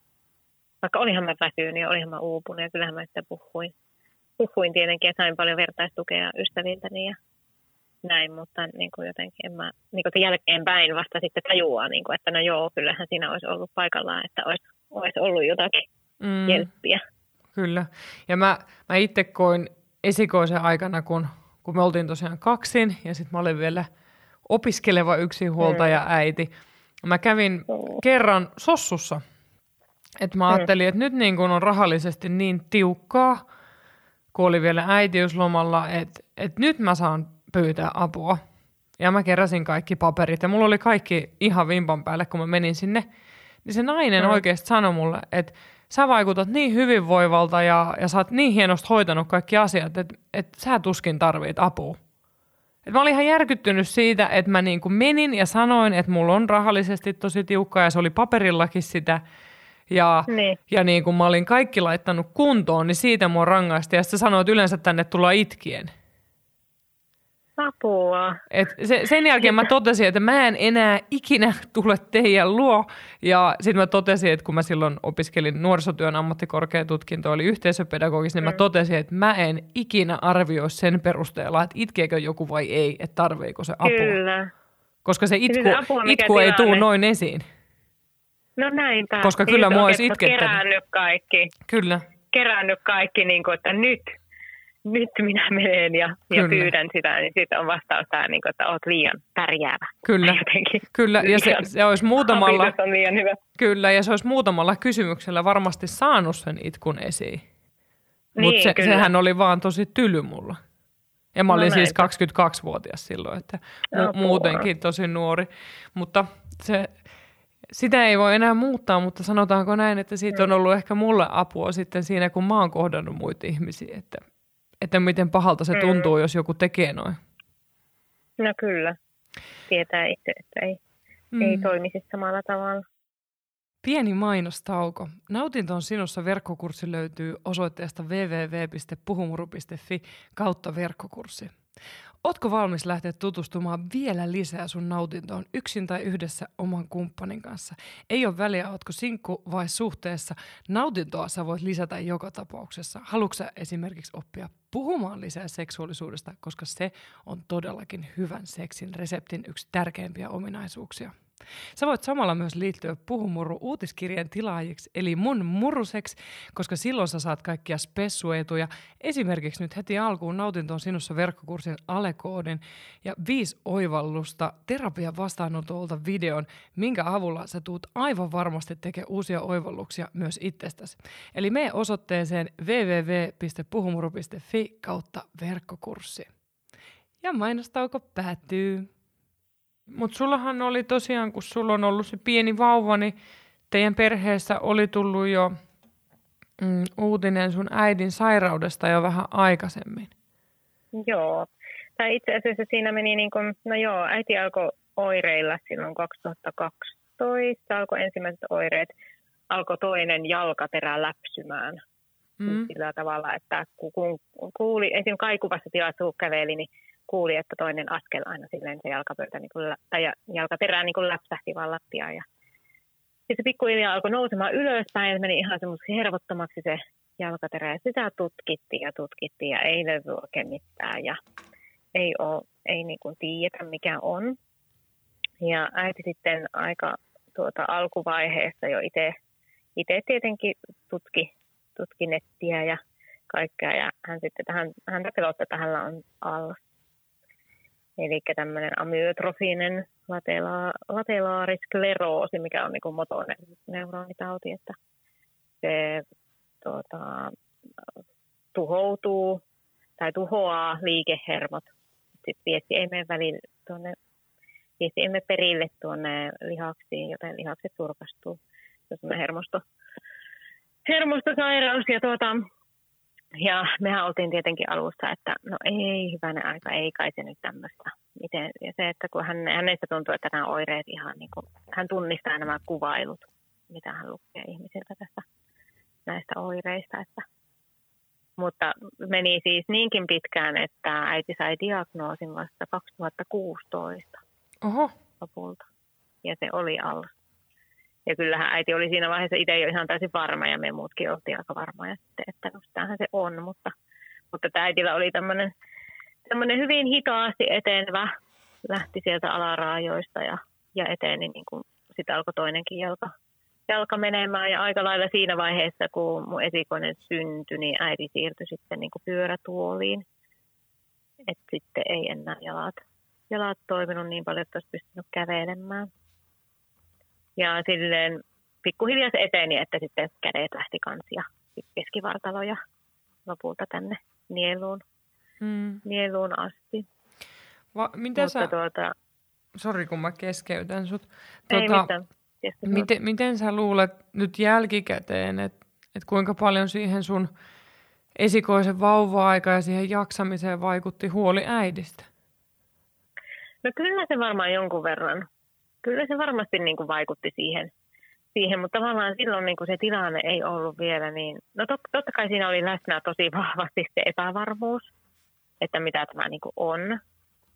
vaikka olihan mä väsynyt ja olihan mä uupunut ja kyllähän mä sitä puhuin. Puhuin tietenkin, että sain paljon vertaistukea ystäviltäni ja näin, mutta niin kuin jotenkin en mä niin kuin jälkeenpäin vasta sitten tajuaa, niin kuin, että no joo, kyllähän siinä olisi ollut paikallaan, että olisi, olisi ollut jotakin mm. jelppiä. Kyllä. Ja mä, mä itse koin esikoisen aikana, kun, kun me oltiin tosiaan kaksin ja sitten mä olin vielä opiskeleva yksinhuoltaja mm. äiti. Mä kävin mm. kerran sossussa, että mä ajattelin, mm. että nyt niin kun on rahallisesti niin tiukkaa, kun oli vielä äitiyslomalla, että, että nyt mä saan pyytää apua. Ja mä keräsin kaikki paperit ja mulla oli kaikki ihan vimpan päälle, kun mä menin sinne. Niin se nainen mm. oikeasti sanoi mulle, että sä vaikutat niin hyvinvoivalta ja, ja sä oot niin hienosti hoitanut kaikki asiat, että, että sä tuskin tarvit apua. Et mä olin ihan järkyttynyt siitä, että mä niin kuin menin ja sanoin, että mulla on rahallisesti tosi tiukkaa ja se oli paperillakin sitä. Ja, niin. ja niin kun mä olin kaikki laittanut kuntoon, niin siitä mua rangaistiin. Ja sitten sanoit, että yleensä tänne tullaan itkien. Apua. Et se, sen jälkeen mä totesin, että mä en enää ikinä tule teidän luo. Ja sitten mä totesin, että kun mä silloin opiskelin nuorisotyön ammattikorkeatutkinto, oli yhteisöpedagogissa, niin mä totesin, että mä en ikinä arvioi sen perusteella, että itkeekö joku vai ei, että tarviiko se apua. Kyllä. Koska se itku, se apua, itku ei tule noin esiin. No näinpä. Koska kyllä mua olisi itkettänyt. Kerännyt kaikki. Kyllä. Kerännyt kaikki, niin kuin, että nyt, nyt minä menen ja, ja pyydän sitä, niin sitten on vastaus tämä, niin kuin, että olet liian pärjäävä. Kyllä, kyllä. Ja se, se olisi muutamalla, on liian hyvä. Kyllä, ja se olisi muutamalla kysymyksellä varmasti saanut sen itkun esiin. Mutta niin, se, sehän oli vaan tosi tyly mulla. Ja mä olin no siis kaksikymmentäkaksivuotias silloin, että mu- muutenkin tosi nuori. Mutta se, sitä ei voi enää muuttaa, mutta sanotaanko näin, että siitä on ollut ehkä mulle apua sitten siinä, kun mä oon kohdannut muita ihmisiä, että, että miten pahalta se tuntuu, mm. jos joku tekee noin. No kyllä. Tietää itse, että ei, mm. ei toimisi samalla tavalla. Pieni mainostauko. Nautinto on sinussa -verkkokurssi löytyy osoitteesta double-u double-u double-u piste puhumuru piste fi kautta verkkokurssi. Ootko valmis lähteä tutustumaan vielä lisää sun nautintoon yksin tai yhdessä oman kumppanin kanssa? Ei ole väliä, ootko sinkku vai suhteessa. Nautintoa sä voit lisätä joka tapauksessa. Haluatko sä esimerkiksi oppia puhumaan lisää seksuaalisuudesta, koska se on todellakin hyvän seksin reseptin yksi tärkeimpiä ominaisuuksia. Sä voit samalla myös liittyä Puhumuru uutiskirjan tilaajiksi, eli mun muruseks, koska silloin sä saat kaikkia spessuetuja. Esimerkiksi nyt heti alkuun Nautinto on sinussa -verkkokurssin alekoodin ja viisi oivallusta terapian vastaanotolta videon, minkä avulla sä tuut aivan varmasti tekemään uusia oivalluksia myös itsestäsi. Eli mene osoitteeseen double-u double-u double-u piste puhumuru piste fi kautta verkkokurssi. Ja mainostauko päättyy. Mutta sullahan oli tosiaan, kun sulla on ollut se pieni vauva, niin teidän perheessä oli tullut jo mm, uutinen sun äidin sairaudesta jo vähän aikaisemmin. Joo. Tai itse asiassa siinä meni niin kuin, no joo, äiti alkoi oireilla silloin kaksituhattakaksitoista, alkoi ensimmäiset oireet, alkoi toinen jalkaterä läpsymään. Mm. Sillä tavalla, että kun kuuli, esimerkiksi kaikuvassa tilassa kun käveli, niin kuuli, että toinen askel aina silleen se jalkapöytä niin kuin, tai jalkaterä niin kuin läpsähti vaan lattiaan. Ja sitten se pikkuhiljaa alkoi nousemaan ylöspäin ja meni ihan semmoiseksi hervottomaksi se jalkaterä. Ja sitä tutkittiin ja tutkittiin ja ei löydy oikein mitään ja ei, ole, ei niin kuin tiedetä mikä on. Ja äiti sitten aika tuota, alkuvaiheessa jo itse tietenkin tutki, tutki nettiä ja kaikkea. Ja hän sitten tähän, häntä pelotti, että hänellä on alla. Eli tämmöinen amyotrofinen latela, latelaariskleroosi, mikä on niin kuin motoneuronitauti, että se tuota, tuhoutuu tai tuhoaa liikehermot. Sitten viesti ei mene välillä tuonne, viesti ei mene perille tuonne lihaksiin, joten lihakset surkastuu. Se on semmoinen hermosto, hermostosairaus ja tuota, ja mehän oltiin tietenkin alussa, että no ei hyvänen aika, ei kai se nyt tämmöistä. Miten, ja se, että kun hän, hänestä tuntuu, että nämä oireet ihan niin kuin, hän tunnistaa nämä kuvailut, mitä hän lukee ihmisiltä tästä näistä oireista. Että. Mutta meni siis niinkin pitkään, että äiti sai diagnoosin vasta kaksituhattakuusitoista Oho. lopulta. Ja se oli alla. Ja kyllähän äiti oli siinä vaiheessa itse jo ihan täysin varma ja me muutkin oltiin aika varmoja sitten, että no sitähän se on. Mutta, mutta äitillä oli tämmöinen, tämmöinen hyvin hitaasti etenevä, lähti sieltä alaraajoista ja, ja eteni, niin kuin sitten alkoi toinenkin jalka, jalka menemään. Ja aika lailla siinä vaiheessa, kun mun esikoinen syntyi, niin äiti siirtyi sitten niin kuin pyörätuoliin. Että sitten ei enää jalat, jalat toiminut niin paljon, että olisi pystynyt kävelemään. Ja silleen pikkuhiljaa se eteni, että sitten kädet lähti kanssa ja keskivartalo ja lopulta tänne nieluun, mm. nieluun asti. Va, miten Mutta sä, tuota, sori kun mä keskeytän sut. Ei Tuota, mitään. Miten, miten sä luulet nyt jälkikäteen, että et kuinka paljon siihen sun esikoisen vauva-aika ja siihen jaksamiseen vaikutti huoli äidistä? No kyllä se varmaan jonkun verran. Kyllä se varmasti niin kuin vaikutti siihen, siihen, mutta tavallaan silloin niin kuin se tilanne ei ollut vielä niin. No tot, totta kai siinä oli läsnä tosi vahvasti se epävarmuus, että mitä tämä niin kuin on.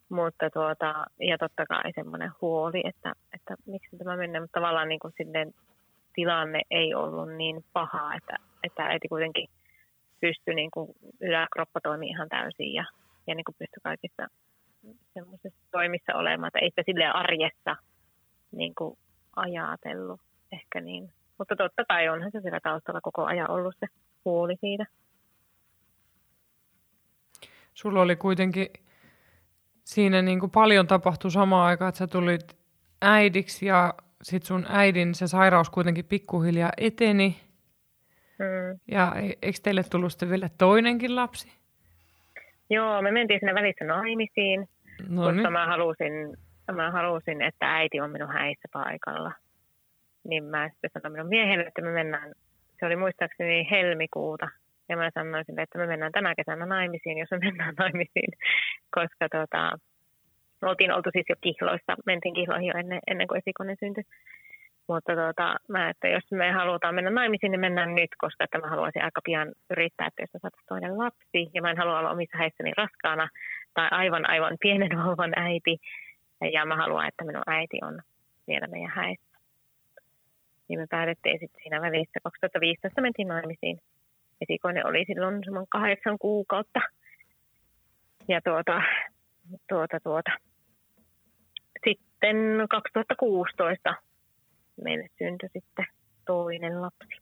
Mutta tuota, ja totta kai semmoinen huoli, että, että miksi tämä menee, mutta tavallaan niin kuin silleen tilanne ei ollut niin paha, että, että äiti kuitenkin pystyi, niin kuin yläkroppa toimi ihan täysin ja, ja niin kuin pystyi kaikissa semmoisissa toimissa olemaan, että ei sitä silleen arjessa niin kuin ajatellut ehkä niin. Mutta totta kai onhan se siellä taustalla koko ajan ollut se huoli siitä. Sulla oli kuitenkin siinä niin kuin paljon tapahtui samaan aikaan, että sä tulit äidiksi ja sit sun äidin se sairaus kuitenkin pikkuhiljaa eteni. Mm. Ja eikö teille tullut sitten vielä toinenkin lapsi? Joo, me mentiin siinä välissä naimisiin, No koska niin. mä halusin, mä halusin, että äiti on minun häissä paikalla. Niin mä sitten sanoin minun miehelle, että me mennään, se oli muistaakseni helmikuuta, ja mä sanoin sille, että me mennään tänä kesänä naimisiin, jos me mennään naimisiin, koska tota, oltiin oltu siis jo kihloissa, mentiin kihloihin jo ennen, ennen kuin esikone syntyi. Mutta tota, mä, että jos me halutaan mennä naimisiin, niin mennään nyt, koska että mä haluaisin aika pian yrittää, että jos me saataisiin toinen lapsi, ja mä en halua olla omissa häissäni raskaana, tai aivan aivan pienen vauvan äiti, ja mä haluan, että minun äiti on vielä meidän häissä. Niin me päätettiin sitten siinä välissä, kaksituhattaviisitoista mentiin naimisiin. Esikoinen oli silloin semmoinen kahdeksan kuukautta. Ja tuota, tuota, tuota. Sitten kaksituhattakuusitoista meille syntyi sitten toinen lapsi.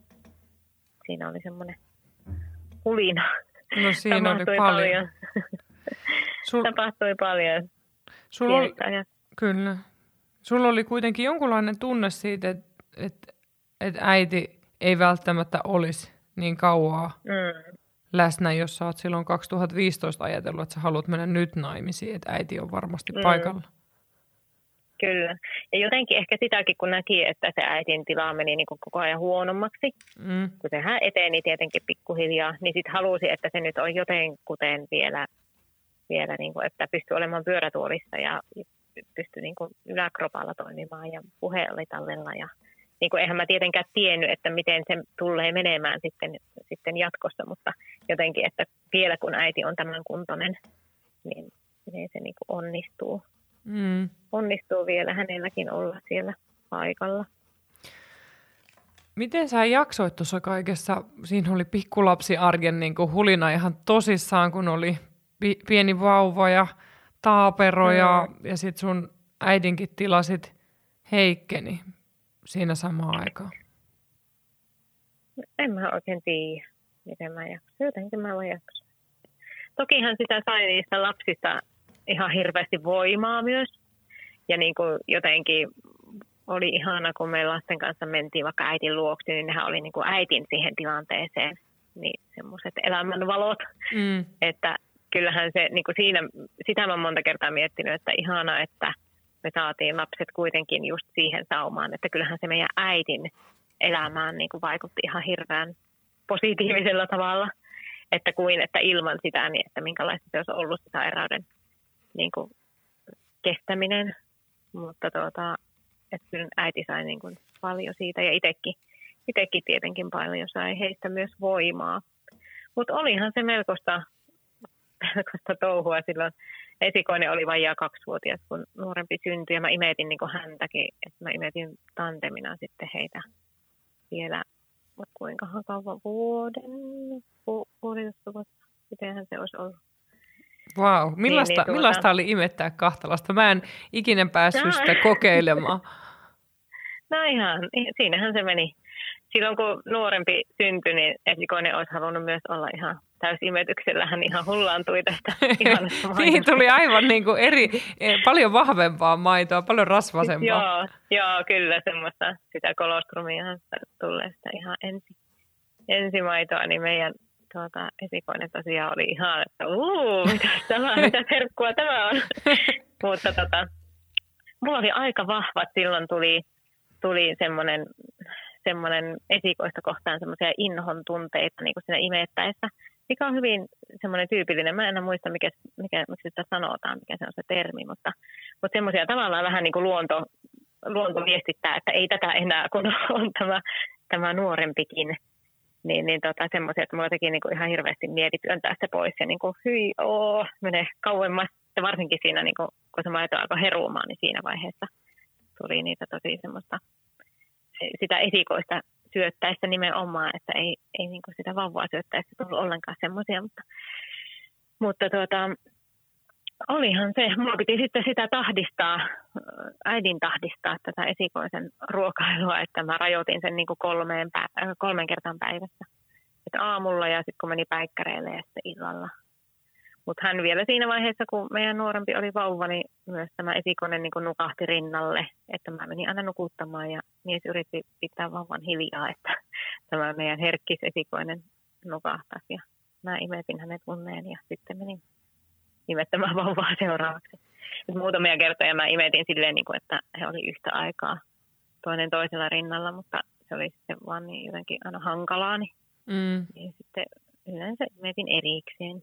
Siinä oli semmoinen hulina. No siinä oli paljon. paljon. Sul... Tapahtui paljon. Sulla oli... Kyllä. Sulla oli kuitenkin jonkunlainen tunne siitä, että et, et äiti ei välttämättä olisi niin kauaa Mm. läsnä, jos sä oot silloin kaksituhattaviisitoista ajatellut, että sä haluat mennä nyt naimisiin, että äiti on varmasti Mm. paikalla. Kyllä. Ja jotenkin ehkä sitäkin, kun näki, että se äitin tila meni niin kuin koko ajan huonommaksi, Mm. kun sehän eteni tietenkin pikkuhiljaa, niin sitten halusi, että se nyt on jotenkuten vielä, vielä niin kuin, että pystyy olemaan pyörätuolissa ja pystyi niin kuin yläkropalla toimimaan ja puhe oli tallella. Ja niin kuin, eihän mä tietenkään tiennyt, että miten se tulee menemään sitten, sitten jatkossa, mutta jotenkin, että vielä kun äiti on tämän kuntoinen, niin, niin se niin kuin onnistuu. Mm. Onnistuu vielä hänelläkin olla siellä paikalla. Miten sä jaksoit tuossa kaikessa? Siinä oli pikkulapsiarjen niin kuin hulina ihan tosissaan, kun oli pi- pieni vauva ja taapero mm. ja, ja sitten sun äidinkin tilasit heikkeni siinä samaan aikaan. En mä oikein tiedä, miten mä jaksoin. Jotenkin mä voin jaksoa. Tokihan sitä sai niistä lapsista ihan hirveästi voimaa myös. Ja niin kuin jotenkin oli ihana, kun me lasten kanssa mentiin vaikka äitin luokse, niin nehän oli niin kuin äitin siihen tilanteeseen. Niin semmoiset elämänvalot. Mm. Että kyllähän se, niin kuin siinä, sitä mä oon monta kertaa miettinyt, että ihana, että me saatiin lapset kuitenkin just siihen saumaan. Että kyllähän se meidän äitin elämään niin kuin vaikutti ihan hirveän positiivisella tavalla. Että kuin, että ilman sitä, niin että minkälaista se olisi ollut se sairauden niin kuin kestäminen. Mutta tuota, että kyllä äiti sai niin kuin paljon siitä ja itsekin, itsekin tietenkin paljon sai heistä myös voimaa. Mutta olihan se melkoista, melkoista touhua silloin. Esikoinen oli vajaa kaksivuotias, kun nuorempi syntyi ja mä imetin niin kuin häntäkin. Että mä imetin tandemina sitten heitä vielä, kuinkahan kauan vuoden, vu, vuodesta vuotta, mitenhän se olisi ollut. Vau, wow. millaista, niin, niin, tuota... millaista oli imettää kahtalasta? Mä en ikinä päässyt no. sitä kokeilemaan. No ihan, siinähän se meni. Silloin kun nuorempi syntyi, niin esikoinen olisi halunnut myös olla ihan täysimetyksellä. Hän ihan hullaantui tästä ihanasta maitosta. Niin tuli aivan niin kuin eri, paljon vahvempaa maitoa, paljon rasvasempaa. Joo, joo, kyllä semmoista sitä kolostrumiahan tulee sitä ihan ensi, ensimaitoa, niin meidän tuota, esikoinen tosiaan oli ihan, että uuu, mitä tämä, mitä herkkua tämä on. Mutta tota, mulla oli aika vahvat, silloin tuli, tuli semmoinen, semmoinen esikoista kohtaan semmoisia inhon tunteita niin kuin siinä imettäessä, mikä on hyvin semmoinen tyypillinen. Mä en enää muista, mikä, mikä, miksi sitä sanotaan, mikä se on se termi, mutta, mutta semmoisia tavallaan vähän niin kuin luonto, luonto viestittää, että ei tätä enää, kun on tämä, tämä nuorempikin. Niin, niin tota, semmoisia, että mulla teki niinku ihan hirveästi mieli työntää se pois ja niinku hyi, oo, menee kauemmas sitten varsinkin siinä, niin kun, kun se maito alkoi heruumaan, niin siinä vaiheessa tuli niitä tosi semmoista, sitä esikoista syöttäessä nimenomaan, että ei, ei niin kuin sitä vauvaa syöttäessä tullut ollenkaan semmoisia, mutta, mutta tuota, olihan se. Mulla piti sitten sitä tahdistaa, äidin tahdistaa tätä esikoisen ruokailua, että mä rajoitin sen niin kuin kolmeen, pä- kolmeen kertaan päivässä. Että aamulla ja sitten kun meni päikkäreille ja sitten illalla. Mutta hän vielä siinä vaiheessa, kun meidän nuorempi oli vauva, niin myös tämä esikoinen niin kuin nukahti rinnalle. Että mä menin aina nukuttamaan ja mies yritti pitää vauvan hiljaa, että tämä meidän herkkis esikoinen nukahtaisi. Ja mä imetin hänet unneen ja sitten menin imettämään vauvaa seuraavaksi. Et muutamia kertoja mä imetin silleen, niin kuin, että he oli yhtä aikaa toinen toisella rinnalla, mutta se oli sitten vaan niin jotenkin aina hankalaa. Niin, mm. niin sitten yleensä imetin erikseen.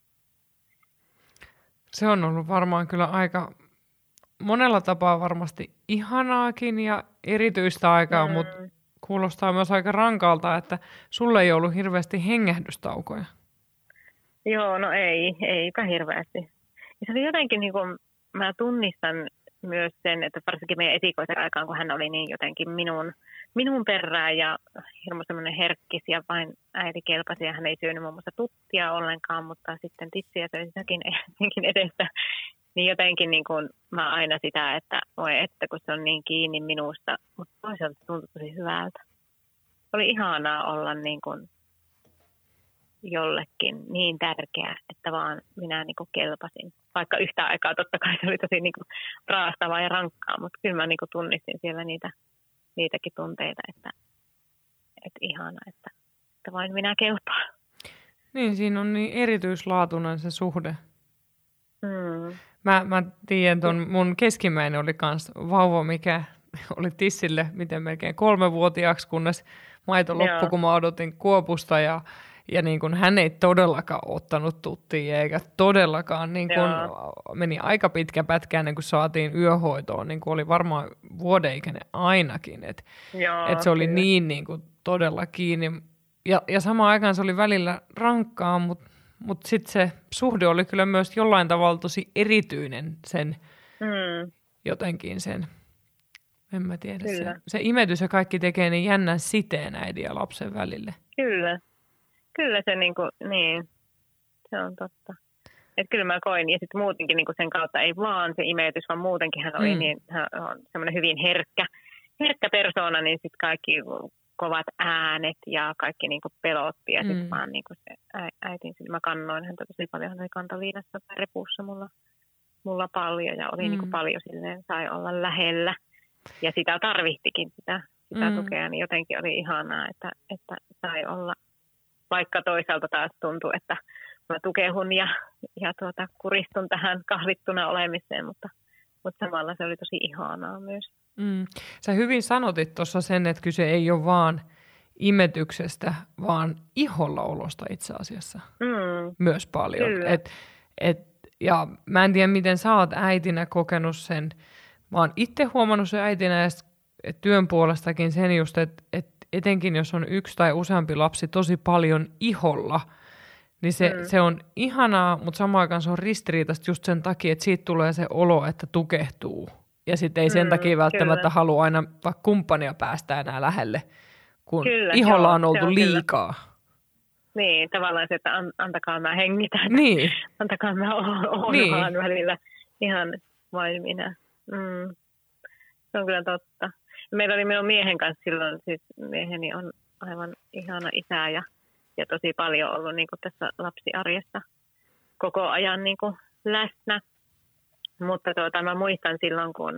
Se on ollut varmaan kyllä aika monella tapaa varmasti ihanaakin ja erityistä aikaa, mm. mutta kuulostaa myös aika rankalta, että sulle ei ollut hirveästi hengähdystaukoja. Joo, no ei, eipä hirveästi. Ja se oli jotenkin, niin kuin, mä tunnistan myös sen, että varsinkin meidän esikoisen aikaan, kun hän oli niin jotenkin minun, minun perään ja hirmu semmoinen herkkis ja vain äiti kelpasi ja hän ei syönyt muun muassa tuttia ollenkaan, mutta sitten tissiä söi sitäkin edestä. Niin jotenkin niin kuin, mä aina sitä, että voi että kun se on niin kiinni minusta, mutta toisaalta tuntui tosi hyvältä. Oli ihanaa olla niin kuin jollekin niin tärkeää, että vaan minä niin kuin kelpasin. Vaikka yhtä aikaa totta kai se oli tosi niin kuin raastavaa ja rankkaa, mutta kyllä mä niin kuin tunnistin siellä niitä, niitäkin tunteita, että, että ihana, että, että vain minä kelpaan. Niin, siinä on niin erityislaatuinen se suhde. Mm. Mä, mä tiedän, ton mun keskimmäinen oli kans vauva, mikä oli tissille miten melkein kolmevuotiaaksi, kunnes maito loppui, kun mä odotin Kuopusta ja Ja niin kun hän ei todellakaan ottanut tuttia, eikä todellakaan, niin kun meni aika pitkä pätkä ennen kuin saatiin yöhoitoon, niin kun oli varmaan vuodeikäinen ainakin. Että et se oli kyllä. niin, niin kun todella kiinni. Ja, ja samaan aikaan se oli välillä rankkaa, mutta mut sitten se suhde oli kyllä myös jollain tavalla tosi erityinen sen mm. jotenkin sen. En mä tiedä. Se, se imetys ja kaikki tekee niin jännän siteen äidin ja lapsen välille. Kyllä. Kyllä se niin kuin, niin, se on totta. Että kyllä mä koin, ja sitten muutenkin niin kuin sen kautta ei vaan se imetys, vaan muutenkin hän oli mm. niin, hän on semmoinen hyvin herkkä, herkkä persoona, niin sitten kaikki kovat äänet ja kaikki niin kuin pelotti, ja sitten mm. vaan niin kuin se äitin, mä kannoin häntä tosi paljon, hän oli kantoliinassa tai repussa mulla, mulla paljon, ja oli mm. niin kuin paljon silleen, sai olla lähellä, ja sitä tarvittikin, sitä, sitä mm. tukea, niin jotenkin oli ihanaa, että, että sai olla. Vaikka toisaalta taas tuntuu, että mä tukehun ja, ja tuota, kuristun tähän kahlittuna olemiseen, mutta, mutta samalla se oli tosi ihanaa myös. Mm. Sä hyvin sanotit tuossa sen, että kyse ei ole vaan imetyksestä, vaan ihollaolosta itse asiassa mm. myös paljon. Et, et, ja mä en tiedä, miten sä oot äitinä kokenut sen. Mä oon itse huomannut sen äitinä ja työn puolestakin sen just, että et etenkin jos on yksi tai useampi lapsi tosi paljon iholla, niin se, mm. se on ihanaa, mutta samaan aikaan se on ristiriitaista just sen takia, että siitä tulee se olo, että tukehtuu. Ja sitten ei sen mm, takia välttämättä kyllä. halua aina vaikka kumppania päästä enää lähelle, kun kyllä, iholla on oltu on liikaa. Kyllä. Niin, tavallaan se, että an, antakaa mä hengitän. Niin. Antakaa mä oon niin. vaan välillä ihan vain minä. Mm. Se on kyllä totta. Meillä oli minun miehen kanssa silloin, siis mieheni on aivan ihana isä ja, ja tosi paljon ollut niin kuin tässä lapsiarjessa koko ajan niin kuin läsnä. Mutta tuota, mä muistan silloin, kun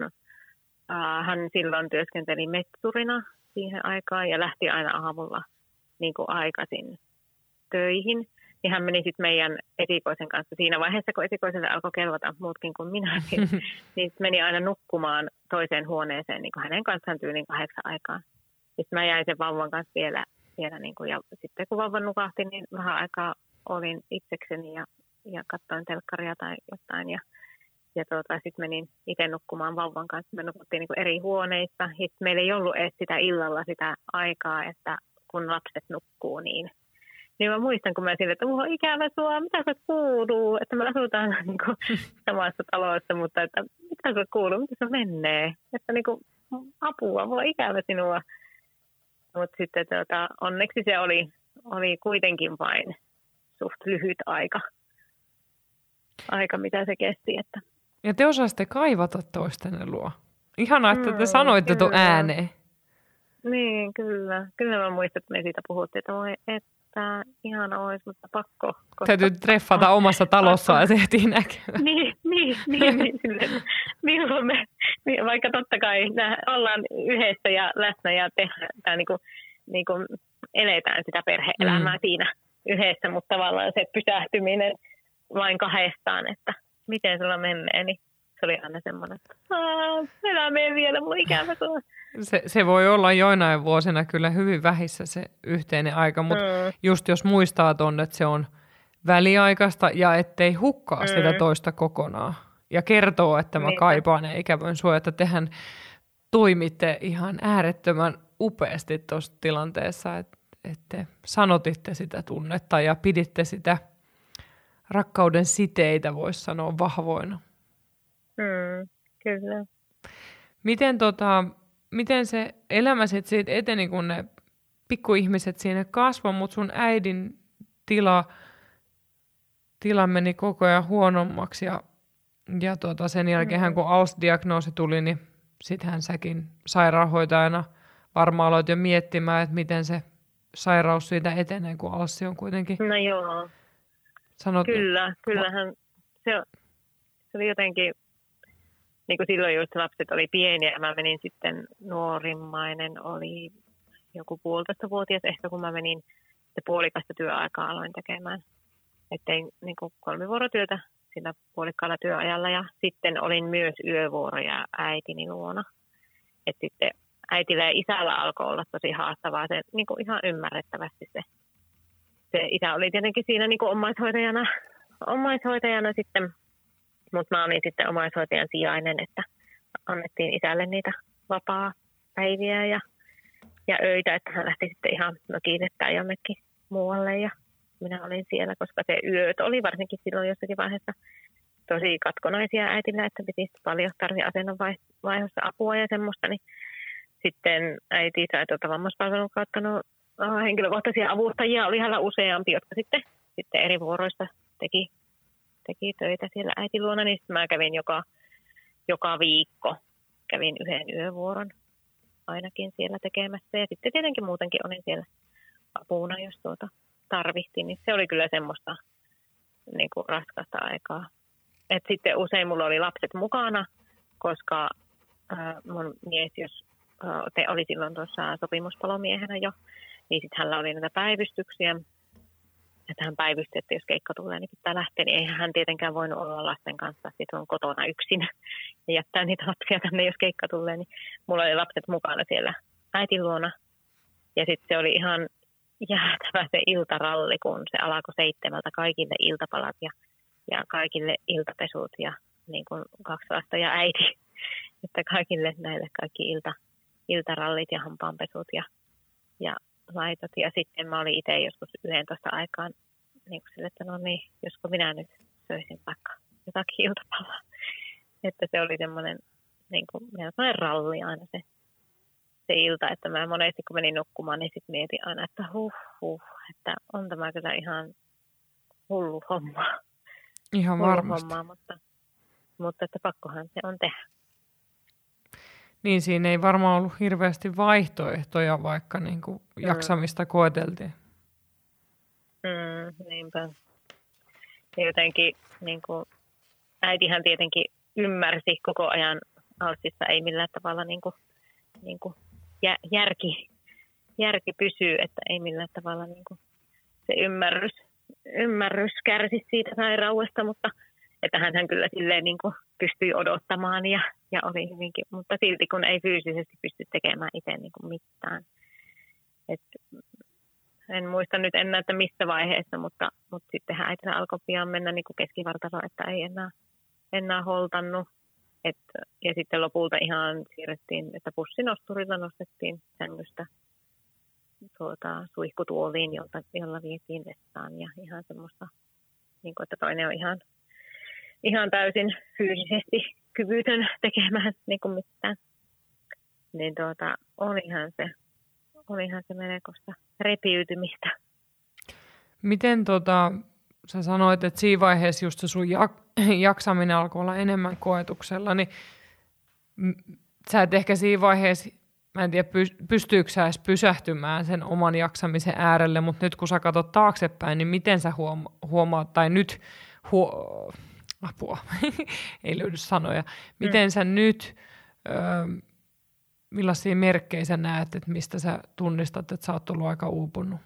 äh, hän silloin työskenteli metsurina siihen aikaan ja lähti aina aamulla niin kuin aikaisin töihin. Ja hän meni sitten meidän esikoisen kanssa siinä vaiheessa, kun esikoiselle alkoi kelvata muutkin kuin minä, niin, niin meni aina nukkumaan toiseen huoneeseen niin kuin hänen kanssaan tyyliin kahdeksan aikaan. Sitten mä jäin sen vauvan kanssa vielä, vielä niin kuin, ja sitten kun vauvan nukahti, niin vähän aikaa olin itsekseni ja, ja katsoin telkkaria tai jotain. Ja, ja tuota, sitten menin itse nukkumaan vauvan kanssa. Me nukuttiin niin kuin eri huoneissa. Ja meillä ei ollut edes sitä illalla sitä aikaa, että kun lapset nukkuu, niin Niin mä muistan, kun mä sille, että mulla on ikävä sua, mitä sä kuuluu? Että me asutaan niin kuin, samassa talossa, mutta että mitä sä kuuluu, mitä se menee? Että niin kuin, apua, mulla on ikävä sinua. Mutta sitten tuota, onneksi se oli, oli kuitenkin vain suht lyhyt aika, aika mitä se kesti. Että. Ja te osasitte kaivata toistenne luo. Ihanaa, että te mm, sanoitte kyllä. tuon ääneen. Niin, kyllä. Kyllä mä muistan, että me siitä puhuttiin, että voi, että ihana olisi, mutta pakko. Koska... Täytyy treffata omassa talossa ja se ehtii näkemään. Niin, niin, niin, niin silleen, milloin me, vaikka totta kai nää, ollaan yhdessä ja läsnä ja tehdään, tai niin kuin, niin kuin eletään sitä perhe-elämää mm. siinä yhdessä, mutta tavallaan se pysähtyminen vain kahdestaan, että miten sulla menee, niin se oli aina semmoinen, että elämeen vielä, mulla ikävä sulla. Se, se voi olla joinain vuosina kyllä hyvin vähissä se yhteinen aika, mutta mm. just jos muistaa tuonne, että se on väliaikaista ja ettei hukkaa mm. sitä toista kokonaan. Ja kertoo, että mä Niinpä. kaipaan ja ikävöin sua, että tehän toimitte ihan äärettömän upeasti tuossa tilanteessa, että, että sanotitte sitä tunnetta ja piditte sitä rakkauden siteitä, voisi sanoa, vahvoina. Mm, kyllä. Miten, tota, miten se elämä sit siitä eteni, kun ne pikkuihmiset siinä kasvoi, mutta sun äidin tila, tila meni koko ajan huonommaksi ja, ja tota sen jälkeen, mm-hmm. kun A L S-diagnoosi tuli, niin sittenhän säkin sairaanhoitajana varmaan aloit jo miettimään, että miten se sairaus siitä etenee, kun A L S on kuitenkin... No joo, sanot, kyllä, kyllähän se, se oli jotenkin... Niin kuin silloin just lapset oli pieniä ja mä menin sitten nuorimmainen, oli joku puolitoista vuotias ehkä, kun mä menin sitten puolikasta työaikaa aloin tekemään. Että tein niin kuin kolmivuorotyötä sillä puolikkaalla työajalla ja sitten olin myös yövuoroja äitini luona. Että sitten äitillä ja isällä alkoi olla tosi haastavaa, se niin kuin ihan ymmärrettävästi se. Se isä oli tietenkin siinä niin kuin omaishoitajana, omaishoitajana sitten. Mutta mä olin sitten omaishoitajan sijainen, että annettiin isälle niitä vapaa-päiviä ja, ja öitä, että hän lähti sitten ihan mökille tai jonnekin muualle. Ja minä olin siellä, koska se yöt oli varsinkin silloin jossakin vaiheessa tosi katkonaisia äitillä, että piti paljon tarvitse asennon vaihossa apua ja semmoista. Niin sitten äiti sai tuota vammaispalvelun kautta no, henkilökohtaisia avustajia, oli hänellä useampi, jotka sitten, sitten eri vuoroista teki. teki töitä siellä äitin luona, niin mä kävin joka, joka viikko. Kävin yhden yövuoron ainakin siellä tekemässä. Ja sitten tietenkin muutenkin olin siellä apuna, jos tuota tarvittiin. Niin se oli kyllä semmoista niin kuin raskasta aikaa. Et sitten usein mulla oli lapset mukana, koska äh, mun mies, jos äh, te oli silloin tuossa sopimuspalomiehenä jo, niin sitten hänellä oli näitä päivystyksiä. Että hän päivysti, että jos keikka tulee, niin pitää lähteä, niin eihän hän tietenkään voinut olla lasten kanssa, sitten on kotona yksin ja jättää niitä lapsia tänne, jos keikka tulee, niin mulla oli lapset mukana siellä äitin luona. Ja sitten se oli ihan jäätävä se iltaralli, kun se alkoi seitsemältä kaikille iltapalat ja, ja kaikille iltapesut ja niin kuin kaksi lasta ja äiti, että kaikille näille kaikki ilta, iltarallit ja hampaanpesut ja, ja laitot. Ja sitten mä olin itse joskus yhdentoista aikaan niin kuin sille, että no niin, josko minä nyt söisin vaikka jotakin iltapalaa. Että se oli semmoinen niin kuin, semmoinen ralli aina se, se ilta, että mä monesti kun menin nukkumaan, niin sitten mietin aina, että huh huh, että on tämä kyllä ihan hullu homma. Ihan hullu varmasti. Homma, mutta, mutta että pakkohan se on tehdä. Niin, siinä ei varmaan ollut hirveästi vaihtoehtoja, vaikka niin kuin jaksamista mm. koeteltiin. Mm, niinpä. Ja jotenkin niin kuin, äitihän tietenkin ymmärsi koko ajan A L Sissa, ei millään tavalla niin kuin, niin kuin järki, järki pysyy, että ei millään tavalla niin kuin se ymmärrys, ymmärrys kärsi siitä sairaudesta, mutta että hänhän kyllä silleen niin kuin pystyi odottamaan ja, ja oli hyvinkin, mutta silti kun ei fyysisesti pysty tekemään itse niin kuin mitään. Et en muista nyt enää, että missä vaiheessa, mutta, mutta sittenhän äitinä alkoi pian mennä niin kuin keskivartalo, että ei enää, enää holtannut. Et, ja sitten lopulta ihan siirrettiin, että pussinosturilla nostettiin sängystä, tuota, suihkutuoliin, jolla, jolla vietiin vessaan ja ihan semmoista, niin kuin, että toinen on ihan, ihan täysin fyysisesti kyvytön tekemään niin kuin mitään. Niin tuota, olihan se, olihan se melkoista repiytymistä. Miten tota, sä sanoit, että siinä vaiheessa just se sun jak- jaksaminen alkoi olla enemmän koetuksella, niin m- sä et ehkä siinä vaiheessa, mä en tiedä pystyykö sä edes pysähtymään sen oman jaksamisen äärelle, mutta nyt kun sä katsot taaksepäin, niin miten sä huoma- huomaat, tai nyt, huo- apua, ei löydy sanoja, miten mm. sä nyt, öö, millaisia merkkejä sä näet, että mistä sä tunnistat, että sä oot ollut aika uupunut?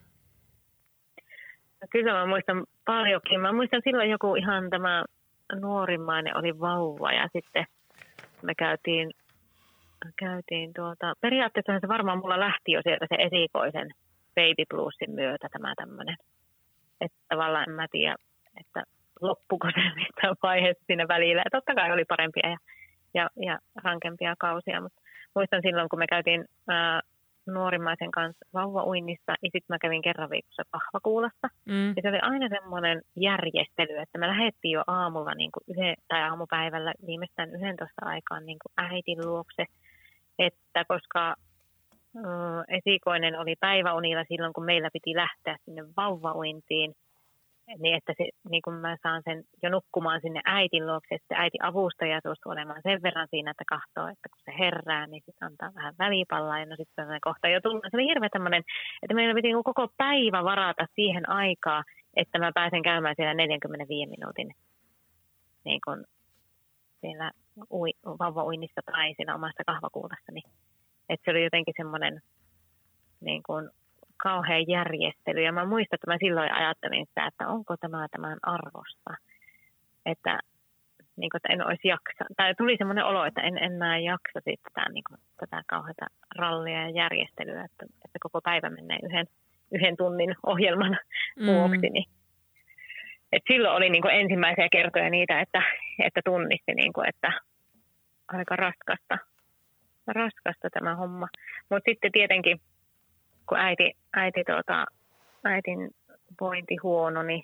No, kyllä mä muistan paljonkin. Mä muistan silloin joku ihan tämä nuorimmainen oli vauva ja sitten me käytiin, käytiin tuota, periaatteessa se varmaan mulla lähti jo sieltä se esikoisen baby bluesin myötä tämä tämmöinen. Että tavallaan en mä tiedä, että loppuko se mistään vaiheessa siinä välillä. Ja totta kai oli parempia ja, ja, ja rankempia kausia, mutta muistan silloin, kun me käytiin ää, nuorimmaisen kanssa vauvauinnissa ja sitten mä kävin kerran viikossa kahvakuulassa. Mm. Ja se oli aina semmoinen järjestely, että me lähdettiin jo aamulla niin kuin yhden, tai aamupäivällä viimeistään yhdentoista aikaan niin kuin äidin luokse, että koska äh, esikoinen oli päiväunilla silloin, kun meillä piti lähteä sinne vauvauintiin, niin että se, niin kun mä saan sen jo nukkumaan sinne äitin luokse, että äiti avustaja suostuu olemaan sen verran siinä, että katsoo, että kun se herää, niin sitten antaa vähän välipallaa, ja no sitten se kohta jo tullut. Se oli hirveä tämmöinen, että meillä piti koko päivä varata siihen aikaa, että mä pääsen käymään siellä neljänkymmenenviiden minuutin niin kun siellä ui, vauvauinnissa tai siinä omassa kahvakuulassa. Niin, että se oli jotenkin semmoinen niin kun kauhean järjestely. Ja mä muistan, että mä silloin ajattelin sitä, että onko tämä tämän arvosta. Että, niin kuin, että en olisi jaksa. Tai tuli semmoinen olo, että en enää jaksa tätä, niin kuin, tätä kauheata rallia ja järjestelyä, että, että koko päivä menee yhden, yhden tunnin ohjelman mm. vuoksi. Niin. Et silloin oli niin kuin ensimmäisiä kertoja niitä, että, että tunnisti, niin kuin, että aika raskasta, raskasta tämä homma. Mutta sitten tietenkin, kun äiti, äiti tuota, äitin vointi huono, niin,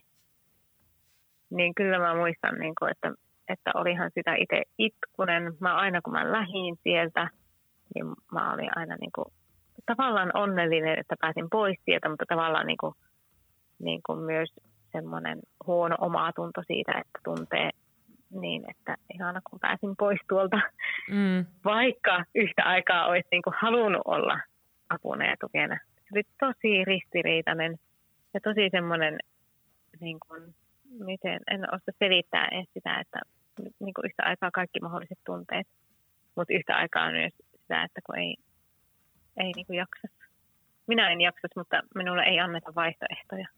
niin kyllä mä muistan, niin kuin, että, että olihan sitä itse itkunen. Mä aina kun mä lähdin sieltä, niin mä olin aina niin kuin, tavallaan onnellinen, että pääsin pois sieltä, mutta tavallaan niin kuin, niin kuin myös semmoinen huono omatunto siitä, että tuntee niin, että ihana kun pääsin pois tuolta, mm. vaikka yhtä aikaa olisi niin kuin halunnut olla apuna ja tukena. Se oli tosi ristiriitainen ja tosi semmoinen, niin kuin, miten, en osaa selittää edes sitä, että niin kuin yhtä aikaa kaikki mahdolliset tunteet, mutta yhtä aikaa myös sitä, että kun ei, ei niin kuin jaksa. Minä en jaksa, mutta minulle ei anneta vaihtoehtoja.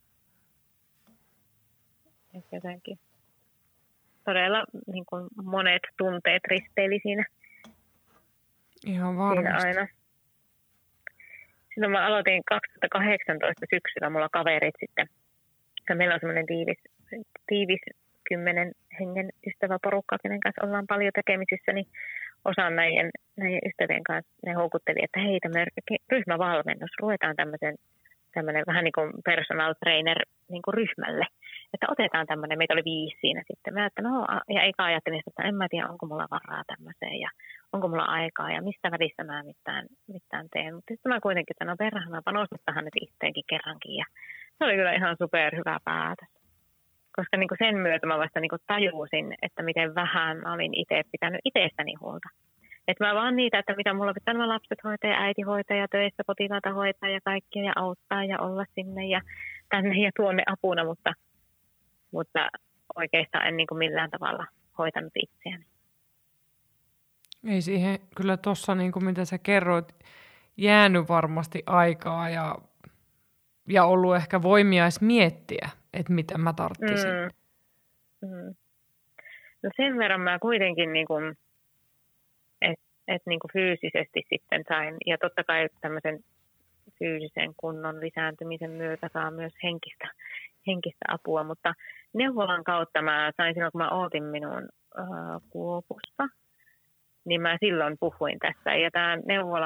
Et jotenkin todella niin kuin monet tunteet risteili siinä. Ihan varmasti. Siinä aina. Silloin mä aloitin kaksituhattakahdeksantoista syksyllä, mulla kaverit sitten. Ja meillä on semmoinen tiivis, tiivis kymmenen hengen ystäväporukka, kenen kanssa ollaan paljon tekemisissä, niin osan näiden, näiden ystävien kanssa ne houkutteli, että hei, tämmöinen ryhmävalmennus, ruvetaan tämmöisen, tämmöinen vähän niin kuin personal trainer niin kuin ryhmälle. Että otetaan tämmöinen, meitä oli viisi siinä sitten. Mä että no, ja eikä ajattelin, että en mä tiedä, onko mulla varaa tämmöiseen ja onko mulla aikaa ja mistä välissä mä mitään, mitään teen. Mutta sitten mä kuitenkin, että no perhän mä panostettahan nyt itteenkin kerrankin ja se oli kyllä ihan super hyvä päätös. Koska niin kuin sen myötä mä vasta niin kuin tajusin, että miten vähän mä olin itse pitänyt itsestäni huolta. Että mä vaan niitä, että mitä mulla pitää nämä lapset hoitaa ja äiti hoitaa ja töissä potilaita hoitaa ja kaikkia ja auttaa ja olla sinne ja tänne ja tuonne apuna, mutta, mutta oikeastaan en niin kuin millään tavalla hoitanut itseäni. Ei siihen kyllä tuossa, niin kuin mitä sä kerroit, jäänyt varmasti aikaa ja, ja ollut ehkä voimia edes miettiä, että mitä mä tarttisin. Mm. Mm. No sen verran mä kuitenkin, niin kuin, että et niin kuin fyysisesti sitten sain, ja totta kai tämmöisen fyysisen kunnon lisääntymisen myötä saa myös henkistä, henkistä apua, mutta neuvolan kautta mä sain silloin, kun mä ootin minun äh, Kuopussa, niin mä silloin puhuin tästä. Ja tämä neuvolan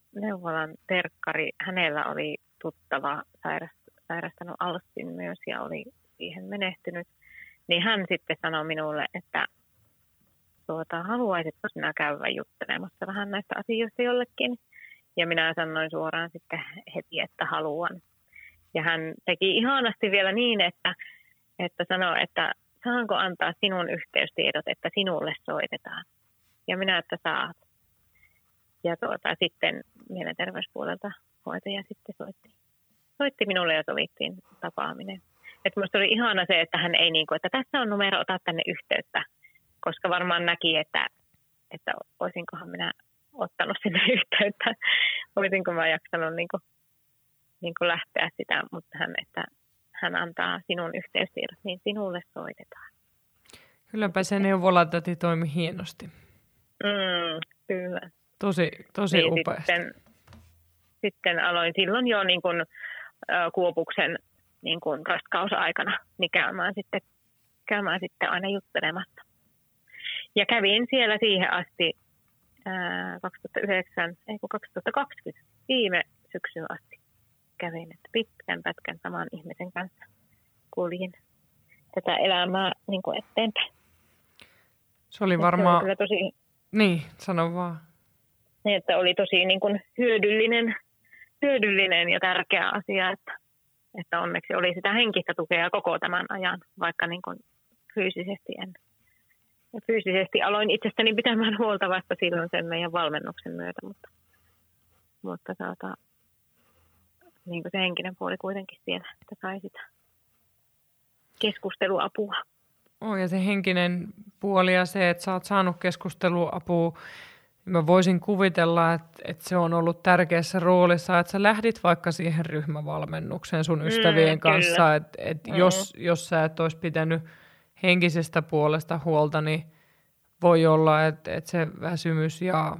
neuvolan terkkari, hänellä oli tuttava sairastanut Alzin myös ja oli siihen menehtynyt. Niin hän sitten sanoi minulle, että tuota, haluaisitko sinä käydä juttelemassa vähän näistä asioista jollekin? Ja minä sanoin suoraan sitten heti, että haluan. Ja hän teki ihanasti vielä niin, että, että sanoi, että saanko antaa sinun yhteystiedot, että sinulle soitetaan. Ja minä, että saat. Ja tuota, sitten mielenterveyspuolelta hoitaja sitten soitti. Soitti minulle ja sovittiin tapaaminen. Että minusta oli ihana se, että hän ei niin kuin, että tässä on numero, ota tänne yhteyttä. Koska varmaan näki, että, että olisinkohan minä ottanut sinne yhteyttä. Olisinko mä jaksanut niin kuin, niin kuin lähteä sitä, mutta hän, että hän antaa sinun yhteystiedot, niin sinulle soitetaan. Kylläpä se neuvolatäti toimi hienosti. Mm, kyllä. Tosi, tosi niin upeasti. Sitten, sitten aloin silloin jo niin kuin, ä, Kuopuksen niin kuin raskausaikana niin käymään, sitten, käymään sitten aina juttelemassa. Ja kävin siellä siihen asti ää, kaksituhattayhdeksän, ei kun kaksituhattakaksikymmentä, viime syksyyn asti kävin, että pitkän pätkän saman ihmisen kanssa kuljin tätä elämää niin kuin eteenpäin. Se oli varmaan... Se oli tosi... Niin, sano vaan. Niin, että oli tosi niin kuin hyödyllinen, hyödyllinen ja tärkeä asia, että, että onneksi oli sitä henkistä tukea koko tämän ajan, vaikka niin kuin fyysisesti en. Ja fyysisesti aloin itsestäni pitämään huolta vasta silloin sen meidän valmennuksen myötä, mutta, mutta saata, niin kuin se henkinen puoli kuitenkin siellä, että sai sitä keskusteluapua. Oh, ja se henkinen puoli ja se, että sä oot saanut keskusteluapua, mä voisin kuvitella, että, että se on ollut tärkeässä roolissa, että sä lähdit vaikka siihen ryhmävalmennukseen sun ystävien mm, kanssa, että, että mm. jos, jos sä et olisi pitänyt henkisestä puolesta huolta, niin voi olla, että, että se väsymys ja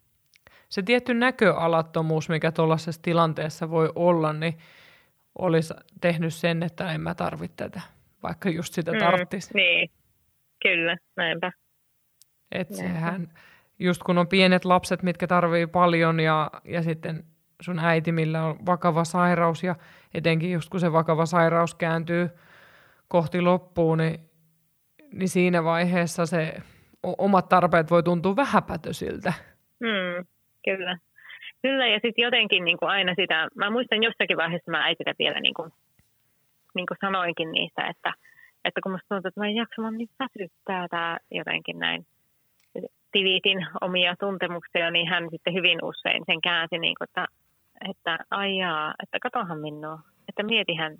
se tietty näköalattomuus, mikä tuollaisessa tilanteessa voi olla, niin olisi tehnyt sen, että en mä tarvitse tätä, vaikka just sitä tarvitsisi. Mm, niin, kyllä, näinpä. Että sehän, just kun on pienet lapset, mitkä tarvii paljon ja, ja sitten sun äiti, millä on vakava sairaus ja etenkin just kun se vakava sairaus kääntyy kohti loppuun, niin niin siinä vaiheessa se omat tarpeet voi tuntua vähäpätöisiltä. Mm, kyllä. Kyllä, ja sitten jotenkin niin kuin aina sitä, mä muistan jossakin vaiheessa mä äitille vielä niin kuin, niin kuin sanoinkin niistä, että, että kun musta tuntuu, että mä en jaksa, mä niin väsyttää tää jotenkin näin. Tiviitin omia tuntemuksia, niin hän sitten hyvin usein sen käänsi, niin kuin, että, että aijaa, että katohan minua, että mietihän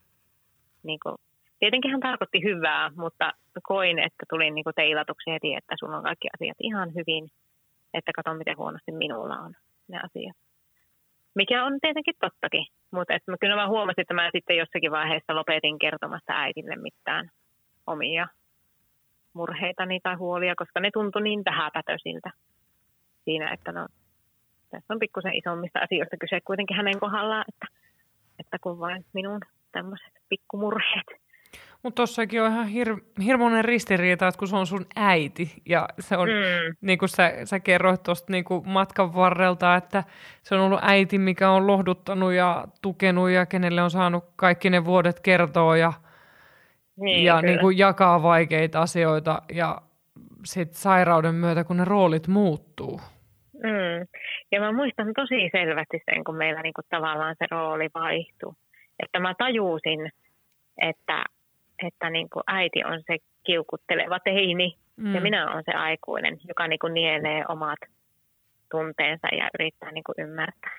niin kuin, tietenkin hän tarkoitti hyvää, mutta koin, että tulin niinku teilatuksi heti, että sulla on kaikki asiat ihan hyvin, että kato miten huonosti minulla on ne asiat. Mikä on tietenkin tottakin, mutta et mä kyllä mä huomasin, että mä sitten jossakin vaiheessa lopetin kertomasta äitille mitään omia murheitani tai huolia, koska ne tuntui niin vähäpätöisiltä siinä, että no, tässä on pikkusen isommista asioista kyse kuitenkin hänen kohdallaan, että, että kun vain minun tämmöiset pikkumurheet. Mutta tossakin on ihan hir- hirmoinen ristiriita, että kun se on sun äiti ja se on, mm. niin kuin sä, sä kerroit tuosta niin kuin matkan varrelta, että se on ollut äiti, mikä on lohduttanut ja tukenut ja kenelle on saanut kaikki ne vuodet kertoa ja, niin, ja niin kuin jakaa vaikeita asioita ja sitten sairauden myötä, kun ne roolit muuttuu. Mm. Ja mä muistan tosi selvästi sen, kun meillä niin kuin tavallaan se rooli vaihtui. Että mä tajusin, että että niin kuin äiti on se kiukutteleva teini mm. ja minä olen se aikuinen, joka niin kuin nielee omat tunteensa ja yrittää niin kuin ymmärtää.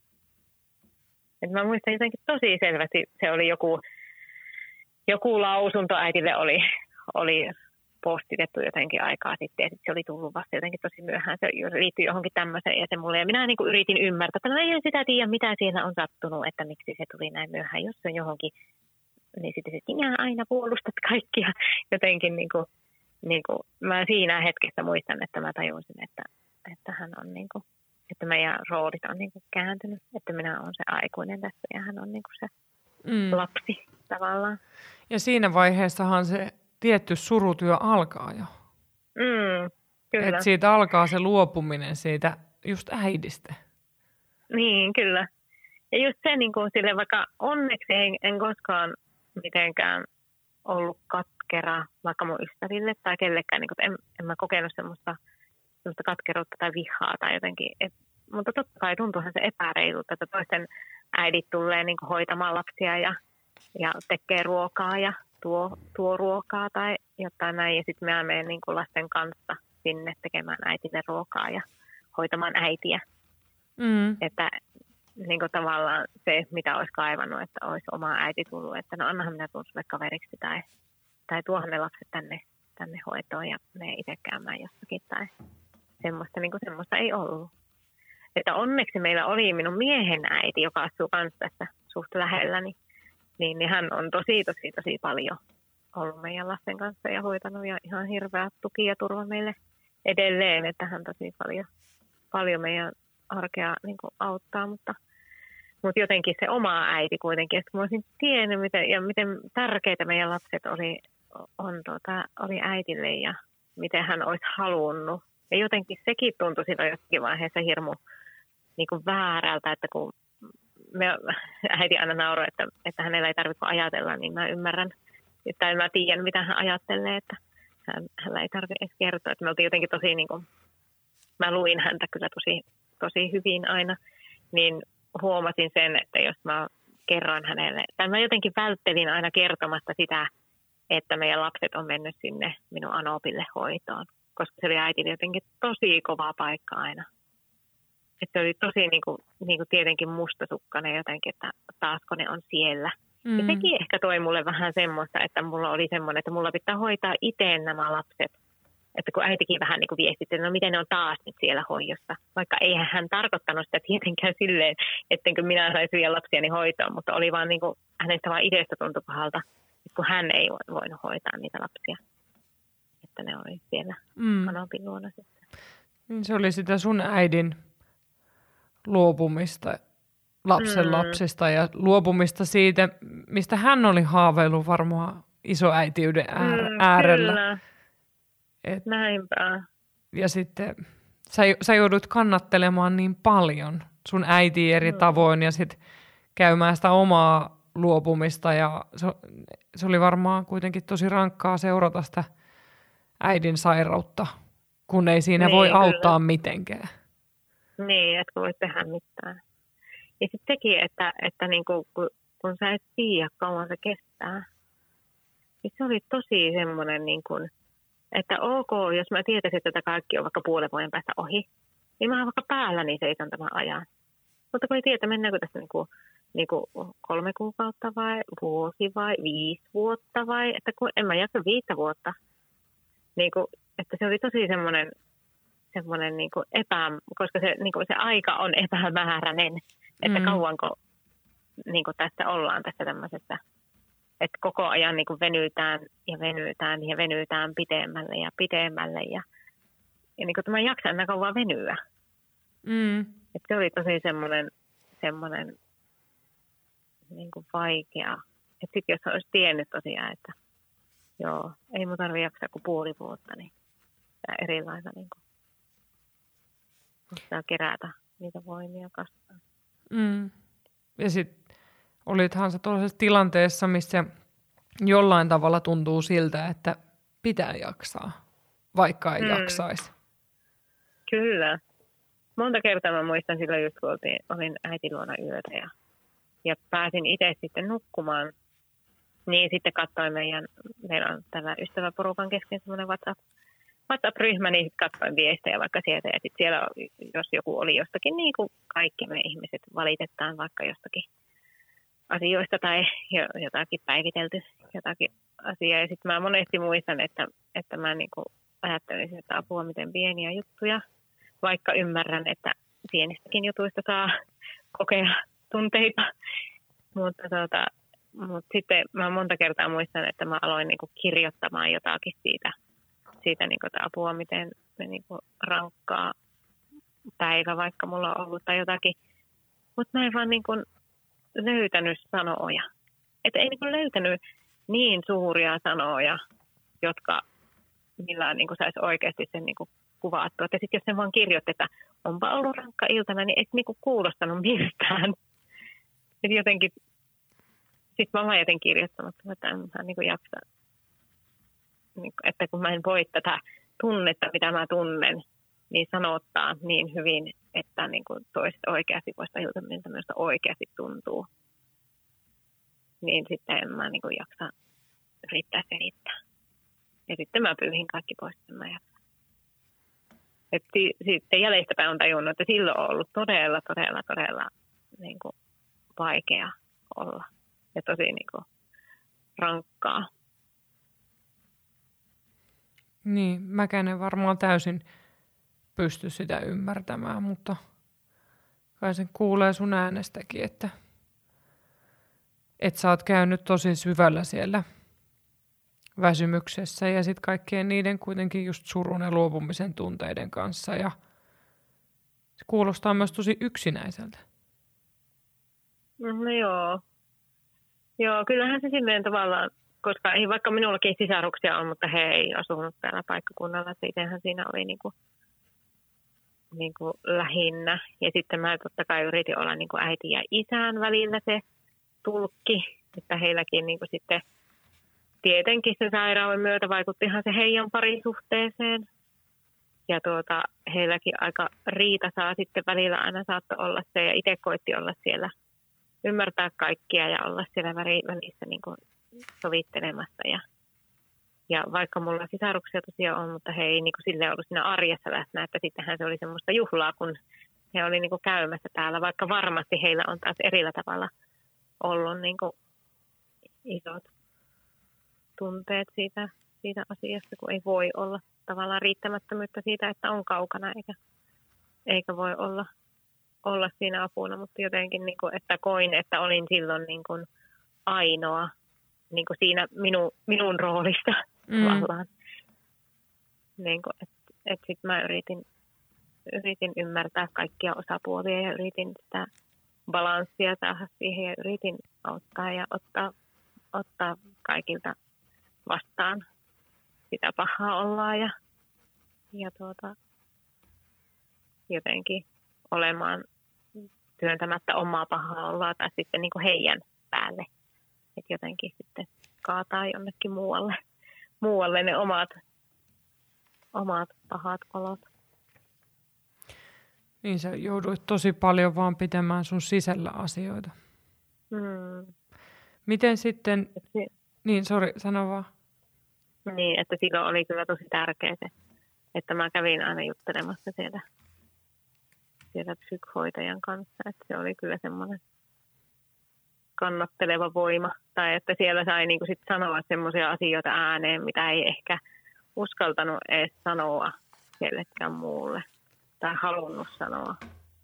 Et mä muistan jotenkin tosi selvästi, se oli joku, joku lausunto äitille oli, oli postitettu jotenkin aikaa sitten ja sitten se oli tullut vasta jotenkin tosi myöhään. Se liittyi johonkin tämmöiseen ja se mulle. Ja minä niin kuin yritin ymmärtää, että no ei sitä tiedä, mitä siellä on sattunut, että miksi se tuli näin myöhään, jos se on johonkin. Niin sitten että sinä aina puolustat kaikkia. Jotenkin niin kuin, niin kuin, mä siinä hetkessä muistan, että mä tajusin, että, että hän on niin kuin, että meidän roolit on niin kuin kääntynyt. Että minä olen se aikuinen tässä ja hän on niin kuin se mm. lapsi tavallaan. Ja siinä vaiheessahan se tietty surutyö alkaa jo. Mm, kyllä. Että siitä alkaa se luopuminen siitä just äidistä. Niin, kyllä. Ja just se, niin kuin, sille, vaikka onneksi en, en koskaan mitenkään ollut katkera vaikka mun ystäville tai kellekään, niin kuin, en, en mä kokenut semmoista, semmoista katkeruutta tai vihaa tai jotenkin. Et, mutta totta kai tuntuuhan se epäreilulta, että toisten äidit tulee niin kuin, hoitamaan lapsia ja, ja tekee ruokaa ja tuo, tuo ruokaa tai jotain näin. Ja sitten mä menen niin kuin lasten kanssa sinne tekemään äitille ruokaa ja hoitamaan äitiä. Mm. Että niin kuin tavallaan se, mitä olisi kaivannut, että olisi oma äiti tullut, että no annahan minä tuun sulle kaveriksi tai, tai tuohan ne lapset tänne, tänne hoitoon ja me itse käymään jossakin tai semmoista, niin kuin semmoista ei ollut. Että onneksi meillä oli minun miehen äiti, joka asuu kanssa tässä suht lähellä, niin, niin, niin hän on tosi, tosi, tosi paljon ollut meidän lasten kanssa ja hoitanut ja ihan hirveä tuki ja turva meille edelleen, että hän tosi paljon, paljon meidän arkea niin kuin auttaa, mutta, mutta jotenkin se oma äiti kuitenkin, että kun mä olisin tiennyt, miten, ja miten tärkeitä meidän lapset oli, on, tuota, oli äitille ja miten hän olisi halunnut. Ja jotenkin sekin tuntui silloin jossakin vaiheessa hirmu niin kuin väärältä, että kun me, äiti aina nauroi, että, että hänellä ei tarvitse ajatella, niin mä ymmärrän, tai mä tiedän, mitä hän ajattelee, että hän, hänellä ei tarvitse edes kertoa. Että me oltiin jotenkin tosi, niin kuin, mä luin häntä kyllä tosi, tosi hyvin aina, niin huomasin sen, että jos mä kerroin hänelle, tai mä jotenkin välttelin aina kertomasta sitä, että meidän lapset on mennyt sinne minun Anopille hoitoon, koska se oli äitille jotenkin tosi kova paikka aina. Että se oli tosi niin kuin, niin kuin tietenkin mustasukkainen jotenkin, että taasko ne on siellä. Mm. Ja sekin ehkä toi mulle vähän semmoista, että mulla oli semmoinen, että mulla pitää hoitaa itse nämä lapset. Että kun äitikin vähän niin kuin viestitti, että no miten ne on taas nyt siellä hoidossa. Vaikka eihän hän tarkoittanut sitä tietenkään silleen, ettenkö minä saisi vielä lapsiani hoitoon, mutta oli vaan niin kuin, hänestä vaan itsestä tuntui pahalta, kun hän ei voinut hoitaa niitä lapsia. Että ne oli siellä mm. Anopin luona sitten. Se oli sitä sun äidin luopumista lapsen mm. lapsista ja luopumista siitä, mistä hän oli haaveillut varmaan isoäitiyden äär- mm, äärellä. Kyllä. Et, näinpä. Ja sitten sä, sä joudut kannattelemaan niin paljon sun äiti eri mm. tavoin ja sitten käymään sitä omaa luopumista. Ja se, se oli varmaan kuitenkin tosi rankkaa seurata sitä äidin sairautta, kun ei siinä niin, voi kyllä. auttaa mitenkään. Niin, että voi tehdä mitään. Ja sitten sekin, että, että niinku, kun, kun sä et tiedä kauan se kestää, niin se oli tosi semmoinen, niin kuin, että ok, jos mä tietäisin, että tätä kaikki on vaikka puolen vuoden päästä ohi, niin mä oon vaikka päälläni seison tämän ajan. Mutta kun ei tiedä, mennäänkö tässä niinku, niinku kolme kuukautta vai vuosi vai viisi vuotta vai, että kun en mä jaksa viittä vuotta. Niinku, että se oli tosi semmoinen, semmoinen niinku epä, koska se, niinku se aika on epämääräinen, että mm. kauanko niinku tässä ollaan tässä tämmöisessä. Että koko ajan niin kuin venytään ja venytään ja venytään pitemmälle ja pitemmälle. Ja, ja niin kuin tämä jaksaa enää kauan venyä. Mm. Että se oli tosi semmoinen, semmoinen niin kuin vaikea. Että sitten jos olisi tiennyt tosiaan, että joo, ei mun tarvitse jaksaa kuin puoli vuotta, niin tämä erilaista niin kuin, saa kerätä niitä voimia kasvaa. Mm. Ja sitten olithan sä tuollaisessa tilanteessa, missä jollain tavalla tuntuu siltä, että pitää jaksaa, vaikka ei mm. jaksaisi. Kyllä. Monta kertaa mä muistan silloin just, kun oltiin, olin äitin luona yötä ja, ja pääsin itse sitten nukkumaan. Niin sitten katsoin meidän, meillä on tällä ystäväporukan kesken semmoinen WhatsApp, WhatsApp-ryhmä, niin sitten katsoin viestejä vaikka sieltä. Ja sitten siellä, jos joku oli jostakin, niin kuin kaikki me ihmiset valitetaan vaikka jostakin asioista tai jotakin päivitelty jotakin asiaa. Ja sitten mä monesti muistan, että, että mä niinku ajattelisin, että apua miten pieniä juttuja, vaikka ymmärrän, että pienistäkin jutuista saa kokea tunteita. Mutta, tota, mutta sitten mä monta kertaa muistan, että mä aloin niinku kirjoittamaan jotakin siitä, siitä niinku, että apua miten niinku rankkaa päivä, vaikka mulla on ollut tai jotakin. Mutta mä en vaan niinku löytänyt sanoja. Että ei niinku löytänyt niin suuria sanoja, jotka millään niinku saisi oikeasti sen niinku kuvattu. Että sitten jos sen vaan kirjoitti, että onpa ollut rankka iltana, niin et niinku kuulostanut miltään. Että jotenkin, sitten mä vaan joten kirjoittanut, että en mä niinku jaksa, niinku, että kun mä en voi tätä tunnetta, mitä mä tunnen, niin sanottaa niin hyvin, että niinku toiset oikeasti voisi tajuta, miltä minusta oikeasti tuntuu. Niin sitten en mä niinku jaksa yrittää selittää. Ja sitten mä pyyhin kaikki pois, että mä jaksan. Et sitten jäljestäpäin on tajunnut, että silloin on ollut todella, todella, todella niin kuin vaikea olla. Ja tosi niin kuin rankkaa. Niin, mäkään en varmaan täysin pysty sitä ymmärtämään, mutta kai sen kuulee sun äänestäkin, että, että sä oot käynyt tosi syvällä siellä väsymyksessä ja sitten kaikkien niiden kuitenkin just surun ja luopumisen tunteiden kanssa. Ja se kuulostaa myös tosi yksinäiseltä. No joo. Joo, kyllähän se silleen tavallaan, koska ei vaikka minullakin sisaruksia on, mutta he ei asunut täällä paikkakunnalla, että itsehän siinä oli niinku, niinku lähinnä. Ja sitten mä totta kai yritin olla niinku äiti ja isän välillä se tulkki, että heilläkin niinku sitten tietenkin se sairauden myötä vaikuttihan se heidän parisuhteeseen. Ja tuota, heilläkin aika riitasaa sitten välillä aina saattoi olla se. Ja itse koitti olla siellä, ymmärtää kaikkia ja olla siellä välissä niin kuin sovittelemassa. Ja, ja vaikka mulla sisaruksia tosiaan on, mutta he ei niin kuin silleen ollut siinä arjessa läsnä. Että sittenhän se oli semmoista juhlaa, kun he oli niin kuin käymässä täällä. Vaikka varmasti heillä on taas erillä tavalla ollut niin kuin isot tunteet siitä, siitä asiasta, kun ei voi olla tavallaan riittämättömyyttä siitä, että on kaukana eikä, eikä voi olla, olla siinä apuna, mutta jotenkin, niin kuin, että koin, että olin silloin niin kuin ainoa niin kuin siinä minu, minun roolista mm. tavallaan. Niin kuin, että et sitten mä yritin, yritin ymmärtää kaikkia osapuolia ja yritin sitä balanssia saada siihen ja yritin auttaa ja ottaa, ottaa kaikilta vastaan sitä pahaa ollaan ja, ja tuota, jotenkin olemaan työntämättä omaa pahaa ollaan tai sitten niin kuin heidän päälle. Että jotenkin sitten kaataa jonnekin muualle, muualle ne omat, omat pahat olot. Niin sä jouduit tosi paljon vaan pitämään sun sisällä asioita. Hmm. Miten sitten, se, niin sori, sano vaan. Niin, että silloin oli kyllä tosi tärkeää se, että mä kävin aina juttelemassa siellä, siellä psykhoitajan kanssa. Että se oli kyllä semmoinen kannatteleva voima. Tai että siellä sai niinku sit sanoa semmoisia asioita ääneen, mitä ei ehkä uskaltanut edes sanoa kellekään muulle. Tai halunnut sanoa.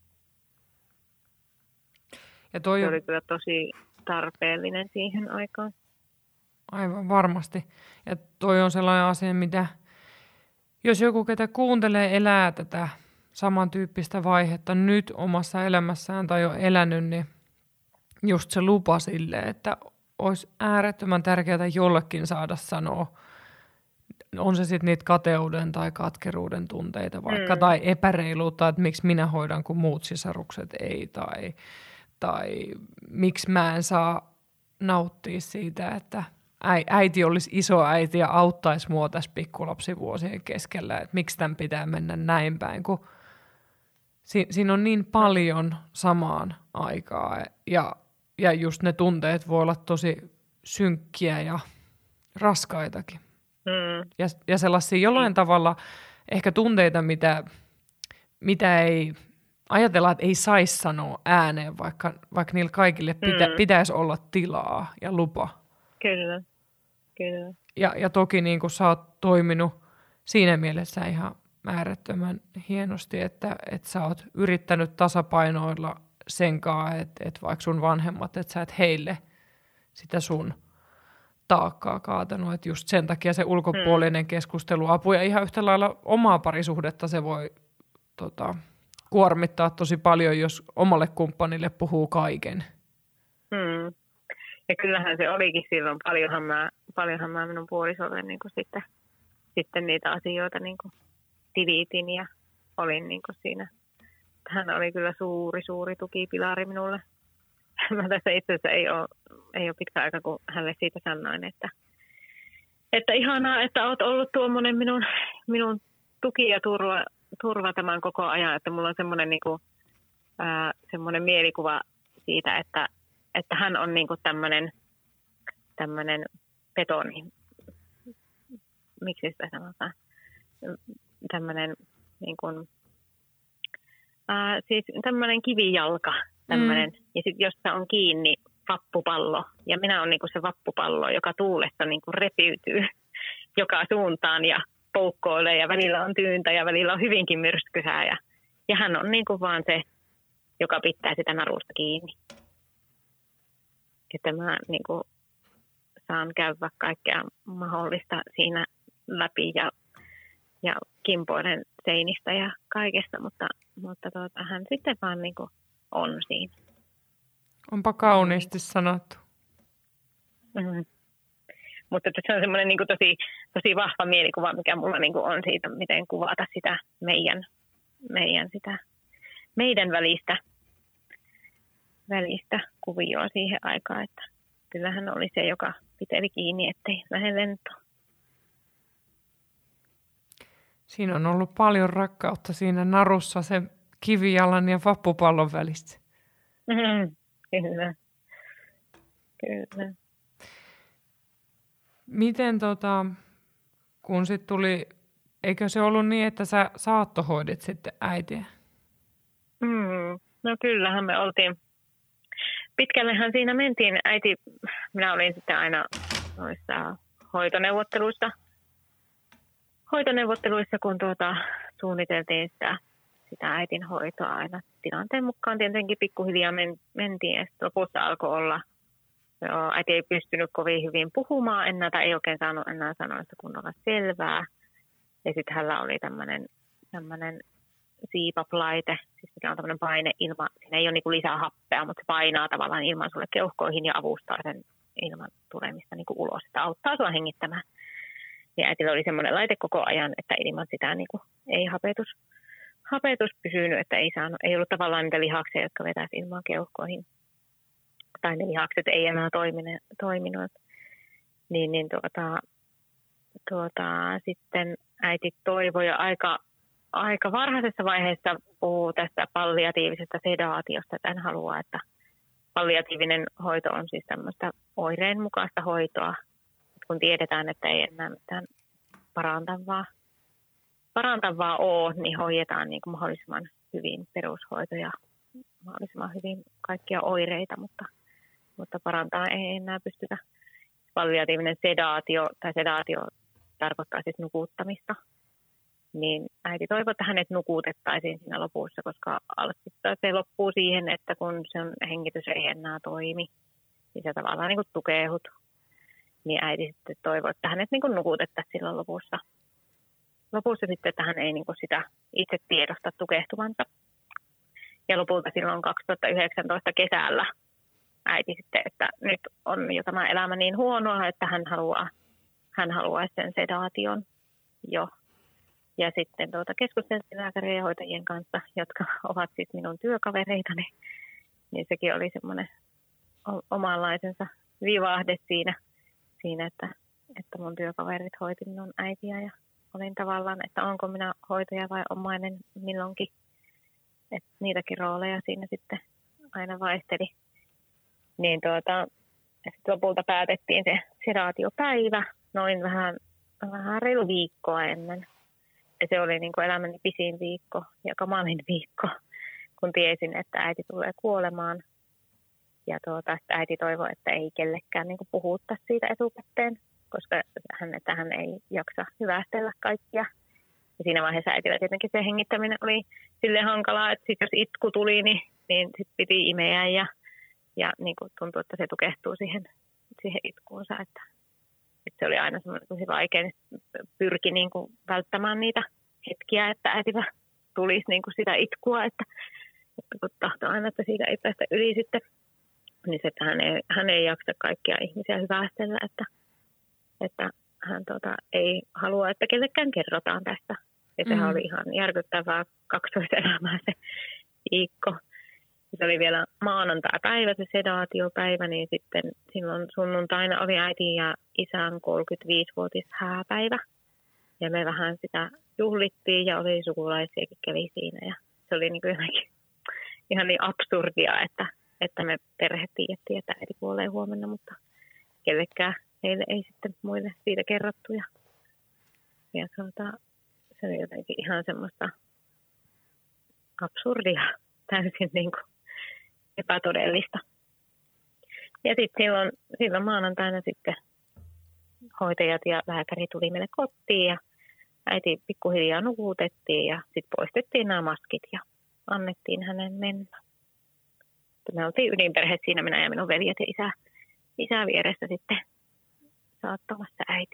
Ja toi se on... oli kyllä tosi tarpeellinen siihen aikaan. Aivan varmasti. Ja toi on sellainen asia, mitä jos joku, ketä kuuntelee, elää tätä samantyyppistä vaihetta nyt omassa elämässään tai jo elänyt, niin just se lupa sille, että olisi äärettömän tärkeää jollekin saada sanoa, on se sitten niitä kateuden tai katkeruuden tunteita vaikka, mm. tai epäreiluutta, että miksi minä hoidan, kun muut sisarukset ei, tai, tai miksi mä en saa nauttia siitä, että äiti olisi iso äiti ja auttaisi mua tässä pikkulapsivuosien keskellä, että miksi tämän pitää mennä näin päin, kun si- siinä on niin paljon samaan aikaan ja, ja just ne tunteet voi olla tosi synkkiä ja raskaitakin. Mm. Ja, ja sellaisia jollain tavalla ehkä tunteita, mitä, mitä ei ajatella, että ei saisi sanoa ääneen, vaikka, vaikka niillä kaikille pitä, mm. pitäisi olla tilaa ja lupa. Kyllä, kyllä. Ja, ja toki niin kuin sä oot toiminut siinä mielessä ihan äärettömän hienosti, että, että sä oot yrittänyt tasapainoilla senkaan, että, että vaikka sun vanhemmat, että sä et heille sitä sun taakkaa kaatanut, että just sen takia se ulkopuolinen hmm. keskusteluapu ja ihan yhtä lailla omaa parisuhdetta se voi tota, kuormittaa tosi paljon, jos omalle kumppanille puhuu kaiken. Hmm. Ja kyllähän se olikin silloin, paljonhan mä, paljonhan mä minun puolisolle niin kuin sitten, sitten niitä asioita niin kuin tilitin ja olin niin kuin siinä. Hän oli kyllä suuri, suuri tukipilari minulle. Mä tässä itse asiassa ei ole, ei ole pitkä aika, kun hänelle siitä sanoin, että, että ihanaa, että olet ollut tuommoinen minun, minun tuki ja turva, turva tämän koko ajan, että mulla on semmoinen, niin kuin, ää, semmoinen mielikuva siitä, että, että hän on niin kuin tämmöinen, tämmöinen betoni, miksi sitä sanotaan, tämmöinen niin kuin, ää, siis tämmöinen kivijalka, tämmöinen, mm. ja sitten jossa on kiinni vappupallo, ja minä olen niin kuin se vappupallo, joka tuulessa niin kuin repiytyy joka suuntaan ja poukkoilee, ja välillä on tyyntä, ja välillä on hyvinkin myrskysää, ja, ja hän on niin kuin vaan se, joka pitää sitä narusta kiinni. Että mä niin kuin saan käydä kaikkea mahdollista siinä läpi, ja, ja kimpoilen seinistä ja kaikesta, mutta, mutta tuota, hän sitten vaan niin kuin on siinä. Onpa kauniisti sanottu. Mm-hmm. Mutta se on semmoinen niin kuin tosi, tosi vahva mielikuva, mikä mulla niin kuin on siitä, miten kuvata sitä meidän, meidän sitä, meidän välistä, välistä kuvioa siihen aikaan. Että kyllähän oli se, joka piteli kiinni, ettei lähde lentoon. Siinä on ollut paljon rakkautta siinä narussa, se kivijalan ja vappupallon välissä. Mm, kyllä. Kyllä. Miten tota, kun sitten tuli, eikö se ollut niin, että sä saattohoidit sitten äitiä? Mm, no kyllähän me oltiin. Pitkällehän siinä mentiin. Äiti, minä olin sitten aina noissa hoitoneuvotteluissa. Hoitoneuvotteluissa, kun tuota, suunniteltiin sitä, sitä äitin hoitoa aina tilanteen mukaan. Tietenkin pikkuhiljaa men, mentiin ja sitten lopussa alkoi olla. Joo, äiti ei pystynyt kovin hyvin puhumaan enää, tai ei oikein saanut enää sanoista kunnolla selvää. Ja sitten hänellä oli tämmöinen, tämmöinen siipaplaite, siis mikä on tämmöinen paineilma. Siinä ei ole niinku lisää happea, mutta se painaa tavallaan ilman sulle keuhkoihin ja avustaa sen ilman tulemista niinku ulos. Sitä auttaa sua hengittämään. Ja äitillä oli semmoinen laite koko ajan, että ilman sitä niinku ei hapetus, hapetus pysynyt, että ei, saanut, ei ollut tavallaan niitä lihaksia, jotka vetäisi ilman keuhkoihin. Tai ne lihakset ei enää toimineet, toiminut, niin, niin tuota, tuota, sitten äiti toivoi jo aika, aika varhaisessa vaiheessa puhuu tästä palliatiivisesta sedaatiosta, että hän haluaa, että palliatiivinen hoito on siis tämmöistä oireen mukaista hoitoa, kun tiedetään, että ei enää mitään parantavaa, parantavaa ole, niin hoidetaan niin kuin mahdollisimman hyvin perushoitoja, mahdollisimman hyvin kaikkia oireita, mutta mutta parantaa ei enää pystytä. Palliatiivinen sedaatio, tai sedaatio tarkoittaa siis nukuttamista, niin äiti toivoi, että hänet nukutettaisiin siinä lopussa, koska se loppuu siihen, että kun sen hengitys ei enää toimi, niin se tavallaan niin kuin tukeehut, niin äiti sitten toivoi, että hänet niin kuin nukutettaisiin silloin lopussa. Lopussa sitten, että hän ei niin kuin sitä itse tiedosta tukehtuvansa. Ja lopulta silloin kaksituhattayhdeksäntoista kesällä äiti sitten, että nyt on jo tämä elämä niin huonoa, että hän haluaa, hän haluaa sen sedaation jo. Ja sitten tuota keskusteltiin lääkärien ja hoitajien kanssa, jotka ovat siis minun työkavereitani. Niin sekin oli semmoinen omanlaisensa vivahde siinä, siinä että, että mun työkaverit hoiti minun äitiä. Ja olin tavallaan, että onko minä hoitaja vai omainen milloinkin. Että niitäkin rooleja siinä sitten aina vaihteli. Niin tuota, sitten lopulta päätettiin se sedaatiopäivä noin vähän, vähän reilu viikkoa ennen. Ja se oli niin kuin elämäni pisin viikko ja kamalin viikko, kun tiesin, että äiti tulee kuolemaan. Ja tuota, äiti toivoi, että ei kellekään niin kuin puhuttaa siitä etukäteen, koska hän, että hän ei jaksa hyvästellä kaikkia. Ja siinä vaiheessa äitillä tietenkin se hengittäminen oli silleen hankalaa, että sit jos itku tuli, niin, niin sit piti imeä ja Ja niin kuin tuntui, että se tukehtuu siihen, siihen itkuunsa, että, että se oli aina semmoinen tosi vaikea, niin pyrki niin kuin välttämään niitä hetkiä, että äiti tulisi niin kuin sitä itkua, että, että kun tahtoi aina, että siitä ei päästä yli sitten, niin se, että hän ei, hän ei jaksa kaikkia ihmisiä hyvästellä, että, että hän tota, ei halua, että kellekään kerrotaan tästä, Ja sehän Mm. oli ihan järkyttävää kaksitoista elämää se viikko. Se oli vielä maanantai-päivä, se sedaatiopäivä, niin sitten silloin sunnuntaina oli äiti ja isän kolmekymmentäviisivuotis hääpäivä. Ja me vähän sitä juhlittiin ja oli sukulaisiakin kävi siinä. Ja se oli niin kuin jotenkin ihan niin absurdia, että, että me perhe tiedettiin, että äiti kuolee huomenna, mutta kellekään heille ei sitten muille siitä kerrottu. Ja, ja tuota, se oli jotenkin ihan semmoista absurdia, täysin niin kuin epätodellista. Ja sitten silloin, silloin maanantaina sitten hoitajat ja lääkäri tuli meille kotiin ja äiti pikkuhiljaa nukutettiin ja sitten poistettiin nämä maskit ja annettiin hänen mennä. Me oltiin ydinperheet siinä, minä ja minun veljet ja isä, isä vieressä sitten saattamassa äiti.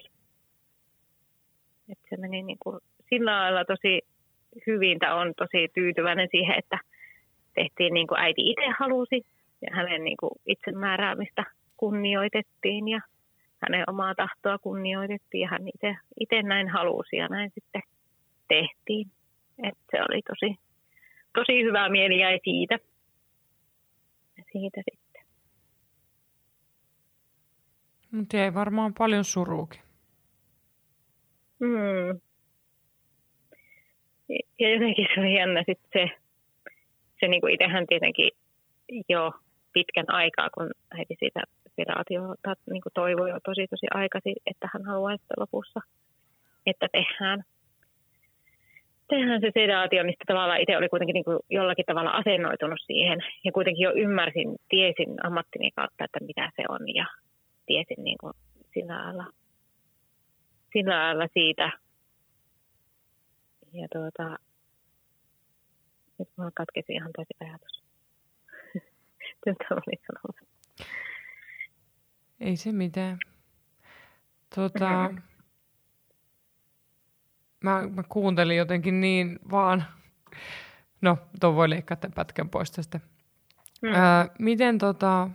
Et se meni niin kuin sillä lailla tosi hyvin, tai on tosi tyytyväinen siihen, että tehtiin niin kuin äiti itse halusi ja hänen niin kuin itsemääräämistä kunnioitettiin ja hänen omaa tahtoa kunnioitettiin ja hän itse, itse näin halusi ja näin sitten tehtiin. Et se oli tosi, tosi hyvä mieli jäi siitä. Ja siitä sitten. Mutta ei varmaan paljon suruukin. Mm. Ja jotenkin se oli jännä sitten se, se niin kuin itsehän tietenkin jo pitkän aikaa, kun äiti siitä sedaatiota niin kuin toivoi jo tosi tosi aikaisin, että hän haluaisi lopussa, että tehdään, tehdään se sedaatio, niin tavallaan itse oli kuitenkin niin kuin jollakin tavalla asennoitunut siihen ja kuitenkin jo ymmärsin, tiesin ammattini kautta, että mitä se on ja tiesin niin kuin sillä lailla, sillä lailla siitä. Ja tuota, nyt mulla katkesi ihan tosi ajatus. Tätä olin sanomassa. Ei se mitään. Tota, mm-hmm. mä, mä kuuntelin jotenkin niin vaan, no tuon voi leikkaa tämän pätkän pois tästä. Mm. Ää, miten tota,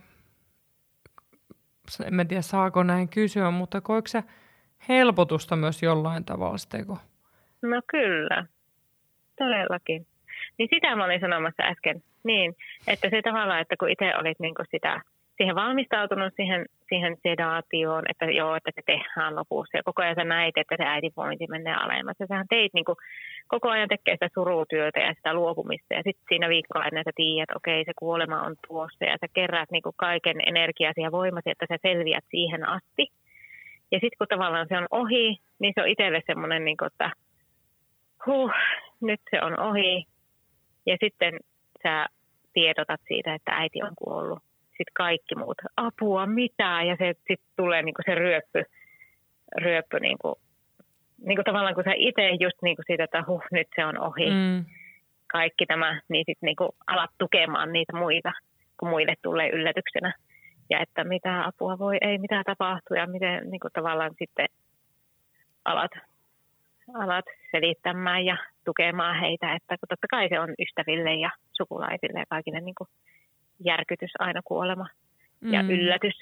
en mä tiedä saako näin kysyä, mutta koiko sä helpotusta myös jollain tavalla teko? No kyllä, todellakin. Niin sitä mä olin sanomassa äsken, niin, että se tavallaan, että kun itse olit niin kuin sitä, siihen valmistautunut siihen, siihen sedaatioon, että joo, että se tehdään lopussa ja koko ajan sä näit, että se äitivointi menee alemmas. Ja sähän teit niin kuin, koko ajan tekee sitä surutyötä ja sitä luopumista ja sitten siinä viikkoa ennen sä tiedät, että okei se kuolema on tuossa ja sä kerät niin kuin kaiken energiasi ja voimasi, että sä selviät siihen asti. Ja sitten kun tavallaan se on ohi, niin se on itselle semmoinen, niin kuin, että huh, nyt se on ohi. Ja sitten sä tiedotat siitä, että äiti on kuollut. Sitten kaikki muut, apua, mitä? Ja se sitten tulee niinku se ryöppy, ryöppy niinku, niinku tavallaan kun sä itse just niinku siitä, että huh, nyt se on ohi. Mm. Kaikki tämä, niin sitten niinku alat tukemaan niitä muita, kun muille tulee yllätyksenä. Ja että mitä apua voi, ei mitä tapahtuu ja miten niinku tavallaan sitten alat, alat selittämään ja tukemaan heitä. Että totta kai se on ystäville ja sukulaisille ja kaikille niinku järkytys aina kuolema ja mm. yllätys.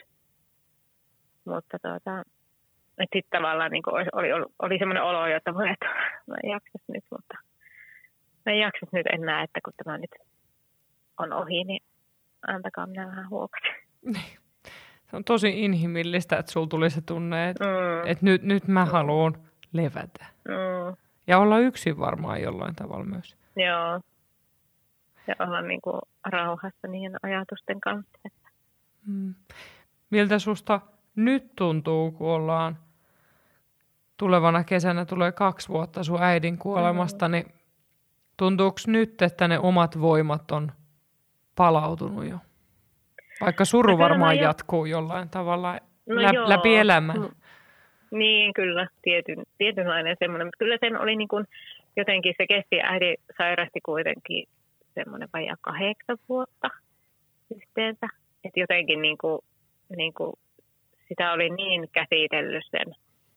Mutta tuota, sitten tavallaan niin oli, oli, oli semmoinen olo, että voi, että mä en jaksas nyt, mutta mä en jaksas nyt enää, että kun tämä nyt on ohi, niin antakaa minä vähän huokata. Se on tosi inhimillistä, että sulla tuli se tunne, että, mm. että nyt, nyt mä haluan levätä. Mm. Ja olla yksin varmaan jollain tavalla myös. Joo. Ja olla niin kuin rauhassa niiden ajatusten kanssa. Että. Mm. Miltä susta nyt tuntuu, kun ollaan tulevana kesänä tulee kaksi vuotta sun äidin kuolemasta, mm. niin tuntuuko nyt, että ne omat voimat on palautunut jo? Vaikka suru no, varmaan jo jatkuu jollain tavalla no lä- joo. läpi elämän. Mm. Niin, kyllä, tietyn, tietynlainen semmoinen. Mutta kyllä sen oli niin kuin, jotenkin se kesti, äiti sairasti kuitenkin semmoinen vajaa kahdeksan vuotta yhteensä. Että jotenkin niin kuin, niin kuin sitä oli niin käsitellyt sen,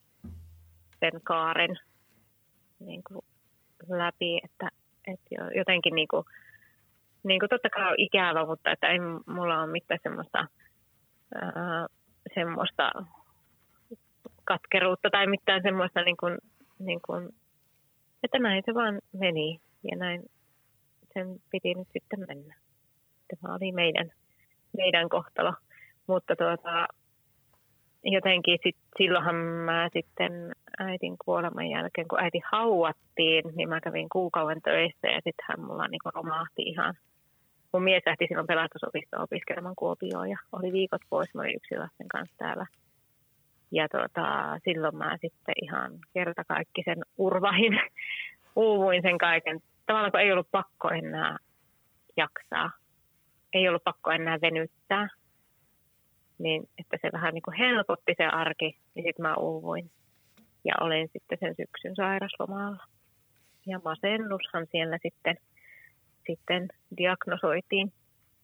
sen kaaren niin kuin läpi, että, että jotenkin niin kuin, niin kuin totta kai on ikävä, mutta että ei mulla ole mitään semmoista, ää, semmoista katkeruutta tai mitään semmoista niin kuin, niin kuin että näin se vaan meni ja näin sen piti nyt sitten mennä. Tämä oli meidän, meidän kohtalo, mutta tuota, jotenkin sit, silloinhan mä sitten äitin kuoleman jälkeen, kun äiti hauattiin, niin mä kävin kuukauden töissä ja sittenhän mulla niin romahti ihan. Mun mies lähti silloin pelastusopistoon opiskelemaan Kuopioon ja oli viikot pois, mä olin yksin lasten kanssa täällä. Ja tuota, silloin mä sitten ihan kerta kaikki sen urvahin, uuvuin sen kaiken. Tavallaan kun ei ollut pakko enää jaksaa, ei ollut pakko enää venyttää, niin että se vähän niin kuin helpotti se arki, niin sitten mä uuvuin. Ja olin sitten sen syksyn sairaslomalla. Ja masennushan siellä sitten, sitten diagnosoitiin.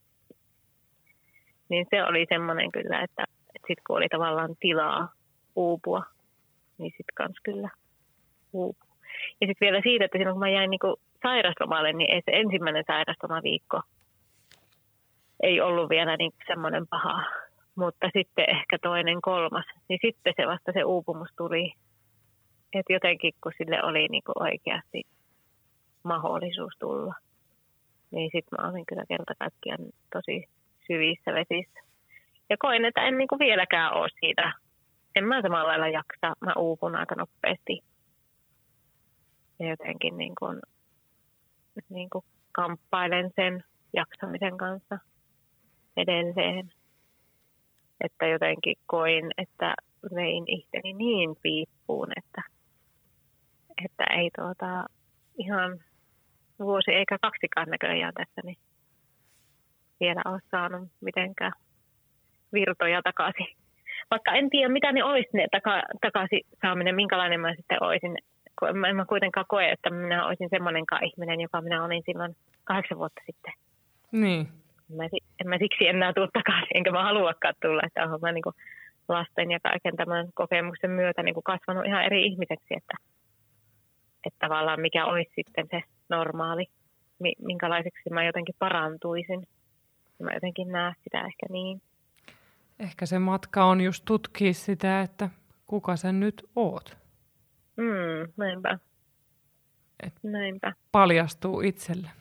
Niin se oli semmoinen kyllä, että, että sitten kun oli tavallaan tilaa uupua, niin sitten kans kyllä uupui. Ja sitten vielä siitä, että silloin kun mä jäin niinku sairaslomalle, niin ei se ensimmäinen sairaslomaviikko ei ollut vielä niin semmoinen paha. Mutta sitten ehkä toinen, kolmas, niin sitten se vasta se uupumus tuli. Että jotenkin kun sille oli niinku oikeasti mahdollisuus tulla, niin sitten mä olin kyllä kerta kaikkiaan tosi syvissä vesissä. Ja koin, että en niinku vieläkään ole siitä. En mä samalla lailla jaksa. Mä uupun aika nopeasti. Ja jotenkin niin kuin, niin kuin kamppailen sen jaksamisen kanssa edelleen. Että jotenkin koin, että vein ihteni niin piippuun, että, että ei tuota ihan vuosi eikä kaksikaan näköjään tässä niin vielä ole saanut mitenkään virtoja takaisin. Vaikka en tiedä, mitä ne olisi ne taka, takaisin saaminen, minkälainen mä sitten olisin. En, en mä kuitenkaan koe, että minä olisin semmoinenkaan ihminen, joka minä olin silloin kahdeksan vuotta sitten. Niin. En mä, en mä siksi enää tule takaisin, enkä mä haluakaan tulla. Että olen mä niin kuin lasten ja kaiken tämän kokemuksen myötä niin kuin kasvanut ihan eri ihmiseksi, että, että tavallaan mikä olisi sitten se normaali, minkälaiseksi mä jotenkin parantuisin. Mä jotenkin näen sitä ehkä niin. Ehkä se matka on just tutkia sitä, että kuka sen nyt oot. Mm, näinpä. Et näinpä. Paljastuu itselle.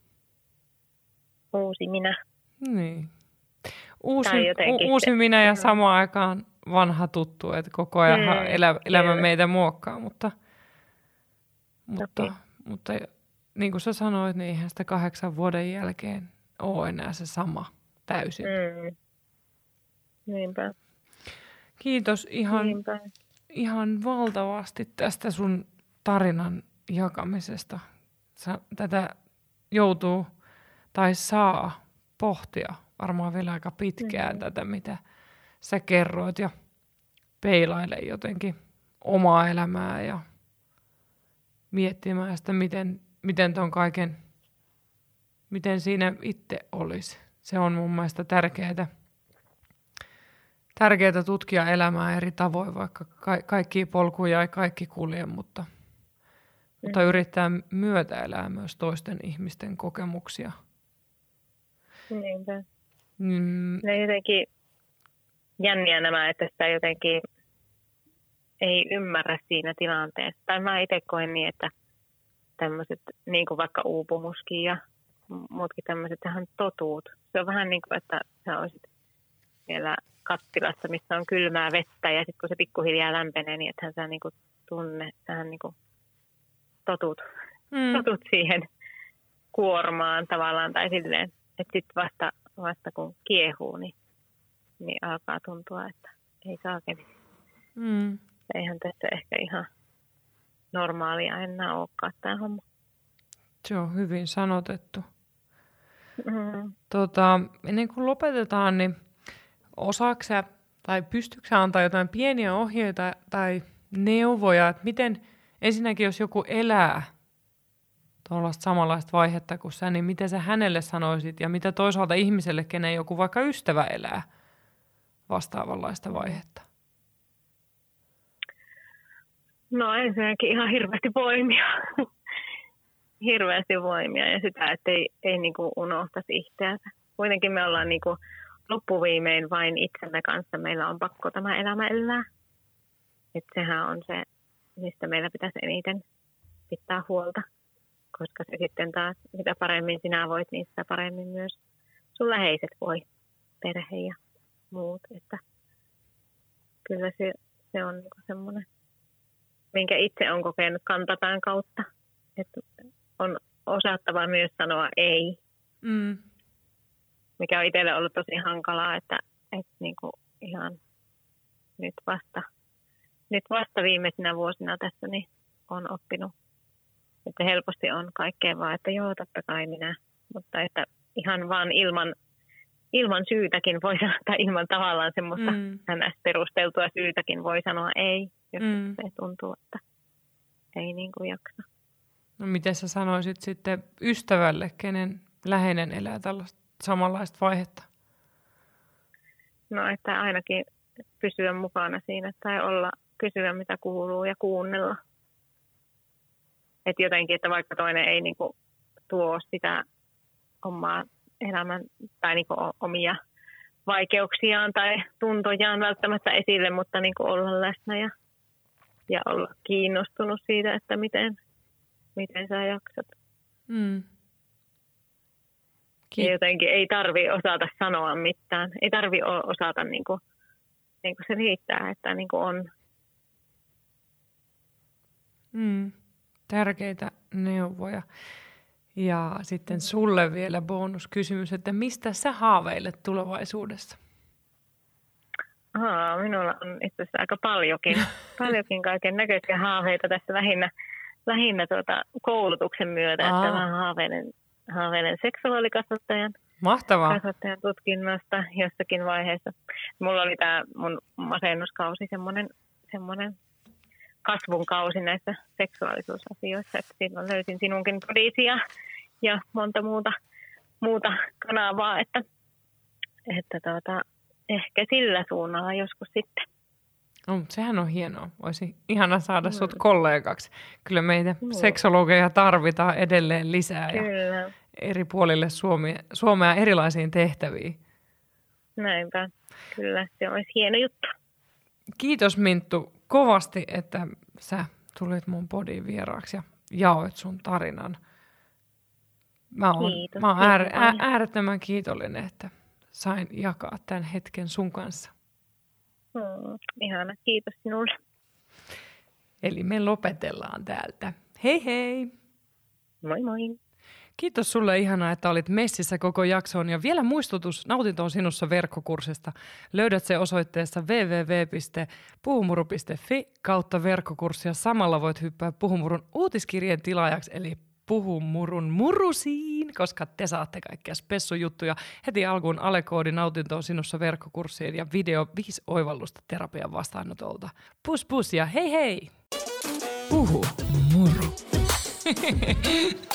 Uusi minä. Niin. Uusi, u- uusi se, minä ja samaan aikaan vanha tuttu, että koko ajan mm, elä, elämä meitä muokkaa, mutta, mutta, okay. mutta niin kuin sä sanoit, niin eihän sitä kahdeksan vuoden jälkeen ole enää se sama täysin. Mm. Niinpä. Kiitos ihan, Niinpä. ihan valtavasti tästä sun tarinan jakamisesta. Sä, tätä joutuu tai saa pohtia varmaan vielä aika pitkään mm-hmm. tätä, mitä sä kerroit ja peilaile jotenkin omaa elämää ja miettimään sitä, miten, miten ton kaiken, miten siinä itse olisi. Se on mun mielestä tärkeää. Tärkeää tutkia elämää eri tavoin, vaikka ka- kaikki polkuja ei kaikki kulje, mutta, mm. mutta yrittää myötäelää myös toisten ihmisten kokemuksia. Niinpä. Mm. Ne jotenkin jänniä nämä, että sitä jotenkin ei ymmärrä siinä tilanteessa. Tai mä itse koen niin, että tämmöiset, niin kuin vaikka uupumuskin ja muutkin tämmöiset, tähän totuut. Se on vähän niin kuin, että sä olisit siellä kattilassa, missä on kylmää vettä ja sitten kun se pikkuhiljaa lämpenee, niin ethän sä niinku tunne, sähän niinku totut, mm. totut siihen kuormaan tavallaan tai silleen, että sitten vasta, vasta kun kiehuu, niin, niin alkaa tuntua, että ei saakeli. Mm. Eihän tässä ehkä ihan normaalia enää olekaan tämä homma. Se on hyvin sanotettu. Mm. Tota, ennen kuin lopetetaan, niin osaatko sä, tai pystytkö sä antaa jotain pieniä ohjeita tai neuvoja, että miten ensinnäkin, jos joku elää tuollaista samanlaista vaihetta kuin sä, niin miten sä hänelle sanoisit ja mitä toisaalta ihmiselle, kenen joku vaikka ystävä elää vastaavanlaista vaihetta? No ensinnäkin ihan hirveästi voimia. hirveästi voimia ja sitä, että ei, ei niinku unohtaisi itseänsä. Kuitenkin me ollaan niinku loppuviimein vain itsemme kanssa. Meillä on pakko tämä elämä elää. Että sehän on se, mistä meillä pitäisi eniten pitää huolta, koska se sitten taas, mitä paremmin sinä voit, niin sitä paremmin myös sun läheiset voi, perhe ja muut. Että kyllä se, se on niinku semmoinen, minkä itse on kokenut kantapään kautta, että on osattava myös sanoa ei, mm. mikä on itselle ollut tosi hankalaa, että, että niinku ihan nyt vasta, nyt vasta viimeisinä vuosina tässä niin on oppinut, että helposti on kaikkea vaan, että joo, totta kai minä, mutta että ihan vaan ilman, ilman syytäkin voi sanoa, tai ilman tavallaan semmoista mm. perusteltua syytäkin voi sanoa ei, jos mm. se tuntuu, että ei niin kuin jaksa. No miten sä sanoisit sitten ystävälle, kenen läheinen elää tällaista samanlaista vaihetta? No, että ainakin pysyä mukana siinä tai olla, kysyä mitä kuuluu ja kuunnella. Että jotenkin, että vaikka toinen ei niinku tuo sitä omaa elämän tai niinku omia vaikeuksiaan tai tuntojaan välttämättä esille, mutta niinku olla läsnä ja, ja olla kiinnostunut siitä, että miten, miten sä jaksat. Mm. Ja jotenkin ei tarvi osata sanoa mitään. Ei tarvi osata, niin kuin, niin kuin se riittää, että niin kuin on. Mm, tärkeitä neuvoja. Ja sitten sulle vielä bonuskysymys, että mistä sä haaveilet tulevaisuudessa? Aa, minulla on itse asiassa aika paljonkin, paljonkin kaiken näköisiä haaveita tässä lähinnä, lähinnä tuota koulutuksen myötä. Aa. Että mä haaveilen, haaveilen seksuaalikasvattajan. Mahtavaa. Kasvattajan tutkinnosta jossakin vaiheessa. Mulla oli tämä mun masennuskausi, semmoinen, semmoinen kasvun kausi näissä seksuaalisuusasioissa, että silloin löysin sinunkin podisia ja monta muuta, muuta kanavaa, että, että tuota, ehkä sillä suunnalla joskus sitten. No, sehän on hienoa. Olisi ihana saada mm. sut kollegaksi. Kyllä meitä mm. seksologeja tarvitaan edelleen lisää. Kyllä. Ja eri puolille Suomea, Suomea erilaisiin tehtäviin. Näinpä. Kyllä, se olisi hieno juttu. Kiitos Minttu kovasti, että sä tulit mun podin vieraaksi ja jaoit sun tarinan. Mä oon, Kiitos, mä oon äär, ää, äärettömän kiitollinen, että sain jakaa tämän hetken sun kanssa. Hmm, ihana, kiitos sinulle. Eli me lopetellaan täältä. Hei hei! Moi moi! Kiitos sulle, ihanaa, että olit messissä koko jaksoon. Ja vielä muistutus, Nautinto on sinussa -verkkokurssista. Löydät se osoitteessa double-u double-u double-u piste puhumuru piste fi kautta verkkokurssi. Ja samalla voit hyppää Puhumurun uutiskirjeen tilaajaksi, eli Puhumurun murusiin, koska te saatte kaikkia spessujuttuja. Heti alkuun alekoodi Nautinto on sinussa -verkkokurssiin ja video viisi oivallusta terapian vastaanotolta. Pus pus ja hei hei! Puhu muru!